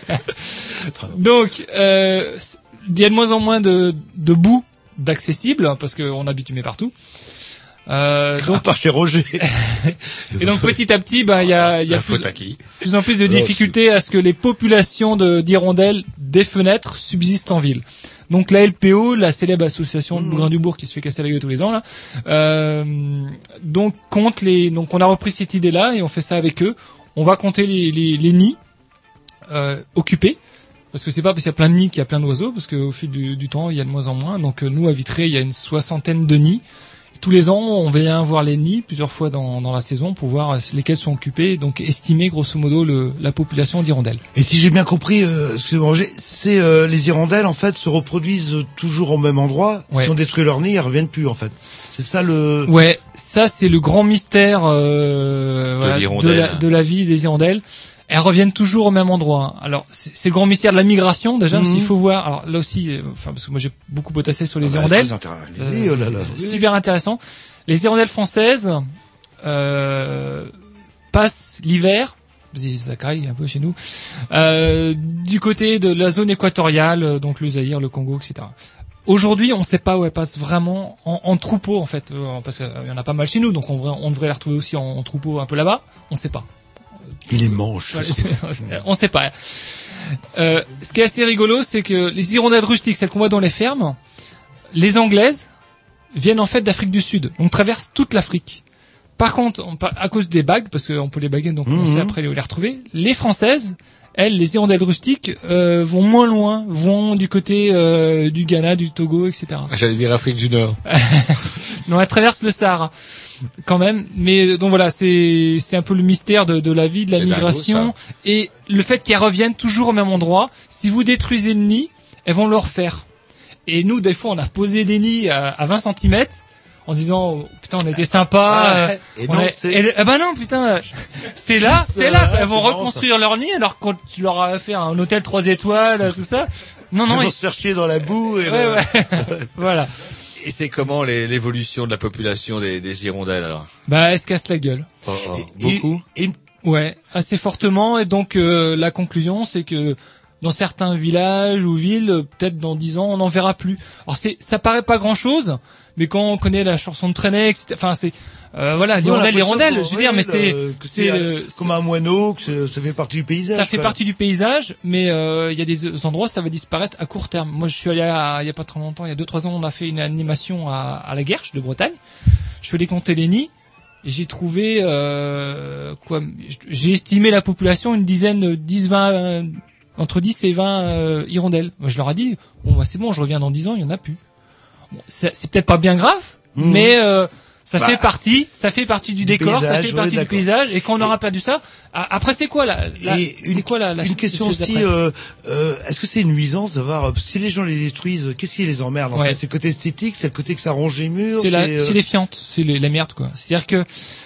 [SPEAKER 8] Donc, euh, c- il y a de moins en moins de, de boue d'accessible hein, parce qu'on a bitumé partout. Euh,
[SPEAKER 3] à
[SPEAKER 8] donc,
[SPEAKER 3] part chez Roger.
[SPEAKER 8] et donc petit à petit, ben il y a, il y a
[SPEAKER 4] La
[SPEAKER 8] plus,
[SPEAKER 4] faute à qui?
[SPEAKER 8] plus en plus de difficultés à ce que les populations de d'hirondelles des fenêtres subsistent en ville. Donc la L P O, la célèbre association de Bougrain-Dubourg qui se fait casser la gueule tous les ans là, euh, donc compte les, donc on a repris cette idée-là et on fait ça avec eux. On va compter les les, les nids euh, occupés. Parce que c'est pas parce qu'il y a plein de nids qu'il y a plein d'oiseaux, parce qu'au fil du, du temps, il y a de moins en moins. Donc euh, nous, à Vitré, il y a une soixantaine de nids. Et tous les ans, on vient voir les nids plusieurs fois dans, dans la saison pour voir lesquels sont occupés, donc estimer grosso modo le, la population d'hirondelles.
[SPEAKER 3] Et si j'ai bien compris, euh, excusez-moi, Roger, c'est euh, les hirondelles en fait se reproduisent toujours au même endroit.
[SPEAKER 8] Ouais.
[SPEAKER 3] Si on détruit leur nid, elles reviennent plus en fait. C'est ça le.
[SPEAKER 8] Ouais, ça c'est le grand mystère euh, voilà, de,
[SPEAKER 4] l'hirondelle.
[SPEAKER 8] la, de la vie des hirondelles. Elles reviennent toujours au même endroit. Alors c'est c'est le grand mystère de la migration déjà, parce
[SPEAKER 3] Mhm.
[SPEAKER 8] qu'il faut voir. Alors là aussi, euh, enfin parce que moi j'ai beaucoup potassé sur les
[SPEAKER 3] Ah bah,
[SPEAKER 8] hirondelles.
[SPEAKER 3] très intéressant. Allez-y,
[SPEAKER 8] Euh,
[SPEAKER 3] oh là là.
[SPEAKER 8] c'est super intéressant. Les hirondelles françaises euh, passent l'hiver, ça caille un peu chez nous, euh, du côté de la zone équatoriale, donc le Zaïre, le Congo, et cetera. Aujourd'hui, on ne sait pas où elles passent vraiment en, en troupeau en fait, euh, parce qu'il y en a pas mal chez nous, donc on devrait, on devrait les retrouver aussi en, en troupeau un peu là-bas. On ne sait pas.
[SPEAKER 3] Il est manche.
[SPEAKER 8] On sait pas. Euh, ce qui est assez rigolo, c'est que les hirondelles rustiques, celles qu'on voit dans les fermes, les anglaises viennent en fait d'Afrique du Sud, donc traversent toute l'Afrique. Par contre, on, à cause des bagues, parce qu'on peut les baguer, donc on
[SPEAKER 3] Mhm.
[SPEAKER 8] sait après les, les retrouver, les françaises, elles, les hirondelles rustiques, euh, vont moins loin, vont du côté euh, du Ghana, du Togo, et cetera.
[SPEAKER 4] J'allais dire Afrique du Nord.
[SPEAKER 8] Non, elles traversent le Sahara quand même. Mais donc voilà, c'est c'est un peu le mystère de, de la vie, de la
[SPEAKER 4] C'est
[SPEAKER 8] migration
[SPEAKER 4] dingo,
[SPEAKER 8] et le fait qu'elles reviennent toujours au même endroit. Si vous détruisez le nid, elles vont le refaire. Et nous, des fois, on a posé des nids à, à vingt centimètres en disant oh, putain, on était sympa.
[SPEAKER 3] Ah,
[SPEAKER 8] euh,
[SPEAKER 3] et
[SPEAKER 8] on
[SPEAKER 3] non,
[SPEAKER 8] a-
[SPEAKER 3] c'est-
[SPEAKER 8] et- ah bah non, putain, c'est là,
[SPEAKER 3] Juste,
[SPEAKER 8] c'est là.
[SPEAKER 3] euh,
[SPEAKER 8] Elles vont
[SPEAKER 3] c'est marrant,
[SPEAKER 8] reconstruire leur nid alors quand tu leur as fait un hôtel trois étoiles, tout ça. Non, non,
[SPEAKER 3] Ils
[SPEAKER 8] ils-
[SPEAKER 3] vont se faire chier dans la boue. Et
[SPEAKER 8] ouais,
[SPEAKER 3] le-
[SPEAKER 8] ouais. Voilà.
[SPEAKER 4] Et c'est comment les- l'évolution de la population des, des hirondelles alors?
[SPEAKER 8] Bah, elles se cassent la gueule.
[SPEAKER 4] Oh, oh,
[SPEAKER 3] Et-
[SPEAKER 4] beaucoup.
[SPEAKER 3] et-
[SPEAKER 8] Ouais, assez fortement. Et donc euh, la conclusion, c'est que dans certains villages ou villes, euh, peut-être dans dix ans, on n'en verra plus. Alors c'est, ça paraît pas grand-chose, mais quand on connaît la chanson de Trenet, et cetera. Enfin c'est, euh, voilà, l'hirondelle, l'hirondelle. Je veux dire, mais c'est, c'est, euh,
[SPEAKER 3] comme un moineau, que c'est- ça fait partie du paysage.
[SPEAKER 8] ça fait
[SPEAKER 3] quoi.
[SPEAKER 8] partie du paysage, mais euh, il y a des endroits ça va disparaître à court terme. Moi, je suis allé à- il y a pas trop longtemps, il y a deux trois ans, on a fait une animation à, à la Guerche de Bretagne. Je suis allé compter les nids. Et j'ai trouvé euh, quoi j'ai estimé la population une dizaine, dix, vingt, euh, entre dix et vingt euh, hirondelles. Moi, je leur ai dit bon bah c'est bon, je reviens dans dix ans, il y en a plus. Bon, c'est, c'est peut-être pas bien grave, mmh. mais euh, ça
[SPEAKER 3] bah,
[SPEAKER 8] fait partie, ça fait partie du, du décor, paysage, ça fait partie ouais, du paysage, et quand on aura perdu ça, après c'est quoi la, la
[SPEAKER 3] et
[SPEAKER 8] c'est
[SPEAKER 3] une,
[SPEAKER 8] quoi la, la
[SPEAKER 3] une question aussi, euh, euh, est-ce que c'est une nuisance d'avoir, si les gens les détruisent, qu'est-ce qui les emmerde en
[SPEAKER 8] ouais.
[SPEAKER 3] fait? C'est le côté esthétique, c'est le côté que ça ronge les murs,
[SPEAKER 8] c'est,
[SPEAKER 3] c'est,
[SPEAKER 8] la,
[SPEAKER 3] euh...
[SPEAKER 8] c'est les fientes, c'est les, la merde quoi. C'est-à-dire que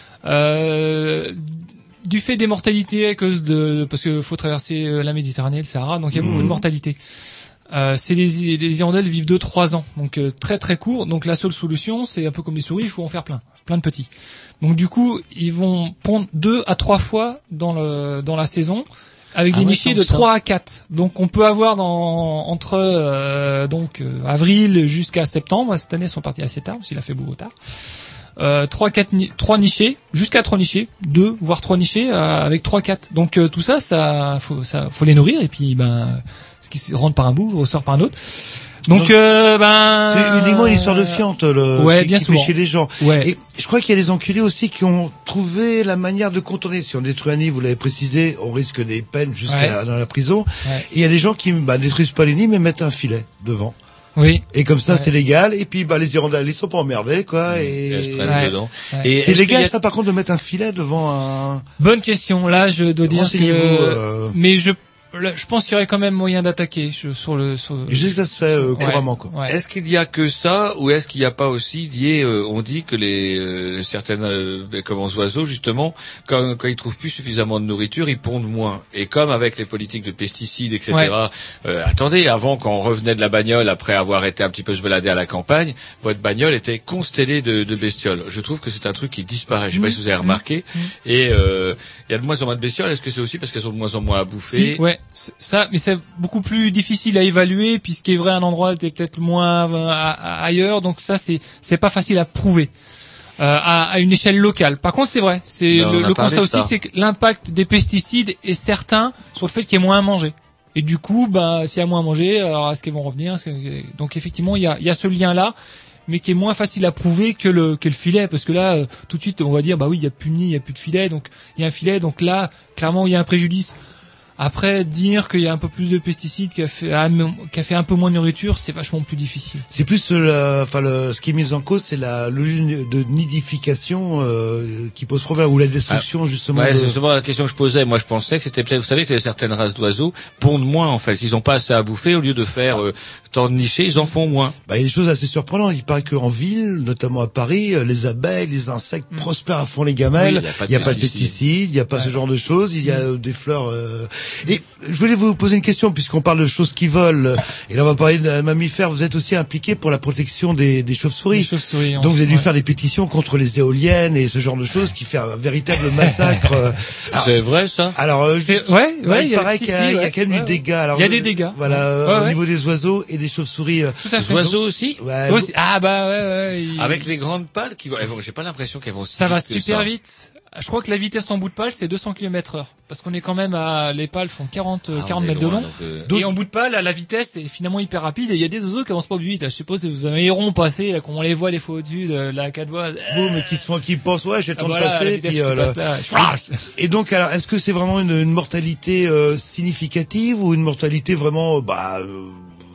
[SPEAKER 8] euh, du fait des mortalités à cause de, parce que faut traverser la Méditerranée, le Sahara, donc il y a mmh. beaucoup de mortalité. Euh, c'est les, les hirondelles vivent deux trois ans, donc euh, très très court. Donc la seule solution, c'est un peu comme les souris, il faut en faire plein, plein de petits. Donc du coup, ils vont pondre deux à trois fois dans le dans la saison, avec ah des ouais, nichés de trois à quatre. Donc on peut avoir dans entre euh, donc euh, avril jusqu'à septembre. Cette année, ils sont partis assez tard, parce qu'il a fait beau tard. Euh, trois quatre trois nichés, jusqu'à trois nichés, deux voire trois nichés euh, avec trois quatre. Donc euh, tout ça, ça faut ça faut les nourrir et puis ben ce qui rentre par un bout ressort par un autre. Donc euh, ben
[SPEAKER 3] c'est uniquement une histoire de fiente le
[SPEAKER 8] ouais,
[SPEAKER 3] qui,
[SPEAKER 8] bien
[SPEAKER 3] qui
[SPEAKER 8] souvent.
[SPEAKER 3] fait chez les gens.
[SPEAKER 8] Ouais.
[SPEAKER 3] Et je crois qu'il y a des enculés aussi qui ont trouvé la manière de contourner. Si on détruit un nid, vous l'avez précisé, on risque des peines jusqu'à ouais. dans la prison. Ouais. Et il y a des gens qui bah, détruisent pas les nids mais mettent un filet devant.
[SPEAKER 8] Oui.
[SPEAKER 3] Et comme ça,
[SPEAKER 8] ouais.
[SPEAKER 3] c'est légal. Et puis, bah, les hirondelles, ils sont pas emmerdés, quoi. Et,
[SPEAKER 4] et ouais. dedans.
[SPEAKER 3] Ouais. Et c'est légal, a... ça, par contre, de mettre un filet devant un...
[SPEAKER 8] Bonne question. Là, je dois dire que,
[SPEAKER 3] euh...
[SPEAKER 8] mais je, là, je pense qu'il y aurait quand même moyen d'attaquer sur le, sur...
[SPEAKER 3] Je sais que ça se fait, euh, couramment, quoi.
[SPEAKER 4] Ouais. Est-ce qu'il y a que ça, ou est-ce qu'il n'y a pas aussi lié, euh, on dit que les, euh, certaines, euh, comment, oiseaux, justement, quand, quand ils trouvent plus suffisamment de nourriture, ils pondent moins. Et comme avec les politiques de pesticides, et cetera, ouais. euh, attendez, avant, quand on revenait de la bagnole, après avoir été un petit peu se balader à la campagne, votre bagnole était constellée de, de bestioles. Je trouve que c'est un truc qui disparaît. Je sais mmh. pas si vous avez remarqué. Mmh. Et, euh, il y a de moins en moins de bestioles. Est-ce que c'est aussi parce qu'elles sont de moins en moins à bouffer?
[SPEAKER 8] Si, ouais. Ça, mais c'est beaucoup plus difficile à évaluer, puisqu'il est vrai un endroit était peut-être moins euh, ailleurs, donc ça c'est c'est pas facile à prouver euh, à, à une échelle locale. Par contre, c'est vrai, c'est non, le, le constat aussi, c'est que l'impact des pesticides est certain sur le fait qu'il y ait moins à manger. Et du coup, bah s'il y a moins à manger, alors est-ce qu'ils vont revenir? Que... Donc effectivement, il y a il y a ce lien-là, mais qui est moins facile à prouver que le que le filet, parce que là, euh, tout de suite, on va dire bah oui, il y a plus de nid, il y a plus de filet, donc il y a un filet, donc là, clairement, il y a un préjudice. Après, dire qu'il y a un peu plus de pesticides, qui a fait, qui a fait un peu moins de nourriture, c'est vachement plus difficile.
[SPEAKER 3] C'est plus, le, enfin, le, ce qui est mis en cause, c'est la logique de nidification euh, qui pose problème, ou la destruction ah, justement.
[SPEAKER 4] Ouais,
[SPEAKER 3] de...
[SPEAKER 4] c'est justement la question que je posais. Moi, je pensais que c'était peut-être, vous savez, que certaines races d'oiseaux pondent moins en fait. Ils ont pas assez à bouffer, au lieu de faire euh, tant de nichés, ils en font moins.
[SPEAKER 3] Bah, il y a des choses assez surprenantes. Il paraît qu'en ville, notamment à Paris, les abeilles, les insectes mmh. prospèrent à fond les gamelles. Il n'y a pas de pesticides, il n'y a pas ouais. ce genre de choses. Il y a mmh. des fleurs. Euh... Et je voulais vous poser une question, puisqu'on parle de choses qui volent, et là on va parler de mammifères. Vous êtes aussi impliqué pour la protection des, des chauves-souris.
[SPEAKER 8] Les chauves-souris.
[SPEAKER 3] Donc vous avez dû ouais. faire des pétitions contre les éoliennes et ce genre de choses qui fait un véritable massacre.
[SPEAKER 4] Alors, c'est vrai ça?
[SPEAKER 3] Alors, juste,
[SPEAKER 8] ouais,
[SPEAKER 3] bah,
[SPEAKER 8] ouais,
[SPEAKER 3] il paraît qu'il y a,
[SPEAKER 8] si,
[SPEAKER 3] il y a
[SPEAKER 8] ouais,
[SPEAKER 3] quand même
[SPEAKER 8] ouais,
[SPEAKER 3] du dégât. Alors,
[SPEAKER 8] il y a des dégâts.
[SPEAKER 3] Voilà,
[SPEAKER 8] ouais,
[SPEAKER 3] au
[SPEAKER 8] ouais.
[SPEAKER 3] niveau des oiseaux et des chauves-souris.
[SPEAKER 8] Tout à fait.
[SPEAKER 4] Les oiseaux aussi?
[SPEAKER 3] Ouais.
[SPEAKER 8] Aussi. Ah bah ouais, ouais. Il...
[SPEAKER 4] Avec les grandes pales qui vont, vont j'ai pas l'impression qu'elles vont si
[SPEAKER 8] ça
[SPEAKER 4] vite
[SPEAKER 8] va
[SPEAKER 4] que
[SPEAKER 8] super
[SPEAKER 4] ça.
[SPEAKER 8] vite. Je crois que la vitesse en bout de pale, c'est deux cents kilomètres heure. Parce qu'on est quand même à, les pales font quarante,
[SPEAKER 4] ah,
[SPEAKER 8] quarante mètres de long.
[SPEAKER 4] Donc, euh...
[SPEAKER 8] Et en bout de pale, la vitesse est finalement hyper rapide. Et il y a des oiseaux qui avancent pas plus vite. Je sais pas si vous avez un héron passé, là, quand on les voit, les fois au-dessus de la quatre voies.
[SPEAKER 3] Boum, mais qui se font, qui pensent, ouais, j'ai le temps
[SPEAKER 8] ah, voilà,
[SPEAKER 3] de passer. Puis, euh, là...
[SPEAKER 8] là,
[SPEAKER 3] et donc, alors, est-ce que c'est vraiment une, une mortalité, euh, significative ou une mortalité vraiment, bah, euh,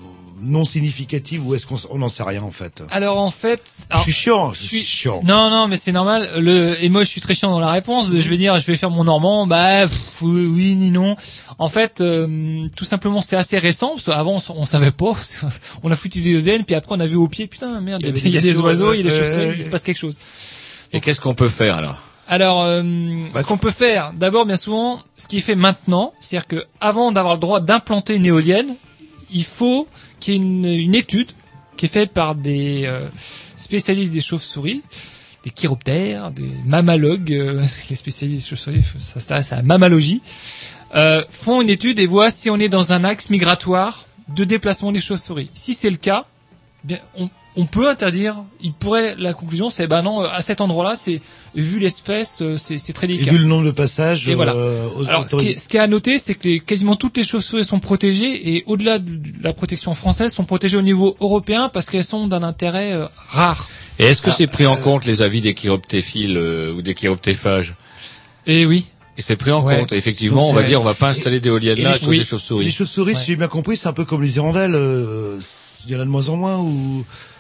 [SPEAKER 3] non significative, ou est-ce qu'on on n'en sait rien en fait?
[SPEAKER 8] Alors en fait, alors,
[SPEAKER 3] je suis chiant, je,
[SPEAKER 8] je
[SPEAKER 3] suis chiant.
[SPEAKER 8] Non non, mais c'est normal. Le et moi je suis très chiant dans la réponse. Je vais dire, je vais faire mon normand. Bah pff, oui ni non. En fait, euh, tout simplement c'est assez récent parce qu'avant on, on savait pas. On a foutu des éoliennes, puis après on a vu au pied, putain merde, il y a, il y a des oiseaux, il y a des chauves-souris, il se passe quelque chose.
[SPEAKER 4] Et donc, qu'est-ce qu'on peut faire alors?
[SPEAKER 8] Alors, euh, bah, ce qu'on peut faire, d'abord, bien souvent, ce qui est fait maintenant, c'est-à-dire que avant d'avoir le droit d'implanter une éolienne, il faut qu'il y ait une, une étude qui est faite par des euh, spécialistes des chauves-souris, des chiroptères, des mammalogues, euh, les spécialistes des chauves-souris, ça s'intéresse à la mammalogie, euh, font une étude et voient si on est dans un axe migratoire de déplacement des chauves-souris. Si c'est le cas, bien, on, on peut interdire. Il pourrait, la conclusion, c'est ben non, à cet endroit-là, c'est vu l'espèce, c'est, c'est très délicat.
[SPEAKER 3] Et vu le nombre de passages.
[SPEAKER 8] Et voilà.
[SPEAKER 3] Euh, aux,
[SPEAKER 8] Alors, ce qui, est, ce qui est à noter, c'est que les, quasiment toutes les chauves-souris sont protégées et au-delà de la protection française, sont protégées au niveau européen parce qu'elles sont d'un intérêt euh, rare.
[SPEAKER 4] Et est-ce que ah, c'est pris en compte les avis des chiroptéphiles euh, ou des chiroptéphages?
[SPEAKER 8] Eh oui.
[SPEAKER 4] Et c'est pris en
[SPEAKER 8] ouais.
[SPEAKER 4] compte. Effectivement,
[SPEAKER 3] donc,
[SPEAKER 4] on va
[SPEAKER 3] vrai.
[SPEAKER 4] dire, on va pas installer d'éoliennes là à cause
[SPEAKER 8] oui.
[SPEAKER 4] des chauves-souris.
[SPEAKER 3] Les chauves-souris, ouais. si j'ai bien compris, c'est un peu comme les hirondelles. Il euh, y en a de moins en moins ou.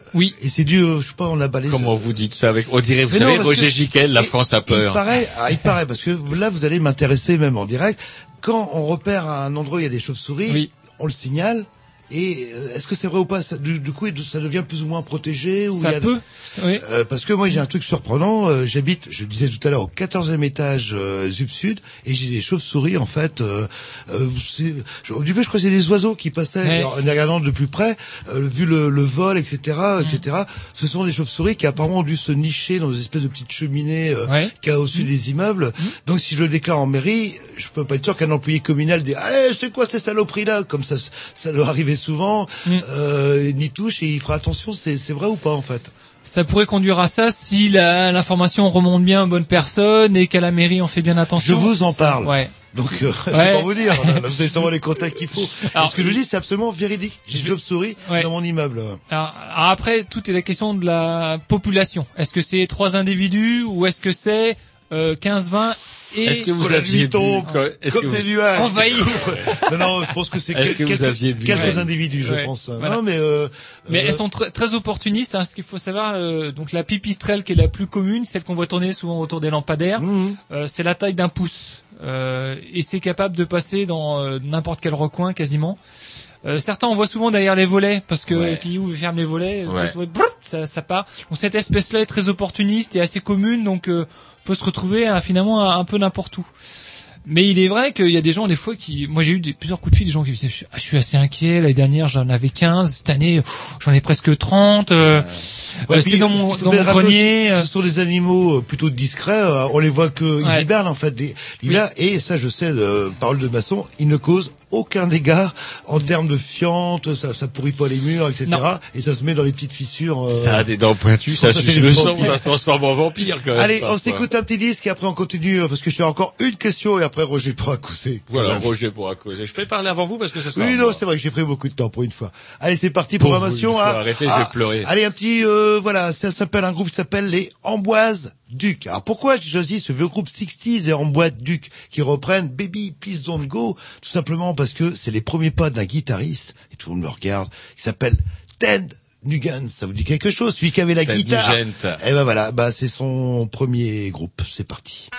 [SPEAKER 8] Oui.
[SPEAKER 3] Et c'est dû, euh, je sais pas, on a balayé.
[SPEAKER 4] Comment vous dites ça avec, on dirait, vous
[SPEAKER 3] Mais
[SPEAKER 4] savez,
[SPEAKER 3] non, parce
[SPEAKER 4] Roger
[SPEAKER 3] que-
[SPEAKER 4] Giquel, la
[SPEAKER 3] il-
[SPEAKER 4] France a peur.
[SPEAKER 3] Il paraît, ah, il paraît, parce que là, vous allez m'intéresser même en direct. Quand on repère un endroit où il y a des chauves-souris,
[SPEAKER 8] Oui.
[SPEAKER 3] on le signale. Et euh, est-ce que c'est vrai ou pas ça, du, du coup, ça devient plus ou moins protégé ou
[SPEAKER 8] Ça
[SPEAKER 3] il y a...
[SPEAKER 8] peut. Oui.
[SPEAKER 3] Euh, parce que moi j'ai un truc surprenant, euh, j'habite, je le disais tout à l'heure, au quatorzième étage euh, Zup Sud, et j'ai des chauves-souris en fait. Euh, euh, c'est- je, au début je crois que c'est des oiseaux qui passaient,
[SPEAKER 8] Ouais.
[SPEAKER 3] en les regardant de plus près, euh, vu le, le vol, et cetera, et cetera. Ce sont des chauves-souris qui apparemment ont dû se nicher dans des espèces de petites cheminées euh,
[SPEAKER 8] Ouais.
[SPEAKER 3] qu'il y a au-dessus des immeubles. Donc si je le déclare en mairie, je peux pas être sûr qu'un employé communal dit allez c'est quoi ces saloperies là, comme ça ça doit arriver souvent. Euh, n'y touche et il fera attention. C'est c'est vrai ou pas en fait?
[SPEAKER 8] Ça pourrait conduire à ça si la- l'information remonte bien aux bonnes personnes et qu'à la mairie on fait bien attention.
[SPEAKER 3] Je vous en parle.
[SPEAKER 8] Ouais.
[SPEAKER 3] Donc euh, c'est
[SPEAKER 8] Ouais.
[SPEAKER 3] pour vous dire, là, vous avez sûrement les contacts qu'il faut.
[SPEAKER 8] Alors,
[SPEAKER 3] Et ce que je dis, c'est absolument véridique. J'ai une chauve-souris
[SPEAKER 8] Ouais.
[SPEAKER 3] dans mon immeuble.
[SPEAKER 8] Alors, alors après, tout est la question de la population. Est-ce que c'est trois individus ou est-ce que c'est euh, quinze vingt et
[SPEAKER 4] Est-ce que vous
[SPEAKER 3] Quand la
[SPEAKER 4] aviez
[SPEAKER 3] nuit tombe,
[SPEAKER 4] bu- quand- est-ce
[SPEAKER 3] comme
[SPEAKER 4] que
[SPEAKER 3] des
[SPEAKER 4] vous-
[SPEAKER 3] nuages.
[SPEAKER 8] envahi.
[SPEAKER 3] non, non, je pense que c'est
[SPEAKER 4] Est-ce
[SPEAKER 3] quel-
[SPEAKER 4] que vous
[SPEAKER 3] quelques,
[SPEAKER 4] aviez bu-
[SPEAKER 3] quelques
[SPEAKER 4] Ouais.
[SPEAKER 3] individus, je
[SPEAKER 8] Ouais.
[SPEAKER 3] pense.
[SPEAKER 8] Voilà.
[SPEAKER 3] Non, mais euh,
[SPEAKER 8] Mais
[SPEAKER 3] euh,
[SPEAKER 8] elles sont tr- très opportunistes. Hein, ce qu'il faut savoir, euh, donc la pipistrelle qui est la plus commune, celle qu'on voit tourner souvent autour des lampadaires,
[SPEAKER 3] mmh.
[SPEAKER 8] euh, c'est la taille d'un pouce euh, et c'est capable de passer dans euh, n'importe quel recoin quasiment. Euh, certains on voit souvent derrière les volets parce que
[SPEAKER 4] Ouais.
[SPEAKER 8] qui ouvre et ferme les volets,
[SPEAKER 4] Ouais.
[SPEAKER 8] peut-être, ouais, brrr, ça, ça part. Donc cette espèce-là est très opportuniste et assez commune, donc euh, peut se retrouver hein, finalement un, un peu n'importe où. Mais il est vrai qu'il y a des gens des fois qui, moi j'ai eu des, plusieurs coups de fil des gens qui me disaient ah, je suis assez inquiet, l'année dernière j'en avais quinze, cette année pff, j'en ai presque trente. Euh,
[SPEAKER 3] Ouais,
[SPEAKER 8] euh,
[SPEAKER 3] puis,
[SPEAKER 8] c'est dans mon
[SPEAKER 3] il faut
[SPEAKER 8] dans
[SPEAKER 3] bien
[SPEAKER 8] mon
[SPEAKER 3] le rappeler
[SPEAKER 8] grenier.
[SPEAKER 3] aussi,
[SPEAKER 8] euh,
[SPEAKER 3] Ce sont des animaux euh, plutôt discrets. euh, On les voit que ils
[SPEAKER 8] Ouais.
[SPEAKER 3] hibernent en fait. Des, l'hiver, et ça, je sais, euh, parole de maçon, ils ne causent aucun dégât en termes de fientes. Ça, ça pourrit pas les murs, et cetera. Et ça se met dans les petites fissures. euh,
[SPEAKER 4] Ça a des dents pointues, ça,
[SPEAKER 3] ça,
[SPEAKER 4] suce
[SPEAKER 3] c'est
[SPEAKER 4] le
[SPEAKER 3] les
[SPEAKER 4] sang,
[SPEAKER 3] vampires.
[SPEAKER 4] ça se transforme en vampire quand même.
[SPEAKER 3] Allez,
[SPEAKER 4] ça,
[SPEAKER 3] on
[SPEAKER 4] quoi.
[SPEAKER 3] s'écoute un petit disque et après on continue euh, parce que je fais encore une question et après Roger pourra causer.
[SPEAKER 4] Voilà, Roger pourra causer. Je peux parler avant vous parce que ça sera.
[SPEAKER 3] Oui,
[SPEAKER 4] à
[SPEAKER 3] non,
[SPEAKER 4] moi.
[SPEAKER 3] c'est vrai que j'ai pris beaucoup de temps pour une fois. Allez, c'est parti,
[SPEAKER 4] Pour
[SPEAKER 3] programmation.
[SPEAKER 4] une fois,
[SPEAKER 3] hein.
[SPEAKER 4] arrêtez, je vais pleurer.
[SPEAKER 3] Allez, un petit, euh, voilà, ça s'appelle un groupe qui s'appelle les Amboise Duc. Alors pourquoi j'ai choisi ce vieux groupe sixties et Amboise Duc qui reprennent Baby Please Don't Go? Tout simplement parce que c'est les premiers pas d'un guitariste, et tout le monde me regarde, qui s'appelle Ted Nugent. Ça vous dit quelque chose? Celui qui avait la
[SPEAKER 4] Ted
[SPEAKER 3] guitare.
[SPEAKER 4] Nugent.
[SPEAKER 3] Et ben voilà, bah c'est son premier groupe. C'est parti.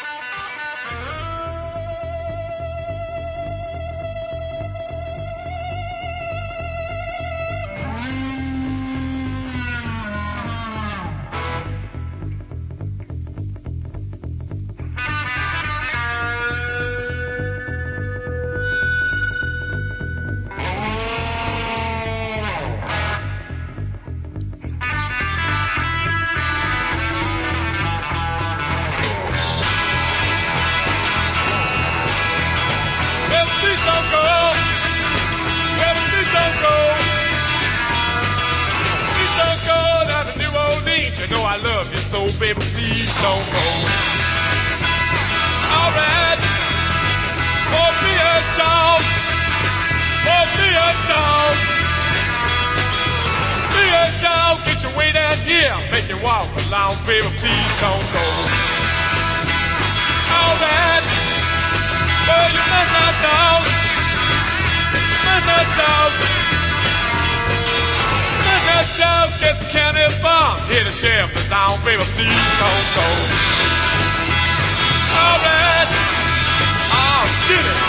[SPEAKER 14] Well, please don't go. Well, please don't go. Please don't go down to New Orleans. You know I love you so, baby. Please don't go. All right. Pour me a dog. Pour me a dog. Me a dog. Get your way down here. Make you walk along, baby. Please don't go. All right. Oh, you must not talk. You must not talk. You must not talk. Get the county farm. Hear the sheriff is on, baby. Please don't go. All right. Oh, get it.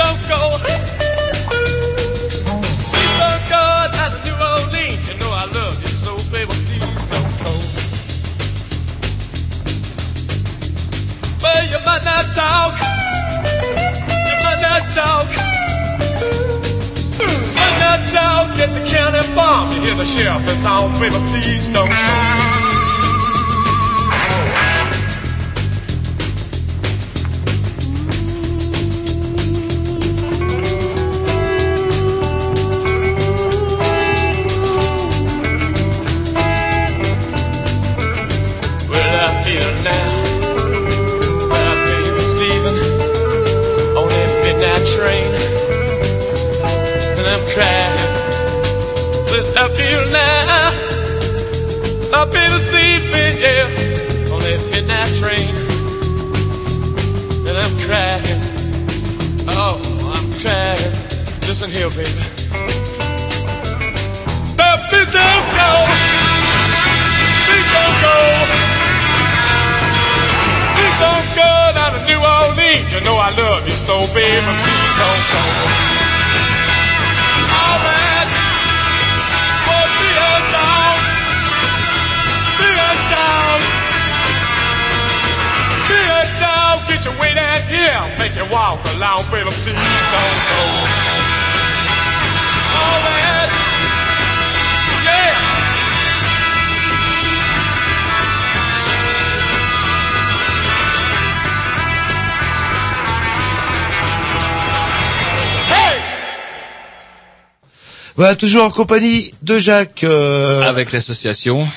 [SPEAKER 14] don't go. Please don't go down to New Orleans. You know I love you so, baby. Please don't go. Well, you might not talk. You might not talk. You might not talk at the county farm. You hear the sheriff is on, baby. Please don't go. Train, and I'm crying. Said I feel now, I've been sleeping, yeah, on that midnight train, and I'm crying. Oh, I'm crying. Listen here, baby. But please don't go. Please don't go. Please don't go down to New Orleans. You know I love you so, baby. Please don't go. All right. Well, be a dog. Be a dog. Be a dog. Get your way down here. Make you walk along, baby. Please don't go. All right. Yeah.
[SPEAKER 3] Voilà, toujours en compagnie de Jacques. Euh...
[SPEAKER 4] Avec l'association.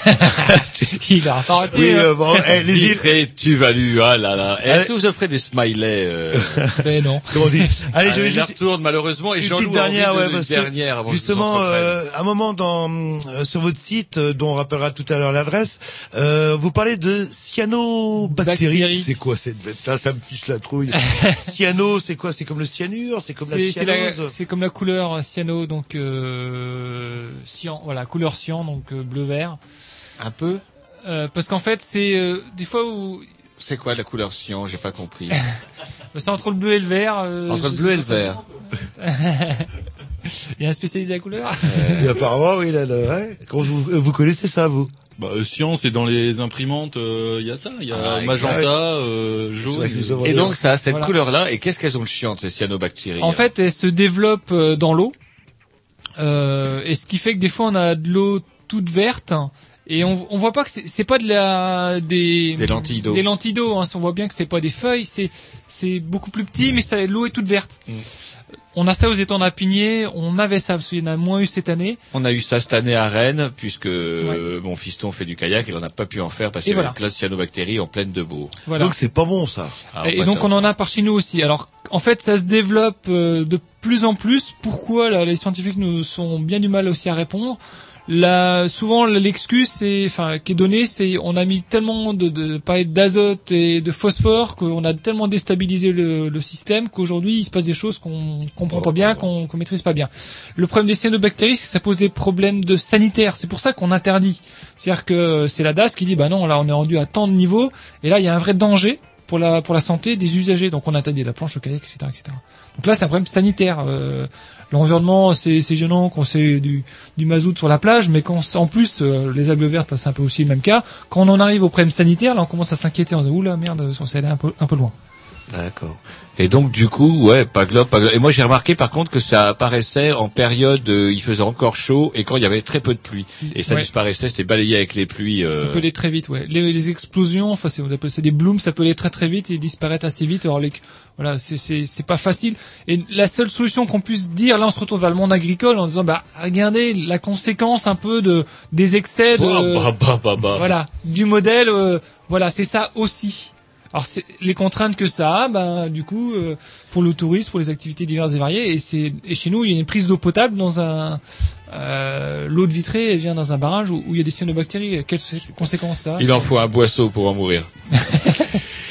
[SPEAKER 8] Il a arrêté.
[SPEAKER 3] Oui, euh, bon, eh, les
[SPEAKER 4] Vitré, tu values, ah là là. Est-ce que vous offrez des smileys euh...
[SPEAKER 8] Ben non.
[SPEAKER 3] Comment on dit?
[SPEAKER 4] Allez,
[SPEAKER 3] Allez, je vais
[SPEAKER 4] je
[SPEAKER 3] juste
[SPEAKER 4] retourne malheureusement et
[SPEAKER 3] une
[SPEAKER 4] Jean-Loup
[SPEAKER 3] petite dernière,
[SPEAKER 4] a envie de,
[SPEAKER 3] ouais, parce
[SPEAKER 4] une dernière
[SPEAKER 3] que
[SPEAKER 4] avant
[SPEAKER 3] justement,
[SPEAKER 4] que je vous
[SPEAKER 3] euh, un moment dans euh, sur votre site, euh, dont on rappellera tout à l'heure l'adresse, euh, vous parlez de cyanobactéries.
[SPEAKER 8] Bactéries.
[SPEAKER 3] C'est quoi cette bête-là? Ça me fiche la trouille. Cyano, c'est quoi? C'est comme le cyanure? C'est comme la
[SPEAKER 8] C'est c'est la-
[SPEAKER 3] cyanose?
[SPEAKER 8] c'est comme la couleur cyano, donc euh, cyan, voilà, couleur cyan, donc euh, bleu vert.
[SPEAKER 4] Un peu.
[SPEAKER 8] Euh, parce qu'en fait, c'est euh, des fois où
[SPEAKER 4] C'est quoi la couleur cyan? J'ai pas compris.
[SPEAKER 8] c'est entre le bleu et le vert. euh,
[SPEAKER 4] Entre le
[SPEAKER 8] je
[SPEAKER 4] bleu et
[SPEAKER 8] sais
[SPEAKER 4] le
[SPEAKER 8] pas.
[SPEAKER 4] vert.
[SPEAKER 8] Il y a un spécialiste de la couleur.
[SPEAKER 3] Et apparemment, oui, là, là, ouais. Comment vous, vous connaissez ça, vous?
[SPEAKER 5] Bah, euh, science, c'est dans les imprimantes, il y a ça, il y a
[SPEAKER 4] Ah,
[SPEAKER 5] magenta,
[SPEAKER 3] ouais.
[SPEAKER 5] euh, jaune.
[SPEAKER 4] Et donc ça a cette
[SPEAKER 8] Voilà.
[SPEAKER 4] couleur-là. Et qu'est-ce qu'elles ont de chiant, ces cyanobactéries?
[SPEAKER 8] En fait, elle se développe euh, dans l'eau, euh, et ce qui fait que des fois on a de l'eau toute verte. Et on, on voit pas que c'est, c'est pas de la des
[SPEAKER 4] Des lentilles d'eau.
[SPEAKER 8] Des lentilles d'eau. Hein. On voit bien que c'est pas des feuilles. C'est c'est beaucoup plus petit, mais ça, l'eau est toute verte.
[SPEAKER 4] Mm.
[SPEAKER 8] On a ça aux étangs d'Apigné. On avait ça parce qu'il y en a moins eu cette année.
[SPEAKER 4] On a eu ça cette année à Rennes, puisque euh, mon fiston fait du kayak, il en a pas pu en faire parce
[SPEAKER 8] Et
[SPEAKER 4] qu'il y avait
[SPEAKER 8] voilà.
[SPEAKER 4] plein de cyanobactéries en pleine de boue.
[SPEAKER 8] Voilà.
[SPEAKER 3] Donc c'est pas bon, ça.
[SPEAKER 4] Alors,
[SPEAKER 8] Et
[SPEAKER 4] pas
[SPEAKER 8] donc
[SPEAKER 4] top.
[SPEAKER 8] on en a par chez nous aussi. Alors en fait ça se développe euh, de plus en plus. Pourquoi là, les scientifiques nous sont bien du mal aussi à répondre. Là, souvent l'excuse c'est, enfin, qui est donnée, c'est on a mis tellement de, de paillettes d'azote et de phosphore qu'on a tellement déstabilisé le, le système qu'aujourd'hui il se passe des choses qu'on comprend pas bien, qu'on qu'on maîtrise pas bien. Le problème des cyanobactéries, c'est que ça pose des problèmes de sanitaire. C'est pour ça qu'on interdit. C'est-à-dire que c'est la D A S qui dit bah non, là on est rendu à tant de niveaux et là il y a un vrai danger pour la pour la santé des usagers. Donc on interdit la planche, le kayak, et cetera, et cetera. Donc là c'est un problème sanitaire. Euh, L'environnement, c'est, c'est gênant quand c'est du, du mazout sur la plage, mais quand en plus euh, les algues vertes, c'est un peu aussi le même cas. Quand on en arrive au problème sanitaire, là, on commence à s'inquiéter. On se dit oula merde, on s'est allé un peu un peu loin.
[SPEAKER 4] D'accord. Et donc du coup, ouais, pas globe, pas globe. Et moi j'ai remarqué par contre que ça apparaissait en période, euh, il faisait encore chaud et quand il y avait très peu de pluie. Et ça
[SPEAKER 8] Ouais.
[SPEAKER 4] disparaissait, c'était balayé avec les pluies. Euh...
[SPEAKER 8] Ça peut aller très vite, ouais. Les, les explosions, enfin, c'est, on appelle ça des blooms, ça peut aller très très vite et disparaître assez vite. Alors les, voilà, c'est c'est c'est pas facile. Et la seule solution qu'on puisse dire, là, on se retrouve vers le monde agricole en disant, bah, regardez la conséquence un peu de des excès de,
[SPEAKER 4] Bah, bah, bah, bah.
[SPEAKER 8] voilà, du modèle. Euh, voilà, c'est ça aussi. Alors c'est les contraintes que ça a, ben du coup euh, pour le tourisme, pour les activités diverses et variées, et c'est et chez nous il y a une prise d'eau potable dans un euh, l'eau de Vitré elle vient dans un barrage où, où il y a des cyanobactéries. Quelles conséquences ça a?
[SPEAKER 4] Il en faut un boisseau pour en mourir.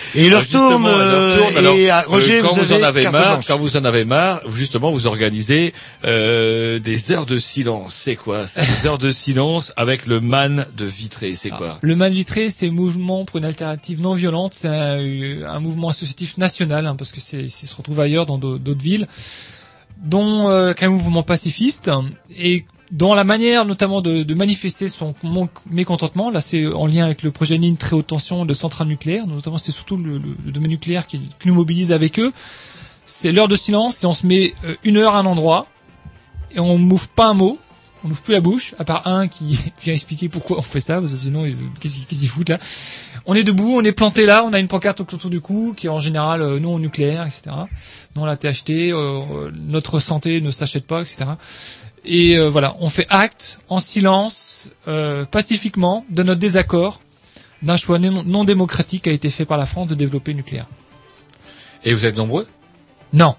[SPEAKER 3] Et il leur
[SPEAKER 4] Justement,
[SPEAKER 3] tourne,
[SPEAKER 4] elle leur tourne.
[SPEAKER 3] euh,
[SPEAKER 4] Alors,
[SPEAKER 3] et, ah, Roger,
[SPEAKER 4] euh, quand
[SPEAKER 3] vous
[SPEAKER 4] vous, en
[SPEAKER 3] avez
[SPEAKER 4] avez
[SPEAKER 3] carte
[SPEAKER 4] marre,
[SPEAKER 3] blanche.
[SPEAKER 4] quand vous en avez marre, justement, vous organisez euh, des heures de silence. C'est quoi? C'est des heures de silence avec le man de Vitré. C'est quoi?
[SPEAKER 8] Le Man Vitré, c'est Mouvement pour une alternative non violente. C'est un, un mouvement associatif national, hein, parce que c'est, c'est se retrouve ailleurs dans d'autres, d'autres villes, dont euh, qu'un mouvement pacifiste et dans la manière notamment de, de manifester son mécontentement. Là, c'est en lien avec le projet N I N très haute tension de centrales nucléaires. Notamment, c'est surtout le, le, le domaine nucléaire qui, qui nous mobilise avec eux. C'est l'heure de silence et on se met euh, une heure à un endroit et on m'ouvre pas un mot. On n'ouvre plus la bouche, à part un qui vient expliquer pourquoi on fait ça, parce que sinon, ils, qu'est-ce qu'ils, qu'est-ce qu'ils foutent là? On est debout, on est planté là, on a une pancarte autour du cou, qui est en général euh, non au nucléaire, et cetera. Non à la T H T, euh, notre santé ne s'achète pas, et cetera. Et euh, voilà, on fait acte, en silence, euh, pacifiquement, de notre désaccord d'un choix non, non démocratique qui a été fait par la France de développer le nucléaire.
[SPEAKER 4] Et vous êtes nombreux?
[SPEAKER 8] Non.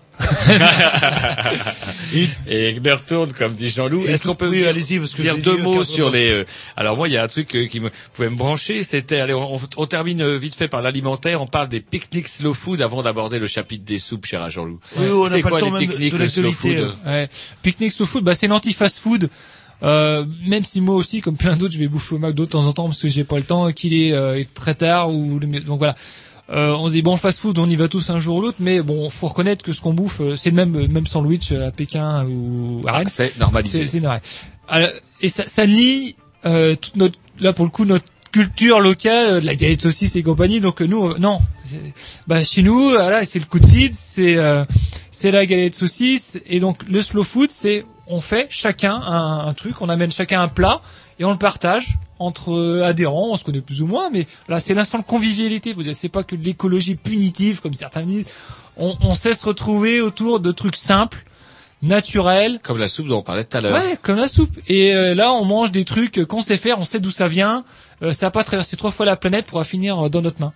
[SPEAKER 4] Et il retourne, comme dit Jean-Loup. Est-ce qu'on peut
[SPEAKER 3] oui,
[SPEAKER 4] dire,
[SPEAKER 3] allez-y, parce que
[SPEAKER 4] dire
[SPEAKER 3] j'ai
[SPEAKER 4] deux
[SPEAKER 3] lu
[SPEAKER 4] mots
[SPEAKER 3] quatre
[SPEAKER 4] sur
[SPEAKER 3] mots.
[SPEAKER 4] les... Euh, alors moi, il y a un truc euh, qui me pouvait me brancher, c'était... Allez, on, on termine euh, vite fait par l'alimentaire. On parle des pique-niques slow food avant d'aborder le chapitre des soupes, cher Jean-Loup.
[SPEAKER 3] Oui, on n'a
[SPEAKER 4] C'est
[SPEAKER 3] pas
[SPEAKER 4] quoi
[SPEAKER 3] le temps
[SPEAKER 4] les
[SPEAKER 3] même
[SPEAKER 4] pique-niques
[SPEAKER 3] de
[SPEAKER 4] slow
[SPEAKER 3] l'actualité.
[SPEAKER 4] food?
[SPEAKER 8] Ouais. Picnic slow food, bah c'est l'anti-fast food. Euh, même si moi aussi, comme plein d'autres, je vais bouffer au McDo de temps en temps parce que j'ai pas le temps, qu'il est, euh, est très tard ou le... donc voilà. Euh, on se dit bon, le fast-food, on y va tous un jour ou l'autre, mais bon, faut reconnaître que ce qu'on bouffe, euh, c'est le même même sandwich à Pékin ou à Rennes.
[SPEAKER 4] Ah, c'est normalisé.
[SPEAKER 8] C'est, c'est normal. Alors, et ça, ça nie euh, toute notre, là pour le coup, notre culture locale, euh, de la galette saucisse et compagnie. Donc euh, nous, euh, non, c'est, bah chez nous, voilà, c'est le coup de cidre, c'est euh, c'est la galette saucisse, et donc le slow food, c'est on fait chacun un, un truc, on amène chacun un plat et on le partage entre adhérents, on se connaît plus ou moins, mais là c'est l'instant de convivialité. Vous c'est pas que de l'écologie punitive comme certains disent. On, on sait se retrouver autour de trucs simples, naturels.
[SPEAKER 4] Comme la soupe dont on parlait tout à l'heure.
[SPEAKER 8] Ouais, comme la soupe. Et euh, là on mange des trucs qu'on sait faire, on sait d'où ça vient. Euh, ça n'a pas traversé trois fois la planète pour finir dans notre main.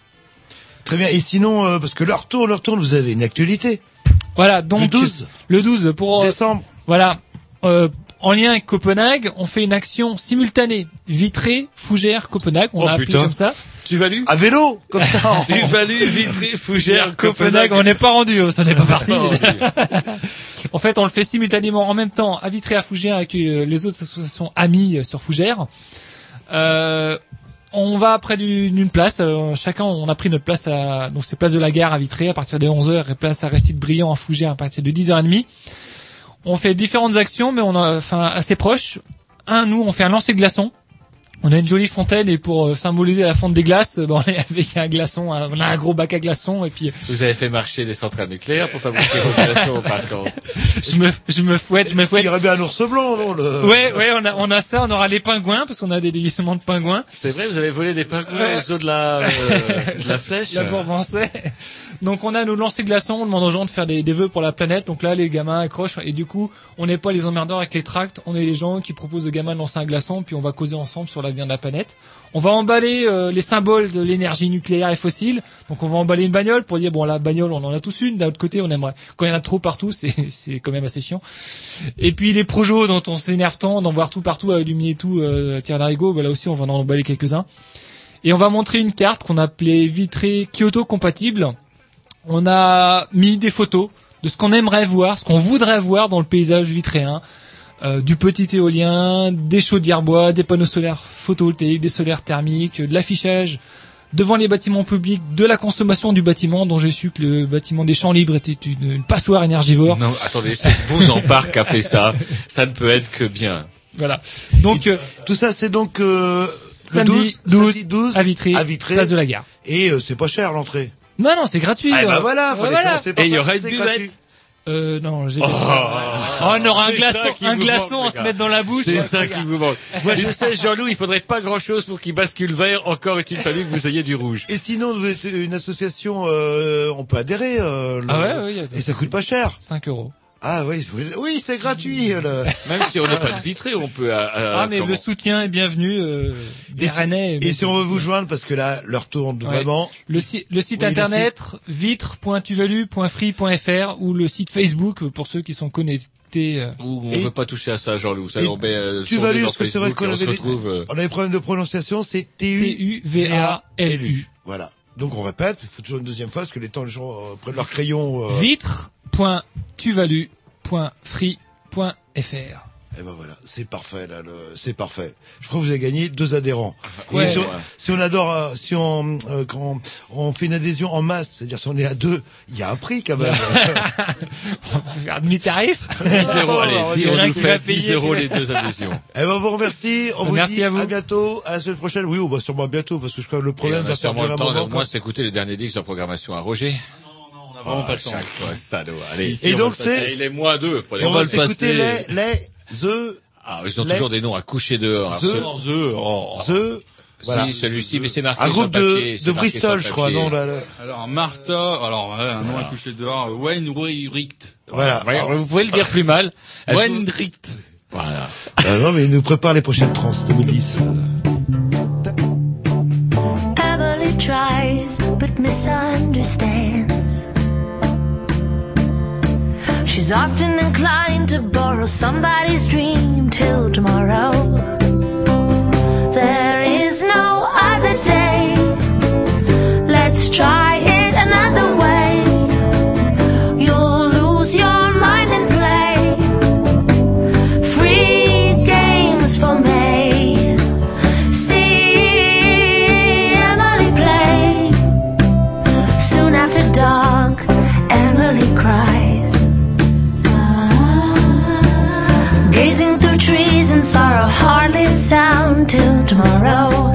[SPEAKER 3] Très bien. Et sinon, euh, parce que leur tour, leur tour, vous avez une actualité.
[SPEAKER 8] Voilà, donc
[SPEAKER 3] le douze,
[SPEAKER 8] le douze pour
[SPEAKER 3] décembre.
[SPEAKER 8] Voilà. Euh, En lien avec Copenhague, on fait une action simultanée. Vitré, Fougères, Copenhague. On
[SPEAKER 4] Oh,
[SPEAKER 8] l'a appelé
[SPEAKER 4] putain.
[SPEAKER 8] comme ça.
[SPEAKER 4] Tu values?
[SPEAKER 3] À vélo, comme ça.
[SPEAKER 4] Tu values Vitré, Fougères,
[SPEAKER 8] Copenhague.
[SPEAKER 4] Copenhague.
[SPEAKER 8] On n'est pas rendu, ça n'est pas parti.
[SPEAKER 4] Pas rendu.
[SPEAKER 8] En fait, on le fait simultanément en même temps à Vitré, à Fougères, avec euh, les autres associations amies euh, sur Fougères. Euh, on va près d'une, d'une place. Euh, chacun, on a pris notre place à, donc c'est place de la Gare à Vitré à partir de onze heures et place Aristide Briand à Fougères à partir de dix heures trente. On fait différentes actions, mais on a, enfin, assez proches. Un, nous, on fait un lancer glaçon. On a une jolie fontaine et pour euh, symboliser la fonte des glaces, euh, ben, on est avec un glaçon, un- on a un gros bac à glaçons et puis
[SPEAKER 4] Vous avez fait marcher des centrales nucléaires pour fabriquer vos glaçons, par contre.
[SPEAKER 8] je me, je me fouette, je me fouette.
[SPEAKER 3] Il y aurait bien un ours blanc, non le...
[SPEAKER 8] Ouais, ouais, on a, on a ça, on aura les pingouins parce qu'on a des déguisements de pingouins.
[SPEAKER 4] C'est vrai, vous avez volé des pingouins
[SPEAKER 8] Ouais.
[SPEAKER 4] aux eaux de la, euh, de la flèche.
[SPEAKER 8] La Bourbancais. Donc on a nos lancers glaçons, on demande aux gens de faire des, des vœux pour la planète. Donc là, les gamins accrochent et du coup, on n'est pas les emmerdeurs avec les tracts, on est les gens qui proposent aux gamins de lancer un glaçon, puis on va causer ensemble sur l'avenir de la planète. On va emballer euh, les symboles de l'énergie nucléaire et fossile. Donc on va emballer une bagnole pour dire bon la bagnole on en a tous une. D'un autre côté on aimerait quand il y en a trop partout c'est c'est quand même assez chiant. Et puis les projos dont on s'énerve tant d'en voir tout partout à illuminer tout euh, à tirer l'arigot, bah là aussi on va en emballer quelques-uns. Et on va montrer une carte qu'on a appelée Vitré Kyoto compatible. On a mis des photos de ce qu'on aimerait voir, ce qu'on voudrait voir dans le paysage vitréen. Euh, du petit éolien, des chaudières bois, des panneaux solaires photovoltaïques, des solaires thermiques, de l'affichage devant les bâtiments publics, de la consommation du bâtiment, dont j'ai su que le bâtiment des Champs Libres était une, une passoire énergivore.
[SPEAKER 4] Non, attendez, c'est Bouzan Park qui a fait ça. Ça ne peut être que bien.
[SPEAKER 8] Voilà. Donc euh,
[SPEAKER 3] tout ça, c'est donc euh, le
[SPEAKER 8] samedi
[SPEAKER 3] douze,
[SPEAKER 8] douze,
[SPEAKER 3] douze
[SPEAKER 8] à Vitré,
[SPEAKER 3] à Vitré,
[SPEAKER 8] place de la Gare.
[SPEAKER 3] Et euh, c'est pas cher l'entrée.
[SPEAKER 8] Non, non, c'est gratuit.
[SPEAKER 3] Ah
[SPEAKER 8] euh.
[SPEAKER 3] bah voilà,
[SPEAKER 8] Ouais,
[SPEAKER 3] fallait
[SPEAKER 8] voilà.
[SPEAKER 3] commencer par
[SPEAKER 4] Et il y
[SPEAKER 3] ça,
[SPEAKER 4] aura une
[SPEAKER 3] c'est
[SPEAKER 4] buvette.
[SPEAKER 3] gratuit.
[SPEAKER 8] Euh, non, j'ai
[SPEAKER 4] Oh,
[SPEAKER 8] pas. Oh, on aura un
[SPEAKER 4] c'est
[SPEAKER 8] glaçon,
[SPEAKER 4] ça qui
[SPEAKER 8] un
[SPEAKER 4] vous
[SPEAKER 8] glaçon
[SPEAKER 4] manque,
[SPEAKER 8] à
[SPEAKER 4] les
[SPEAKER 8] se
[SPEAKER 4] gars.
[SPEAKER 8] mettre dans la bouche.
[SPEAKER 4] C'est ça qui vous manque. Moi, je sais, Jean-Loup, il faudrait pas grand-chose pour qu'il bascule vert. Encore est-il fallu que vous ayez du rouge.
[SPEAKER 3] Et sinon, vous êtes une association, euh, on peut adhérer. Euh, le-
[SPEAKER 8] Ah ouais, ouais, y a-
[SPEAKER 3] Et ça coûte pas cher.
[SPEAKER 8] cinq euros.
[SPEAKER 3] Ah oui, oui, c'est gratuit. Le...
[SPEAKER 4] Même si on n'est pas de Vitré, on peut. Euh,
[SPEAKER 8] Ah, mais
[SPEAKER 4] comment-
[SPEAKER 8] le soutien est bienvenu. Euh, des
[SPEAKER 3] Et si-
[SPEAKER 8] Rennais.
[SPEAKER 3] Et si on veut vous joindre, parce que là, leur tourne
[SPEAKER 8] Ouais.
[SPEAKER 3] vraiment.
[SPEAKER 8] Le, si- le site
[SPEAKER 3] Oui, le
[SPEAKER 8] internet vitre point tuvalu point free point f r ou le site Facebook pour ceux qui sont connectés. euh.
[SPEAKER 4] Ou on
[SPEAKER 3] Et-
[SPEAKER 4] veut pas toucher à ça, Jean-Loup. Ça,
[SPEAKER 3] Et
[SPEAKER 4] on met euh,
[SPEAKER 3] tu
[SPEAKER 4] son
[SPEAKER 3] vas
[SPEAKER 4] nez
[SPEAKER 3] lire,
[SPEAKER 4] dans
[SPEAKER 3] parce que c'est vrai
[SPEAKER 4] Facebook
[SPEAKER 3] qu'on
[SPEAKER 4] et on se
[SPEAKER 3] avait,
[SPEAKER 4] retrouve. euh,
[SPEAKER 3] on avait des problèmes de prononciation, c'est T
[SPEAKER 8] T
[SPEAKER 3] U
[SPEAKER 8] U V A L U.
[SPEAKER 3] Voilà. Donc on répète, il faut toujours une deuxième fois parce que les temps les gens euh, prennent leur crayon. Euh...
[SPEAKER 8] vitre point tuvalu point free point f r.
[SPEAKER 3] Et ben voilà, c'est parfait là, le... c'est parfait. Je crois que vous avez gagné deux adhérents.
[SPEAKER 8] Ouais,
[SPEAKER 3] Et si, on,
[SPEAKER 8] ouais.
[SPEAKER 3] si on adore, euh, si on euh, quand on fait une adhésion en masse, c'est-à-dire si on est à deux, il y a un prix quand même.
[SPEAKER 8] On peut faire demi-tarif.
[SPEAKER 4] dix euros, allez, dix, on nous fait
[SPEAKER 8] payer.
[SPEAKER 4] dix euros les deux adhésions.
[SPEAKER 3] Eh ben on vous remercie, on vous
[SPEAKER 8] Merci
[SPEAKER 3] dit
[SPEAKER 8] à vous.
[SPEAKER 3] à bientôt, à la semaine prochaine. Oui, on va sûrement bientôt parce que je crois que le
[SPEAKER 4] Et
[SPEAKER 3] problème
[SPEAKER 4] on
[SPEAKER 3] va
[SPEAKER 4] a
[SPEAKER 3] faire
[SPEAKER 4] sûrement
[SPEAKER 3] durer
[SPEAKER 4] le
[SPEAKER 3] un
[SPEAKER 4] temps
[SPEAKER 3] moment.
[SPEAKER 4] au moins s'écouter le dernier disque de programmation à Roger.
[SPEAKER 5] On n'a vraiment pas le temps.
[SPEAKER 4] Chaque fois, salaud. Allez.
[SPEAKER 3] Et donc c'est,
[SPEAKER 4] Il est moins deux.
[SPEAKER 3] on, on va s'écouter les, les, the,
[SPEAKER 4] Ah, ils ont
[SPEAKER 3] les-
[SPEAKER 4] toujours des noms à coucher dehors.
[SPEAKER 3] The-
[SPEAKER 4] Alors, ce-
[SPEAKER 5] The, oh.
[SPEAKER 3] the, voilà.
[SPEAKER 4] Si, celui-ci, mais c'est marqué
[SPEAKER 3] Un
[SPEAKER 4] sur
[SPEAKER 3] groupe
[SPEAKER 4] le papier.
[SPEAKER 3] de,
[SPEAKER 4] c'est
[SPEAKER 3] de
[SPEAKER 4] marqué
[SPEAKER 3] Bristol,
[SPEAKER 4] sur le
[SPEAKER 3] je crois,
[SPEAKER 4] papier.
[SPEAKER 3] non, là, là.
[SPEAKER 5] Alors Martha, alors ouais, un nom à coucher dehors, Wayne Richt.
[SPEAKER 3] Voilà.
[SPEAKER 4] Ouais, vous pouvez le dire plus mal. Est-ce que
[SPEAKER 5] Wayne
[SPEAKER 4] vous-
[SPEAKER 5] Richt.
[SPEAKER 4] Voilà.
[SPEAKER 3] Ah non, mais il nous prépare les prochaines trans deux mille dix.
[SPEAKER 16] Emily tries but misunderstands. She's often inclined to borrow somebody's dream till tomorrow. There is no other day. Let's try it another way. You'll lose your mind and play. Free games for May. See Emily play. Soon after dark, Emily cries. Gazing through trees and sorrow hardly a sound till tomorrow.